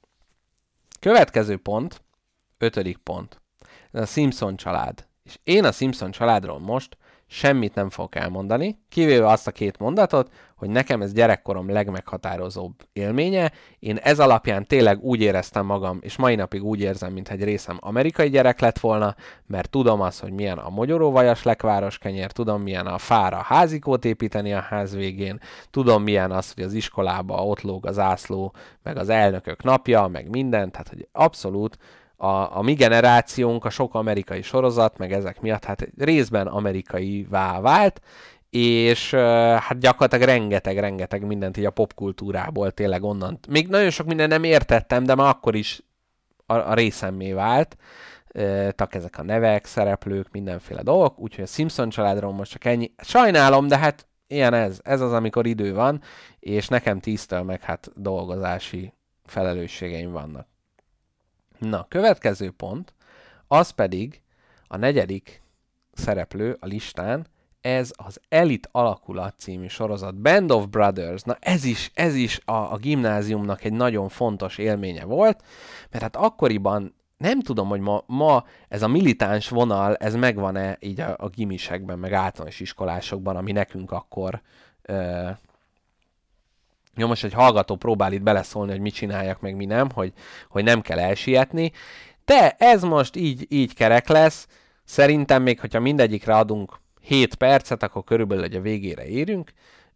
Következő pont, 5. pont. Ez a Simpson család. És én a Simpson családról most semmit nem fogok elmondani, kivéve azt a 2 mondatot, hogy nekem ez gyerekkorom legmeghatározóbb élménye. Én ez alapján tényleg úgy éreztem magam, és mai napig úgy érzem, mintha egy részem amerikai gyerek lett volna, mert tudom azt, hogy milyen a mogyoróvajas lekváros kenyér, tudom milyen a fára házikót építeni a ház végén, tudom milyen az, hogy az iskolába ott lóg a zászló, meg az elnökök napja, meg minden, tehát hogy abszolút a mi generációnk, a sok amerikai sorozat, meg ezek miatt hát részben amerikaivá vált, és hát gyakorlatilag rengeteg mindent így a popkultúrából tényleg onnan. Még nagyon sok minden nem értettem, de már akkor is a részemmé vált. Ezek a nevek, szereplők, mindenféle dolgok, úgyhogy a Simpson családról most csak ennyi. Sajnálom, de hát ilyen ez az, amikor idő van, és nekem 10-től meg hát dolgozási felelősségeim vannak. Na, következő pont, az pedig a 4. szereplő a listán, ez az Elit Alakulat című sorozat, Band of Brothers. Na ez is a gimnáziumnak egy nagyon fontos élménye volt, mert hát akkoriban nem tudom, hogy ma ez a militáns vonal, ez megvan-e így a gimisekben, meg általános iskolásokban, ami nekünk akkor... Jó, most egy hallgató próbál itt beleszólni, hogy mit csináljak, meg mi nem, hogy nem kell elsietni. De ez most így kerek lesz. Szerintem még, hogyha mindegyikre adunk 7 percet, akkor körülbelül hogy a végére érünk.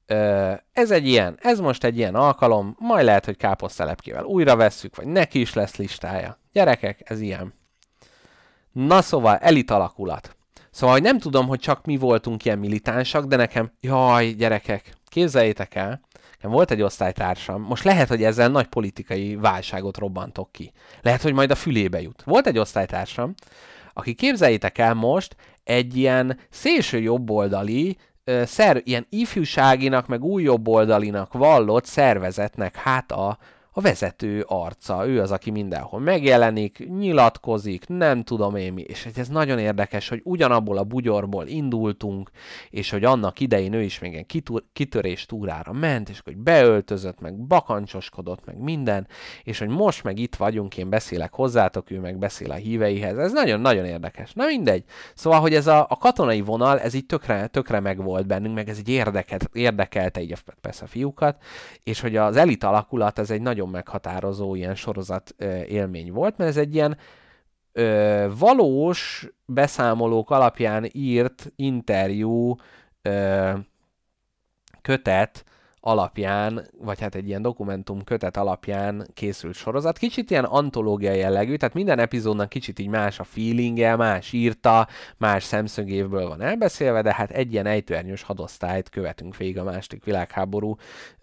Ez most egy ilyen alkalom, majd lehet, hogy káposztelepkével újra vesszük, vagy neki is lesz listája. Gyerekek, ez ilyen. Na szóval, Elit Alakulat. Szóval, hogy nem tudom, hogy csak mi voltunk ilyen militánsak, de nekem, jaj, gyerekek, képzeljétek el, nekem volt egy osztálytársam, most lehet, hogy ezzel nagy politikai válságot robbantok ki. Lehet, hogy majd a fülébe jut. Volt egy osztálytársam, aki képzeljétek el most egy ilyen szélső jobboldali, ilyen ifjúságinak, meg új jobboldalinak vallott szervezetnek hát a vezető arca. Ő az, aki mindenhol megjelenik, nyilatkozik, nem tudom én mi. És ez nagyon érdekes, hogy ugyanabból a bugyorból indultunk, és hogy annak idején ő is még egy kitörés túrára ment, és hogy beöltözött, meg bakancsoskodott, meg minden, és hogy most meg itt vagyunk, én beszélek hozzátok, ő meg beszél a híveihez. Ez nagyon-nagyon érdekes. Na mindegy. Szóval, hogy ez a katonai vonal, ez így tökre megvolt bennünk, meg ez így érdekelte így persze a fiúkat, és hogy az elit alakulat, ez egy nagyon meghatározó ilyen sorozat élmény volt, mert ez egy ilyen valós beszámolók alapján írt interjú kötet alapján, vagy hát egy ilyen dokumentum kötet alapján készült sorozat. Kicsit ilyen antológia jellegű, tehát minden epizódnak kicsit így más a feelingje, más írta, más szemszögéből van elbeszélve, de hát egy ilyen ejtőernyős hadosztályt követünk végig a második világháború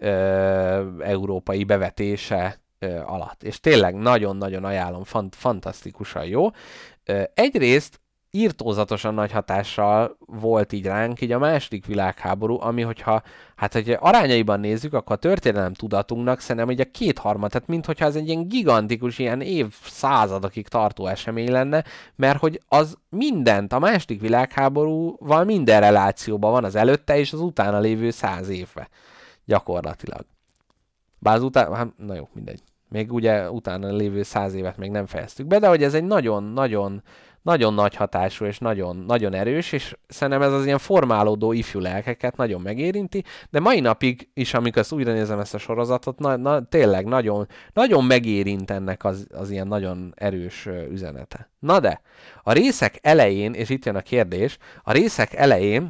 európai bevetése alatt. És tényleg nagyon-nagyon ajánlom, fantasztikusan jó. Egyrészt írtózatosan nagy hatással volt így ránk, így a második világháború, ami hogyha arányaiban nézzük, akkor a történelem tudatunknak szerintem így a kétharmad, tehát minthogyha ez egy ilyen gigantikus, ilyen évszázadokig tartó esemény lenne, mert hogy az mindent, a második világháborúval minden relációban van az előtte és az utána lévő 100 évben. Gyakorlatilag. Bár az utána, na jó, mindegy. Még ugye utána lévő 100 évet még nem fejeztük be, de hogy ez egy nagyon nagy hatású és nagyon erős, és szerintem ez az ilyen formálódó ifjú lelkeket nagyon megérinti, de mai napig is, amikor ezt újra nézem ezt a sorozatot, tényleg nagyon megérint ennek az ilyen nagyon erős üzenete. Na de, a részek elején, és itt jön a kérdés, a részek elején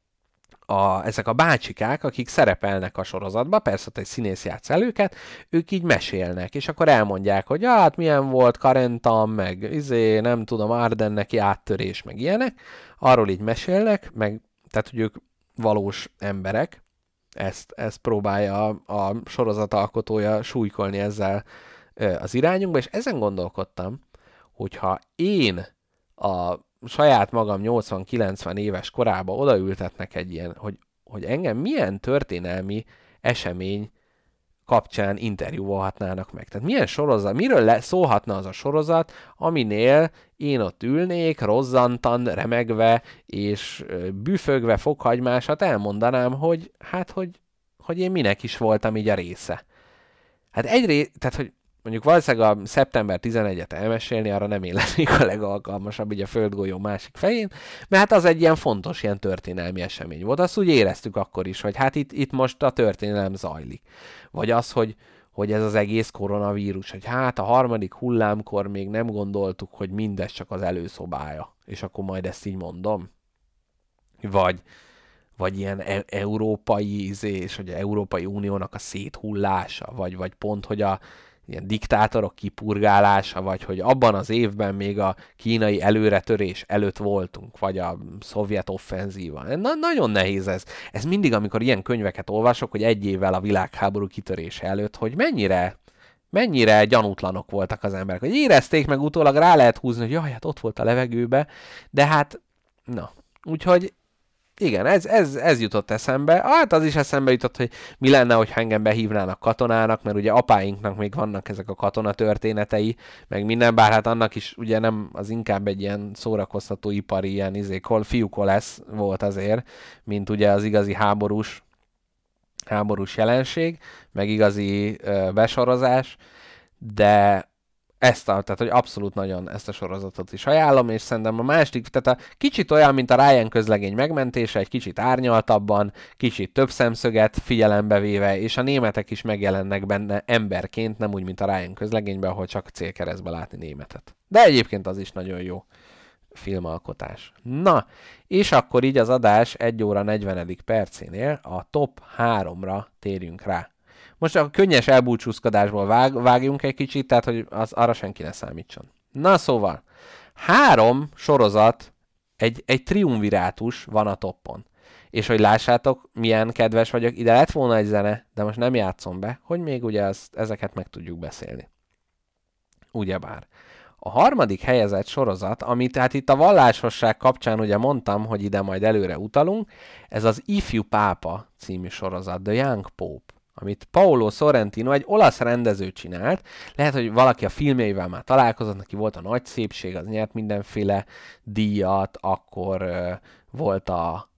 ezek a bácsikák, akik szerepelnek a sorozatban, persze ott egy színész játsz el őket, ők így mesélnek, és akkor elmondják, hogy hát milyen volt Carentan, meg nem tudom, Ardenneki áttörés, meg ilyenek, arról így mesélnek, meg tehát, hogy ők valós emberek, ezt próbálja a sorozat alkotója súlykolni ezzel az irányunkba, és ezen gondolkodtam, hogyha én a saját magam 80-90 éves korába odaültetnek egy ilyen, hogy engem milyen történelmi esemény kapcsán interjúolhatnának meg. Tehát milyen sorozat, miről szólhatna az a sorozat, aminél én ott ülnék, rozzantan, remegve, és büfögve fokhagymásat elmondanám, hogy én minek is voltam így a része. Hát tehát, hogy mondjuk valószínűleg a szeptember 11-et elmesélni, arra nem én lennék a legalkalmasabb így a földgolyó másik fején, mert hát az egy ilyen fontos ilyen történelmi esemény volt. Azt úgy éreztük akkor is, hogy hát itt most a történelem zajlik. Vagy az, hogy ez az egész koronavírus, hogy hát a harmadik hullámkor még nem gondoltuk, hogy mindez csak az előszobája. És akkor majd ezt így mondom. Vagy ilyen európai és hogy az Európai Uniónak a széthullása, vagy pont, hogy a ilyen diktátorok kipurgálása, vagy hogy abban az évben még a kínai előretörés előtt voltunk, vagy a szovjet offenzíva. Nagyon nehéz ez. Ez mindig, amikor ilyen könyveket olvasok, hogy egy évvel a világháború kitörése előtt, hogy mennyire gyanútlanok voltak az emberek. Hogy érezték, meg utólag rá lehet húzni, hogy jaj, hát ott volt a levegőbe, de hát, na. Úgyhogy igen, ez jutott eszembe. Hát az is eszembe jutott, hogy mi lenne, hogyha engem behívnának katonának, mert ugye apáinknak még vannak ezek a katonatörténetei, meg minden, bár hát annak is ugye nem, az inkább egy ilyen szórakoztató ipari, ilyen fiúkolesz volt azért, mint ugye az igazi háborús jelenség, meg igazi besorozás, de tehát, hogy abszolút nagyon ezt a sorozatot is ajánlom, és szerintem a másik, tehát kicsit olyan, mint a Ryan közlegény megmentése, egy kicsit árnyaltabban, kicsit több szemszöget figyelembe véve, és a németek is megjelennek benne emberként, nem úgy, mint a Ryan közlegényben, ahol csak célkeresztbe látni németet. De egyébként az is nagyon jó filmalkotás. Na, és akkor így az adás 1 óra 40. percénél a top 3-ra térjünk rá. Most a könnyes elbúcsúzkodásból vágjunk egy kicsit, tehát hogy arra senki ne számítson. Na szóval, 3 sorozat egy triumvirátus van a toppon. És hogy lássátok, milyen kedves vagyok, ide lett volna egy zene, de most nem játszom be, hogy még ugye ezeket meg tudjuk beszélni. Ugyebár. A harmadik helyezett sorozat, amit hát itt a vallásosság kapcsán ugye mondtam, hogy ide majd előre utalunk, ez az Ifjú Pápa című sorozat, The Young Pope, amit Paolo Sorrentino, egy olasz rendező csinált. Lehet, hogy valaki a filmjeivel már találkozott, neki volt a Nagy Szépség, az nyert mindenféle díjat, akkor volt a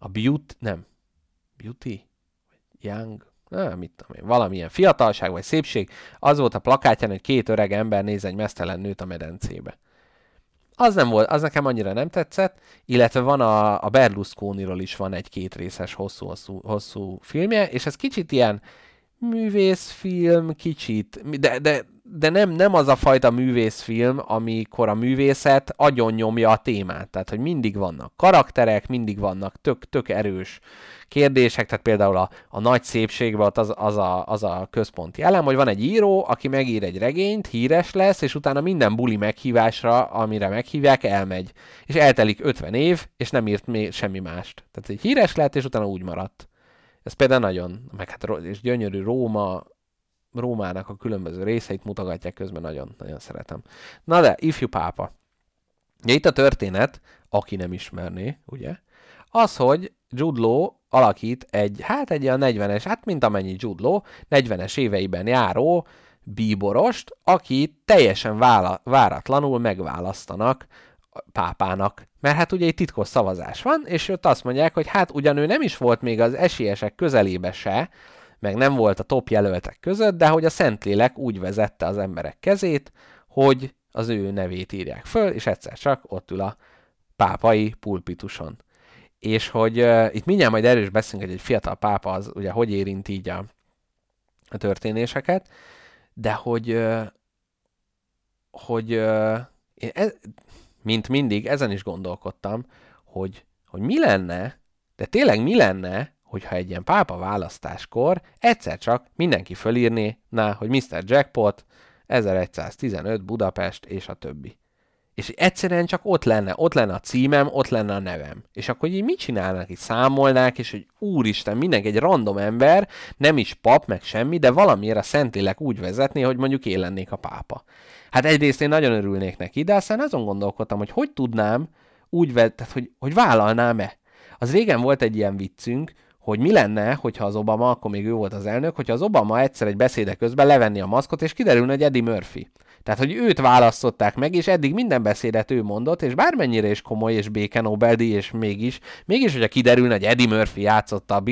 Beauty? Young? Mit tudom én, valamilyen fiatalság vagy szépség. Az volt a plakátján, hogy két öreg ember néz egy meztelen nőt a medencébe. Az nem volt, az nekem annyira nem tetszett, illetve van a Berlusconiról is van egy 2 részes hosszú filmje, és ez kicsit ilyen művészfilm, kicsit, de nem az a fajta művészfilm, amikor a művészet agyon nyomja a témát. Tehát, hogy mindig vannak karakterek, mindig vannak tök erős kérdések, tehát például a Nagy Szépségben az a központi elem, hogy van egy író, aki megír egy regényt, híres lesz, és utána minden buli meghívásra, amire meghívják, elmegy. És eltelik 50 év, és nem írt még semmi mást. Tehát egy híres lett, és utána úgy maradt. Ez például nagyon, meg hát és gyönyörű Rómának a különböző részeit mutogatják, közben nagyon szeretem. Na de, Ifjú Pápa. Ja, itt a történet, aki nem ismerné, ugye, az, hogy Jude Law alakít egy olyan 40-es, hát mint amennyi Jude Law, 40-es éveiben járó bíborost, aki teljesen váratlanul megválasztanak pápának. Mert hát ugye egy titkos szavazás van, és ott azt mondják, hogy hát ugyan ő nem is volt még az esélyesek közelébe se, meg nem volt a top jelöltek között, de hogy a Szentlélek úgy vezette az emberek kezét, hogy az ő nevét írják föl, és egyszer csak ott ül a pápai pulpituson. És hogy itt mindjárt majd erről is beszélünk, hogy egy fiatal pápa az ugye hogy érint így a történéseket, de mint mindig, ezen is gondolkodtam, hogy mi lenne, de tényleg mi lenne, hogyha egy ilyen pápa választáskor egyszer csak mindenki fölírné, hogy Mr. Jackpot, 1115 Budapest, és a többi. És egyszerűen csak ott lenne a címem, ott lenne a nevem. És akkor így mit csinálnak? Így számolnák, és hogy úristen, mindenki egy random ember, nem is pap, meg semmi, de valamiért a Szentlélek úgy vezetné, hogy mondjuk én lennék a pápa. Hát egyrészt én nagyon örülnék neki, de aztán azon gondolkodtam, hogy tudnám tehát hogy vállalnám-e. Az régen volt egy ilyen viccünk, hogy mi lenne, hogyha az Obama, akkor még ő volt az elnök, hogyha az Obama egyszer egy beszéde közben levenni a maszkot, és kiderülne, hogy Eddie Murphy. Tehát, hogy őt választották meg, és eddig minden beszédet ő mondott, és bármennyire is komoly, és béke Nobel-díj, és mégis, hogyha kiderülne, hogy Eddie Murphy játszotta a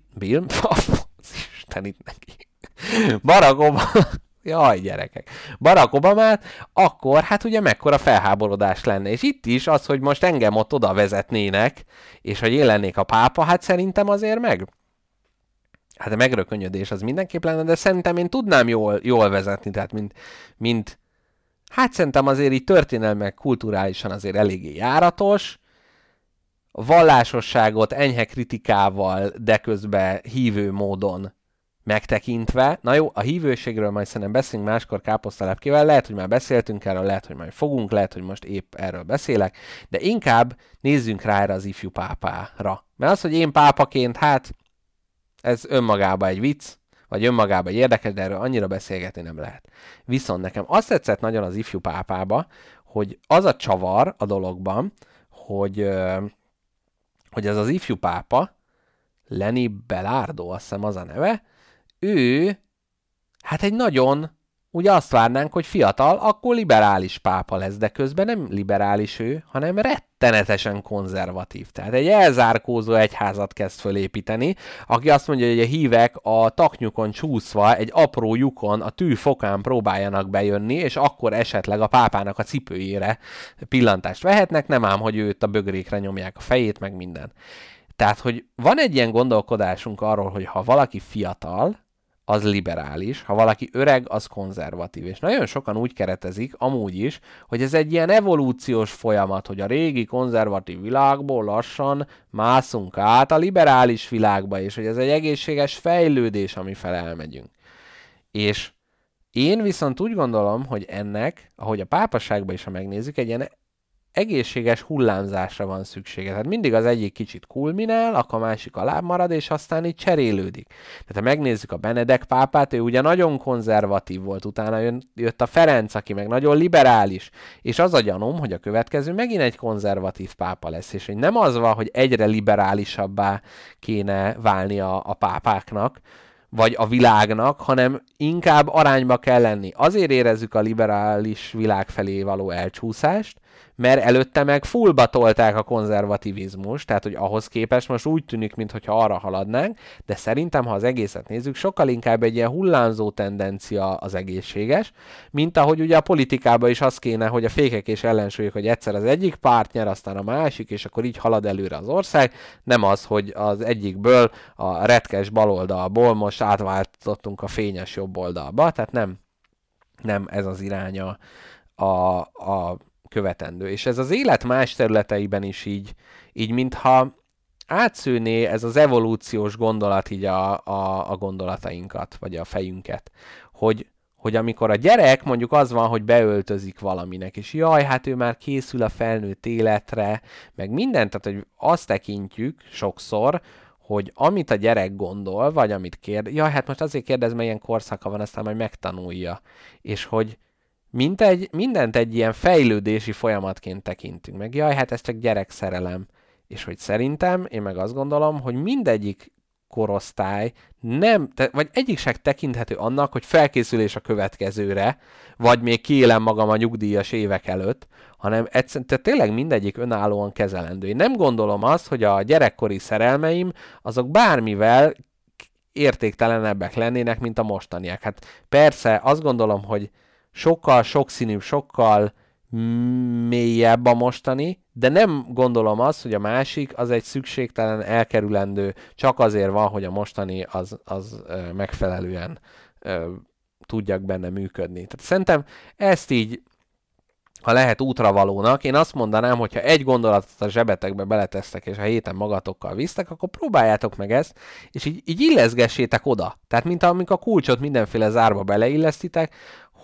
Isten itt neki. Barack Obama, jaj gyerekek, Barack Obamát, akkor hát ugye mekkora felháborodás lenne. És itt is az, hogy most engem ott oda vezetnének, és hogy én lennék a pápa, hát szerintem azért hát a megrökönyödés az mindenképp lenne, de szerintem én tudnám jól vezetni, tehát hát szerintem azért így történelmek kulturálisan azért eléggé járatos, a vallásosságot enyhe kritikával, de közben hívő módon megtekintve. Na jó, a hívőségről majd szerintem beszélünk máskor káposztalepkével, lehet, hogy már beszéltünk erről, lehet, hogy majd fogunk, lehet, hogy most épp erről beszélek, de inkább nézzünk rá erre az Ifjú Pápára. Mert az, hogy én pápaként, hát ez önmagában egy vicc, vagy önmagában egy érdekes, de erről annyira beszélgetni nem lehet. Viszont nekem azt tetszett nagyon az Ifjú Pápába, hogy az a csavar a dologban, hogy ez az Ifjú Pápa, Lenny Belardo, azt hiszem az a neve, ő, hát egy nagyon, ugye azt várnánk, hogy fiatal, akkor liberális pápa lesz, de közben nem liberális ő, hanem rettenetesen konzervatív. Tehát egy elzárkózó egyházat kezd fölépíteni, aki azt mondja, hogy a hívek a taknyukon csúszva, egy apró lyukon, a tű fokán próbáljanak bejönni, és akkor esetleg a pápának a cipőjére pillantást vehetnek, nem ám, hogy őt a bögrékre nyomják a fejét, meg minden. Tehát, hogy van egy ilyen gondolkodásunk arról, hogy ha valaki fiatal, az liberális, ha valaki öreg, az konzervatív. És nagyon sokan úgy keretezik, amúgy is, hogy ez egy ilyen evolúciós folyamat, hogy a régi konzervatív világból lassan mászunk át a liberális világba, és hogy ez egy egészséges fejlődés, amifele elmegyünk. És én viszont úgy gondolom, hogy ennek, ahogy a pápaságban is, ha megnézzük, egy ilyen egészséges hullámzásra van szüksége. Tehát mindig az egyik kicsit kulminál, akkor a másik alább marad, és aztán így cserélődik. Tehát ha megnézzük a Benedek pápát, ő ugye nagyon konzervatív volt, utána jött a Ferenc, aki meg nagyon liberális, és az a gyanúm, hogy a következő megint egy konzervatív pápa lesz, és hogy nem az van, hogy egyre liberálisabbá kéne válni a pápáknak, vagy a világnak, hanem inkább arányba kell lenni. Azért érezzük a liberális világ felé való elcsúszást, mert előtte meg fullba tolták a konzervativizmus, tehát hogy ahhoz képest most úgy tűnik, mintha arra haladnánk, de szerintem, ha az egészet nézzük, sokkal inkább egy ilyen hullámzó tendencia az egészséges, mint ahogy ugye a politikában is az kéne, hogy a fékek és ellensúlyok, hogy egyszer az egyik párt nyer, aztán a másik, és akkor így halad előre az ország, nem az, hogy az egyikből, a retkes baloldalból most átváltottunk a fényes jobboldalba, tehát nem ez az iránya a követendő. És ez az élet más területeiben is így mintha átszűrné ez az evolúciós gondolat így a gondolatainkat, vagy a fejünket. Hogy amikor a gyerek mondjuk az van, hogy beöltözik valaminek, és jaj, hát ő már készül a felnőtt életre, meg mindent, tehát hogy azt tekintjük sokszor, hogy amit a gyerek gondol, vagy amit kérdez, jaj, hát most azért kérdez, mert ilyen korszaka van, aztán majd megtanulja. És hogy mindent egy ilyen fejlődési folyamatként tekintünk meg. Jaj, hát ez csak gyerekszerelem. És hogy szerintem, én meg azt gondolom, hogy mindegyik korosztály vagy egyik sem tekinthető annak, hogy felkészülés a következőre, vagy még kiélem magam a nyugdíjas évek előtt, hanem egyszerűen tényleg mindegyik önállóan kezelendő. Én nem gondolom azt, hogy a gyerekkori szerelmeim azok bármivel értéktelenebbek lennének, mint a mostaniak. Hát persze, azt gondolom, hogy sokkal sokszínűbb, sokkal mélyebb a mostani, de nem gondolom azt, hogy a másik az egy szükségtelen, elkerülendő, csak azért van, hogy a mostani az megfelelően tudjak benne működni. Tehát szerintem ezt így, ha lehet útravalónak, én azt mondanám, hogyha egy gondolatot a zsebetekbe beletesztek, és a héten magatokkal visztek, akkor próbáljátok meg ezt, és így illeszgessétek oda. Tehát, mint amikor a kulcsot mindenféle zárba beleillesztitek,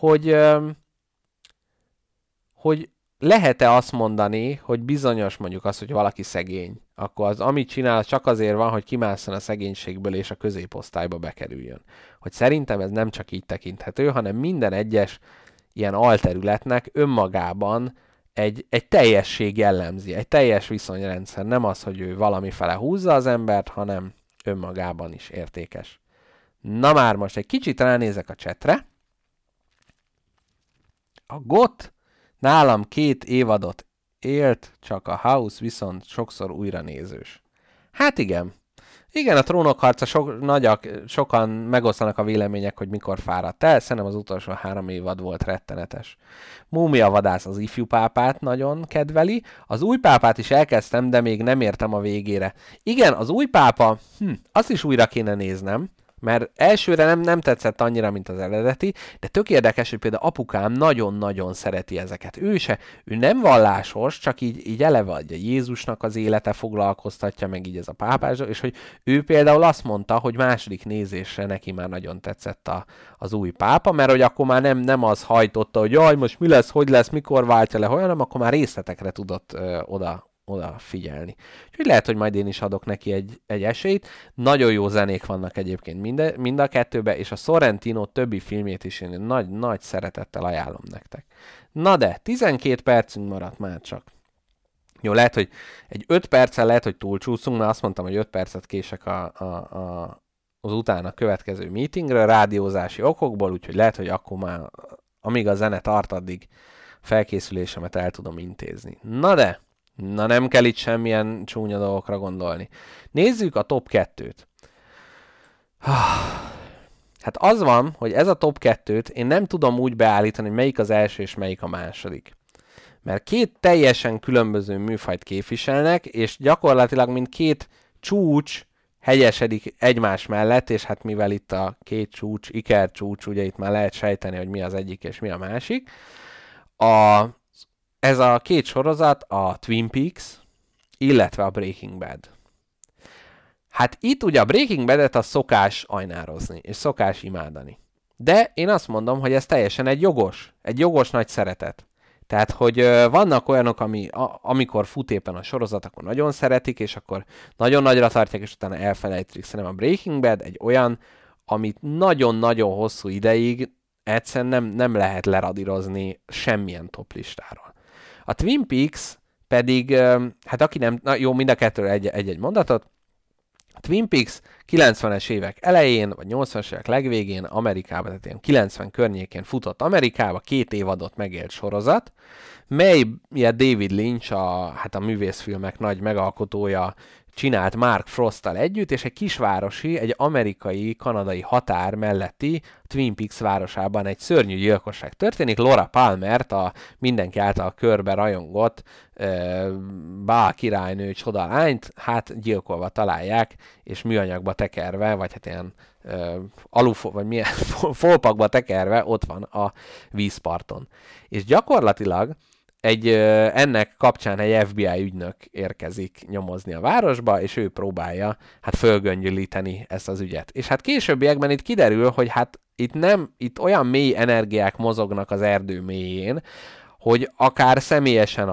hogy lehet-e azt mondani, hogy bizonyos mondjuk az, hogy valaki szegény, akkor az, amit csinál, csak azért van, hogy kimásszon a szegénységből és a középosztályba bekerüljön. Hogy szerintem ez nem csak így tekinthető, hanem minden egyes ilyen alterületnek önmagában egy teljesség jellemzi, egy teljes viszonyrendszer. Nem az, hogy ő valamifele húzza az embert, hanem önmagában is értékes. Na már most egy kicsit ránézek a chatre. A GOT nálam 2 évadot élt, csak a House viszont sokszor újra nézős. Hát igen. Igen, a Trónok harca sokan megosztanak a vélemények, hogy mikor fáradt el. Szerintem az utolsó 3 évad volt rettenetes. Múmia vadász az ifjú pápát nagyon kedveli. Az új pápát is elkezdtem, de még nem értem a végére. Igen, az új pápa, azt is újra kéne néznem, mert elsőre nem tetszett annyira, mint az eredeti, de tök érdekes, hogy például apukám nagyon-nagyon szereti ezeket. Ő nem vallásos, csak így eleve adja Jézusnak az élete foglalkoztatja, meg így ez a pápás, és hogy ő például azt mondta, hogy második nézésre neki már nagyon tetszett az új pápa, mert hogy akkor már nem az hajtotta, hogy jaj, most mi lesz, hogy lesz, mikor váltja le, hanem akkor már részletekre tudott oda figyelni. Úgyhogy lehet, hogy majd én is adok neki egy esélyt. Nagyon jó zenék vannak egyébként mind a kettőben, és a Sorrentino többi filmjét is én nagy szeretettel ajánlom nektek. Na de, 12 percünk maradt már csak. Jó, lehet, hogy egy 5 perccel lehet, hogy túlcsúszunk, mert azt mondtam, hogy 5 percet kések az utána következő meetingről, rádiózási okokból, úgyhogy lehet, hogy akkor már, amíg a zene tart, addig felkészülésemet el tudom intézni. Na nem kell itt semmilyen csúnya dolgokra gondolni. Nézzük a top 2-t. Hát az van, hogy ez a top 2-t én nem tudom úgy beállítani, hogy melyik az első és melyik a második. Mert 2 teljesen különböző műfajt képviselnek, és gyakorlatilag mint 2 csúcs hegyesedik egymás mellett, és hát mivel itt a 2 csúcs, ikercsúcs, ugye itt már lehet sejteni, hogy mi az egyik és mi a másik. Ez a 2 sorozat a Twin Peaks, illetve a Breaking Bad. Hát itt ugye a Breaking Bad-et a szokás ajnározni, és szokás imádani. De én azt mondom, hogy ez teljesen egy jogos nagy szeretet. Tehát, hogy vannak olyanok, amikor fut éppen a sorozat, akkor nagyon szeretik, és akkor nagyon nagyra tartják, és utána elfelejtik. Szerintem a Breaking Bad egy olyan, amit nagyon-nagyon hosszú ideig egyszerűen nem lehet leradírozni semmilyen top listáról. A Twin Peaks pedig, hát aki nem, jó, mind a kettőről egy-egy mondatot. A Twin Peaks 90-es évek elején, vagy 80-es évek legvégén Amerikában, tehát ilyen 90 környékén futott Amerikába, 2 évadot megélt sorozat, mely David Lynch, a művészfilmek nagy megalkotója, csinált Mark Frosttal együtt, és egy kisvárosi, egy amerikai-kanadai határ melletti Twin Peaks városában egy szörnyű gyilkosság történik. Laura Palmert, a mindenki által körbe rajongott bál királynő csodalányt, hát gyilkolva találják, és műanyagba tekerve, vagy hát ilyen vagy milyen folpakba tekerve ott van a vízparton. És gyakorlatilag ennek kapcsán egy FBI ügynök érkezik nyomozni a városba, és ő próbálja fölgöngyölíteni ezt az ügyet. És hát későbbiekben itt kiderül, hogy itt olyan mély energiák mozognak az erdő mélyén, hogy akár személyesen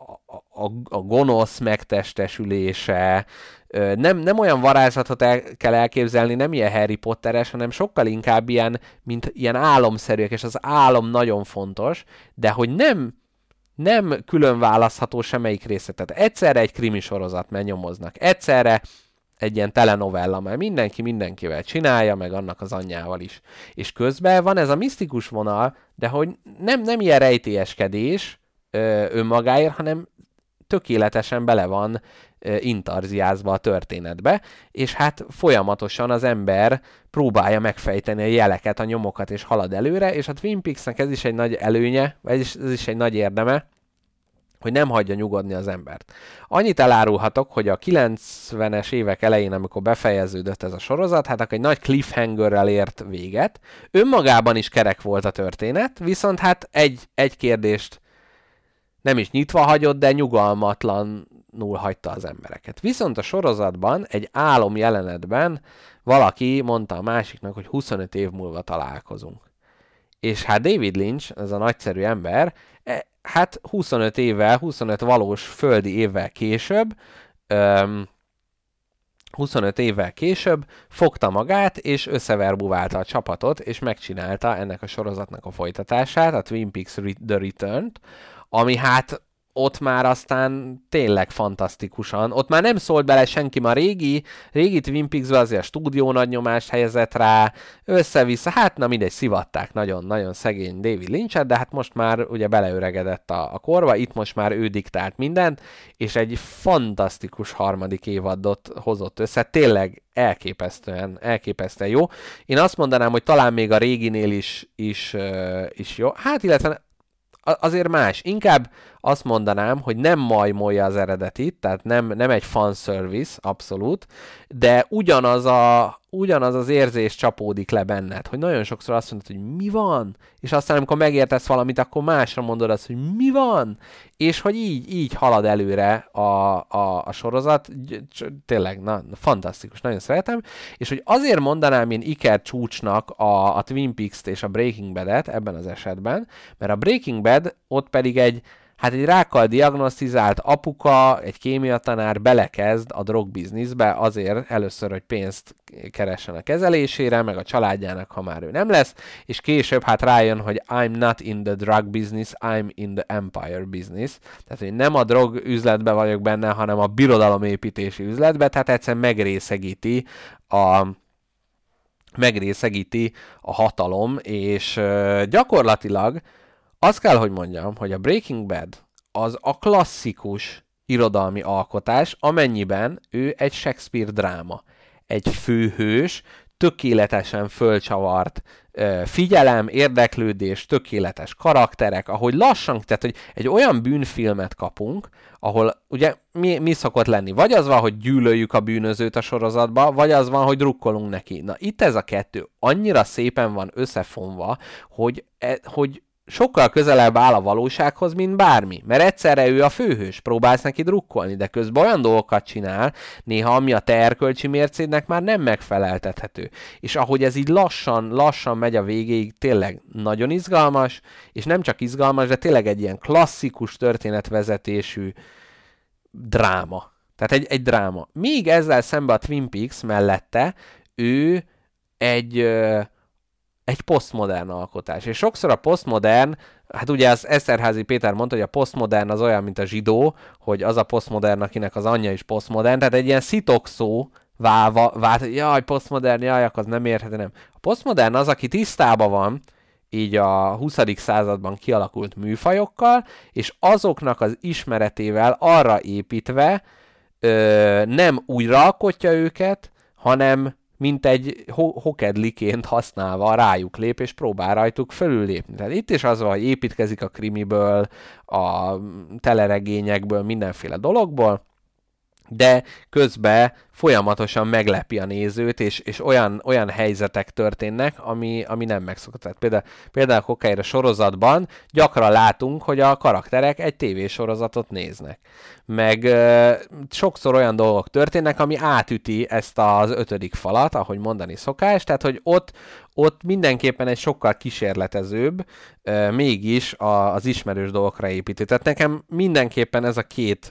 a gonosz megtestesülése, nem olyan varázslatot kell elképzelni, nem ilyen Harry Potteres, hanem sokkal inkább ilyen álomszerűek, és az álom nagyon fontos, de hogy nem külön választható semmelyik része. Tehát egyszerre egy krimi sorozat, mert nyomoznak. Egyszerre egy ilyen telenovella, mert mindenki mindenkivel csinálja, meg annak az anyjával is. És közben van ez a misztikus vonal, de hogy nem ilyen rejtélyeskedés önmagáért, hanem tökéletesen bele van intarziázva a történetbe, és hát folyamatosan az ember próbálja megfejteni a jeleket, a nyomokat, és halad előre, és a Twin Peaksnek ez is egy nagy előnye, vagy ez is egy nagy érdeme, hogy nem hagyja nyugodni az embert. Annyit elárulhatok, hogy a 90-es évek elején, amikor befejeződött ez a sorozat, hát akkor egy nagy cliffhangerrel ért véget. Önmagában is kerek volt a történet, viszont hát egy kérdést nem is nyitva hagyott, de nyugalmatlanul hagyta az embereket. Viszont a sorozatban, egy álom jelenetben valaki mondta a másiknak, hogy 25 év múlva találkozunk. És hát David Lynch, ez a nagyszerű ember, hát 25 valós földi évvel később, 25 évvel később fogta magát, és összeverbuválta a csapatot, és megcsinálta ennek a sorozatnak a folytatását, a Twin Peaks The Return-t, ami hát ott már aztán tényleg fantasztikusan, ott már nem szólt bele senki, ma régi Twin Peaks-be azért a stúdió nagy nyomást helyezett rá, össze-vissza, hát na mindegy, szivatták nagyon-nagyon szegény David Lynch-et, de hát most már ugye beleöregedett a korba, itt most már ő diktált mindent, és egy fantasztikus harmadik évadot hozott össze, tényleg elképesztően jó. Én azt mondanám, hogy talán még a réginél is jó, hát illetve azért más. Inkább azt mondanám, hogy nem majmolja az eredetit, tehát nem egy fanservice, abszolút, de ugyanaz az érzés csapódik le benned, hogy nagyon sokszor azt mondod, hogy mi van, és aztán amikor megértesz valamit, akkor másra mondod azt, hogy mi van, és hogy így halad előre a sorozat, tényleg, fantasztikus, nagyon szeretem, és hogy azért mondanám én iker csúcsnak a Twin Peaks-t és a Breaking Bad-et ebben az esetben, mert a Breaking Bad ott pedig egy rákkal diagnosztizált apuka, egy kémiatanár belekezd a drogbizniszbe azért először, hogy pénzt keressen a kezelésére, meg a családjának, ha már ő nem lesz, és később rájön, hogy I'm not in the drug business, I'm in the empire business. Tehát, hogy nem a drog üzletbe vagyok benne, hanem a birodalomépítési üzletbe, tehát egyszerűen megrészegíti a hatalom, és gyakorlatilag azt kell, hogy mondjam, hogy a Breaking Bad az a klasszikus irodalmi alkotás, amennyiben ő egy Shakespeare dráma. Egy főhős, tökéletesen fölcsavart figyelem, érdeklődés, tökéletes karakterek, ahogy lassan, tehát hogy egy olyan bűnfilmet kapunk, ahol ugye mi szokott lenni? Vagy az van, hogy gyűlöljük a bűnözőt a sorozatba, vagy az van, hogy drukkolunk neki. Na itt ez a kettő annyira szépen van összefonva, hogy sokkal közelebb áll a valósághoz, mint bármi. Mert egyszerre ő a főhős, próbálsz neki drukkolni, de közben olyan dolgokat csinál, néha ami a te erkölcsi mércédnek már nem megfeleltethető. És ahogy ez így lassan megy a végéig, tényleg nagyon izgalmas, és nem csak izgalmas, de tényleg egy ilyen klasszikus történetvezetésű dráma. Tehát egy dráma. Míg ezzel szemben a Twin Peaks mellette ő egy posztmodern alkotás. És sokszor a posztmodern, hát ugye az Eszterházy Péter mondta, hogy a posztmodern az olyan, mint a zsidó, hogy az a posztmodern, akinek az anyja is posztmodern, tehát egy ilyen szitokszó vált, jaj, posztmodern, jaj, az nem érhető, nem. A posztmodern az, aki tisztában van, így a 20. században kialakult műfajokkal, és azoknak az ismeretével arra építve nem újra alkotja őket, hanem mint egy hokedliként használva rájuk lép, és próbál rajtuk fölüllépni. Tehát itt is az van, hogy építkezik a krimiből, a teleregényekből, mindenféle dologból, de közben folyamatosan meglepi a nézőt, és olyan helyzetek történnek, ami nem megszokott. Tehát például a Kokáira sorozatban gyakran látunk, hogy a karakterek egy tévésorozatot néznek. Meg sokszor olyan dolgok történnek, ami átüti ezt az 5. falat, ahogy mondani szokás, tehát hogy ott mindenképpen egy sokkal kísérletezőbb, mégis az ismerős dolgokra építi. Tehát nekem mindenképpen ez a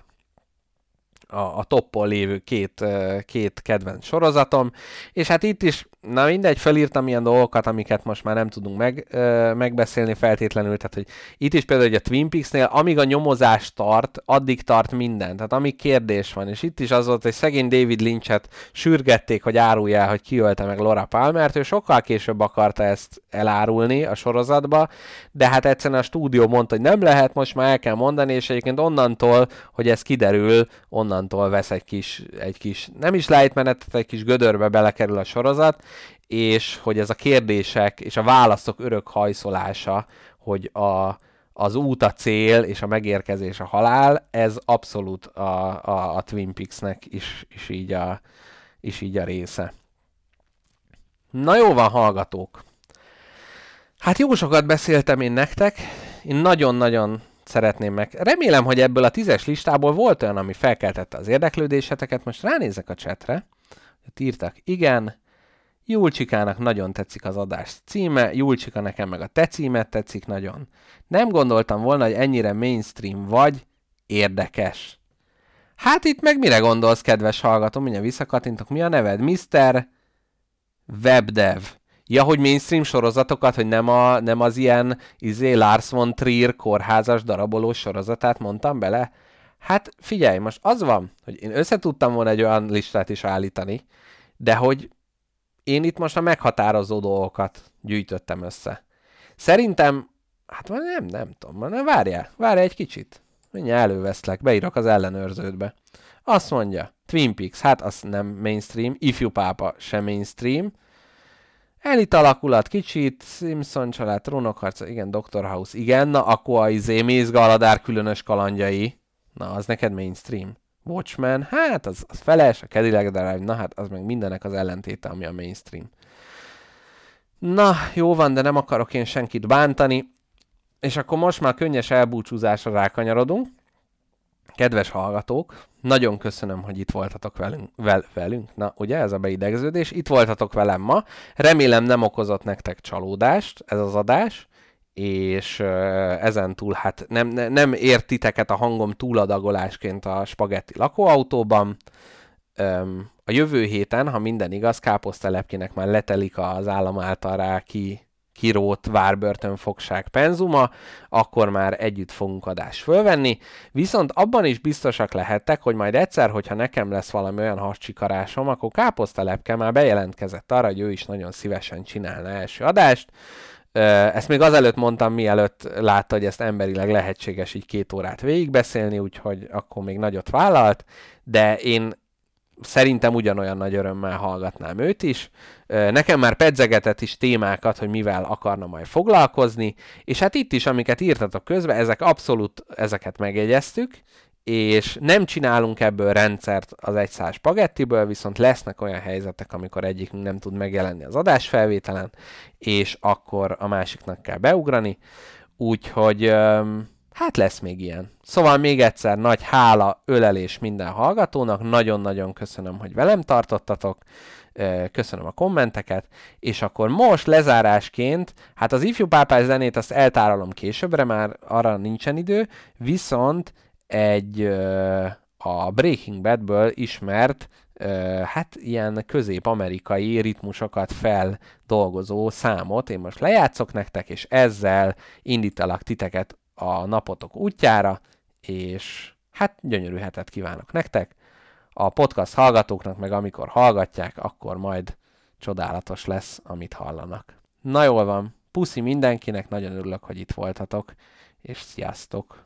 a toppon lévő két kedvenc sorozatom, és hát itt is, na mindegy, felírtam ilyen dolgokat, amiket most már nem tudunk megbeszélni feltétlenül, tehát hogy itt is például, hogy a Twin Peaksnél, amíg a nyomozás tart, addig tart minden, tehát amíg kérdés van, és itt is az volt, hogy szegény David Lynchet sürgették, hogy árulja el, hogy ki ölte meg Laura Palmert, ő sokkal később akarta ezt elárulni a sorozatba, de hát egyszerűen a stúdió mondta, hogy nem lehet, most már el kell mondani, és egyébként onnantól, hogy ez kiderül, onnantól vesz egy kis nem is lejtmenetet, egy kis gödörbe belekerül a sorozat, és hogy ez a kérdések és a válaszok örök hajszolása, hogy az út a cél és a megérkezés a halál, ez abszolút a Twin Peaksnek is így a része. Na jó van, hallgatók! Hát jó sokat beszéltem én nektek, én nagyon-nagyon szeretném meg. Remélem, hogy ebből a 10-es listából volt olyan, ami felkeltette az érdeklődéseteket. Most ránézek a chatre. Írtak, igen. Julcsikának nagyon tetszik az adás címe. Julcsika, nekem meg a te címet tetszik nagyon. Nem gondoltam volna, hogy ennyire mainstream vagy. Érdekes. Hát itt meg mire gondolsz, kedves hallgató? Mindjárt visszakattintok. Mi a neved? Mr. Webdev. Ja, hogy mainstream sorozatokat, hogy nem az ilyen Lars von Trier kórházas darabolós sorozatát mondtam bele? Hát figyelj, most az van, hogy én összetudtam volna egy olyan listát is állítani, de hogy én itt most a meghatározó dolgokat gyűjtöttem össze. Szerintem, hát nem tudom, várjál egy kicsit. Mindjárt előveszlek, beírok az ellenőrződbe. Azt mondja, Twin Peaks, hát az nem mainstream, Ifjú pápa sem mainstream, Elit alakulat kicsit, Simpson család, trónokharca, igen, Dr. House, igen, na akkor a Mész Galadár különös kalandjai, na az neked mainstream. Watchmen, hát az feles, a Cadillac Drive, na hát az meg mindenek az ellentéte, ami a mainstream. Na, jó van, de nem akarok én senkit bántani, és akkor most már könnyes elbúcsúzásra rákanyarodunk. Kedves hallgatók, nagyon köszönöm, hogy itt voltatok velünk. Na, ugye ez a beidegződés. Itt voltatok velem ma. Remélem nem okozott nektek csalódást ez az adás, és ezentúl hát nem ért titeket a hangom túladagolásként a spagetti lakóautóban. A jövő héten, ha minden igaz, káposztelepkének már letelik az állam által rá kirót várbörtönfogság penzuma, akkor már együtt fogunk adást fölvenni. Viszont abban is biztosak lehettek, hogy majd egyszer, hogyha nekem lesz valami olyan hascsikarásom, akkor Káposztalepke már bejelentkezett arra, hogy ő is nagyon szívesen csinálna első adást. Ezt még azelőtt mondtam, mielőtt látta, hogy ezt emberileg lehetséges így 2 órát végigbeszélni, úgyhogy akkor még nagyot vállalt, de én szerintem ugyanolyan nagy örömmel hallgatnám őt is. Nekem már pedzegetett is témákat, hogy mivel akarna majd foglalkozni, és hát itt is, amiket írtatok közben, ezeket megjegyeztük, és nem csinálunk ebből rendszert az egyszál spagettiből, viszont lesznek olyan helyzetek, amikor egyikünk nem tud megjelenni az adásfelvételen, és akkor a másiknak kell beugrani. úgyhogy hát lesz még ilyen. Szóval még egyszer nagy hála, ölelés minden hallgatónak, nagyon-nagyon köszönöm, hogy velem tartottatok, köszönöm a kommenteket, és akkor most lezárásként, hát az ifjú pápás zenét azt eltárolom későbbre, már arra nincsen idő, viszont a Breaking Badből ismert, hát ilyen közép-amerikai ritmusokat feldolgozó számot én most lejátszok nektek, és ezzel indítalak titeket a napotok útjára, és hát gyönyörű hetet kívánok nektek. A podcast hallgatóknak meg amikor hallgatják, akkor majd csodálatos lesz, amit hallanak. Na jól van, puszi mindenkinek, nagyon örülök, hogy itt voltatok, és sziasztok!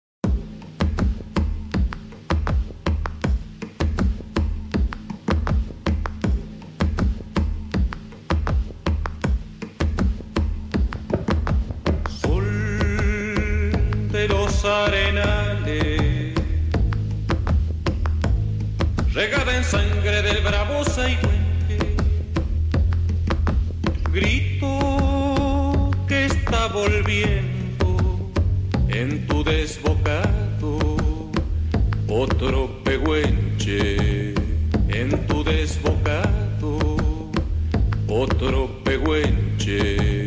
Los arenales, regada en sangre del bravo Saigüenque, grito que está volviendo en tu desbocado, otro pehuenche, en tu desbocado, otro pehuenche.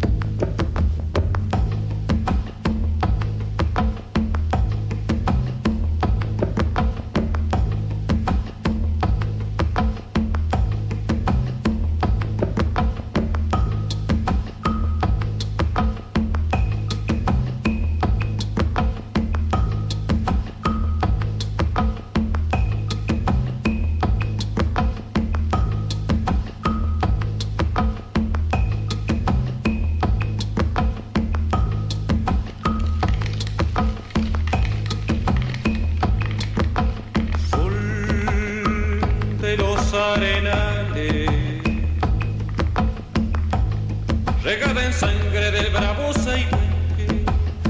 Arenales, regada en sangre del bravo Saigüenque,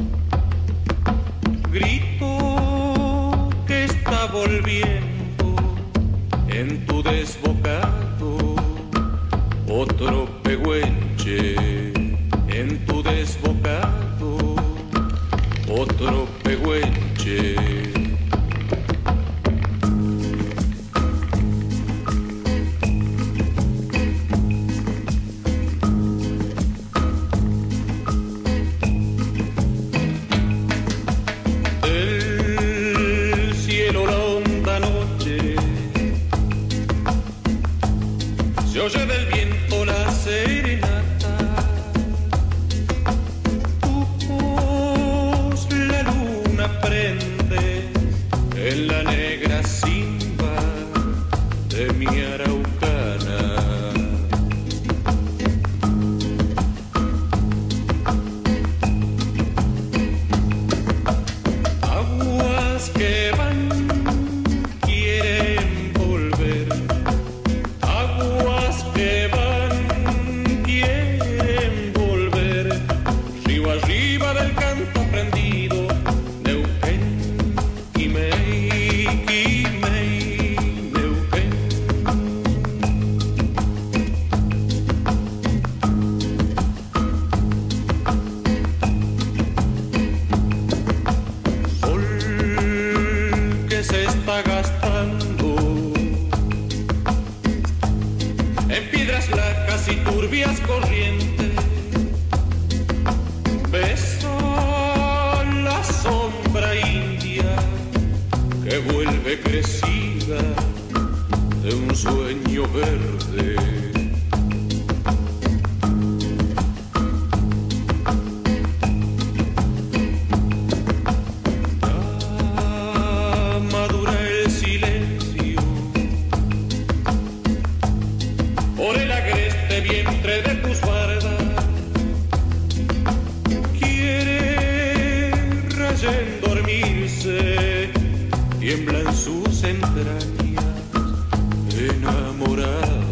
grito que está volviendo en tu desbocado, otro pehuenche, en tu desbocado, otro pehuenche. Oye del viento la serenata, tu voz la luna prende en la negra simba de mi araucana. Aguas que van quieren volver, aguas que van quieren volver, río arriba del canto prendido, Neuquén, Quimei, Quimei, Neuquén. Sol que se está gastando en piedras lacas y turbias corrientes, beso la sombra india que vuelve crecida de un sueño verde. Ya madura el silencio por el agreste vientre de tus bardas, quiere rayen dormirse, tiembla en sus entrañas enamorada.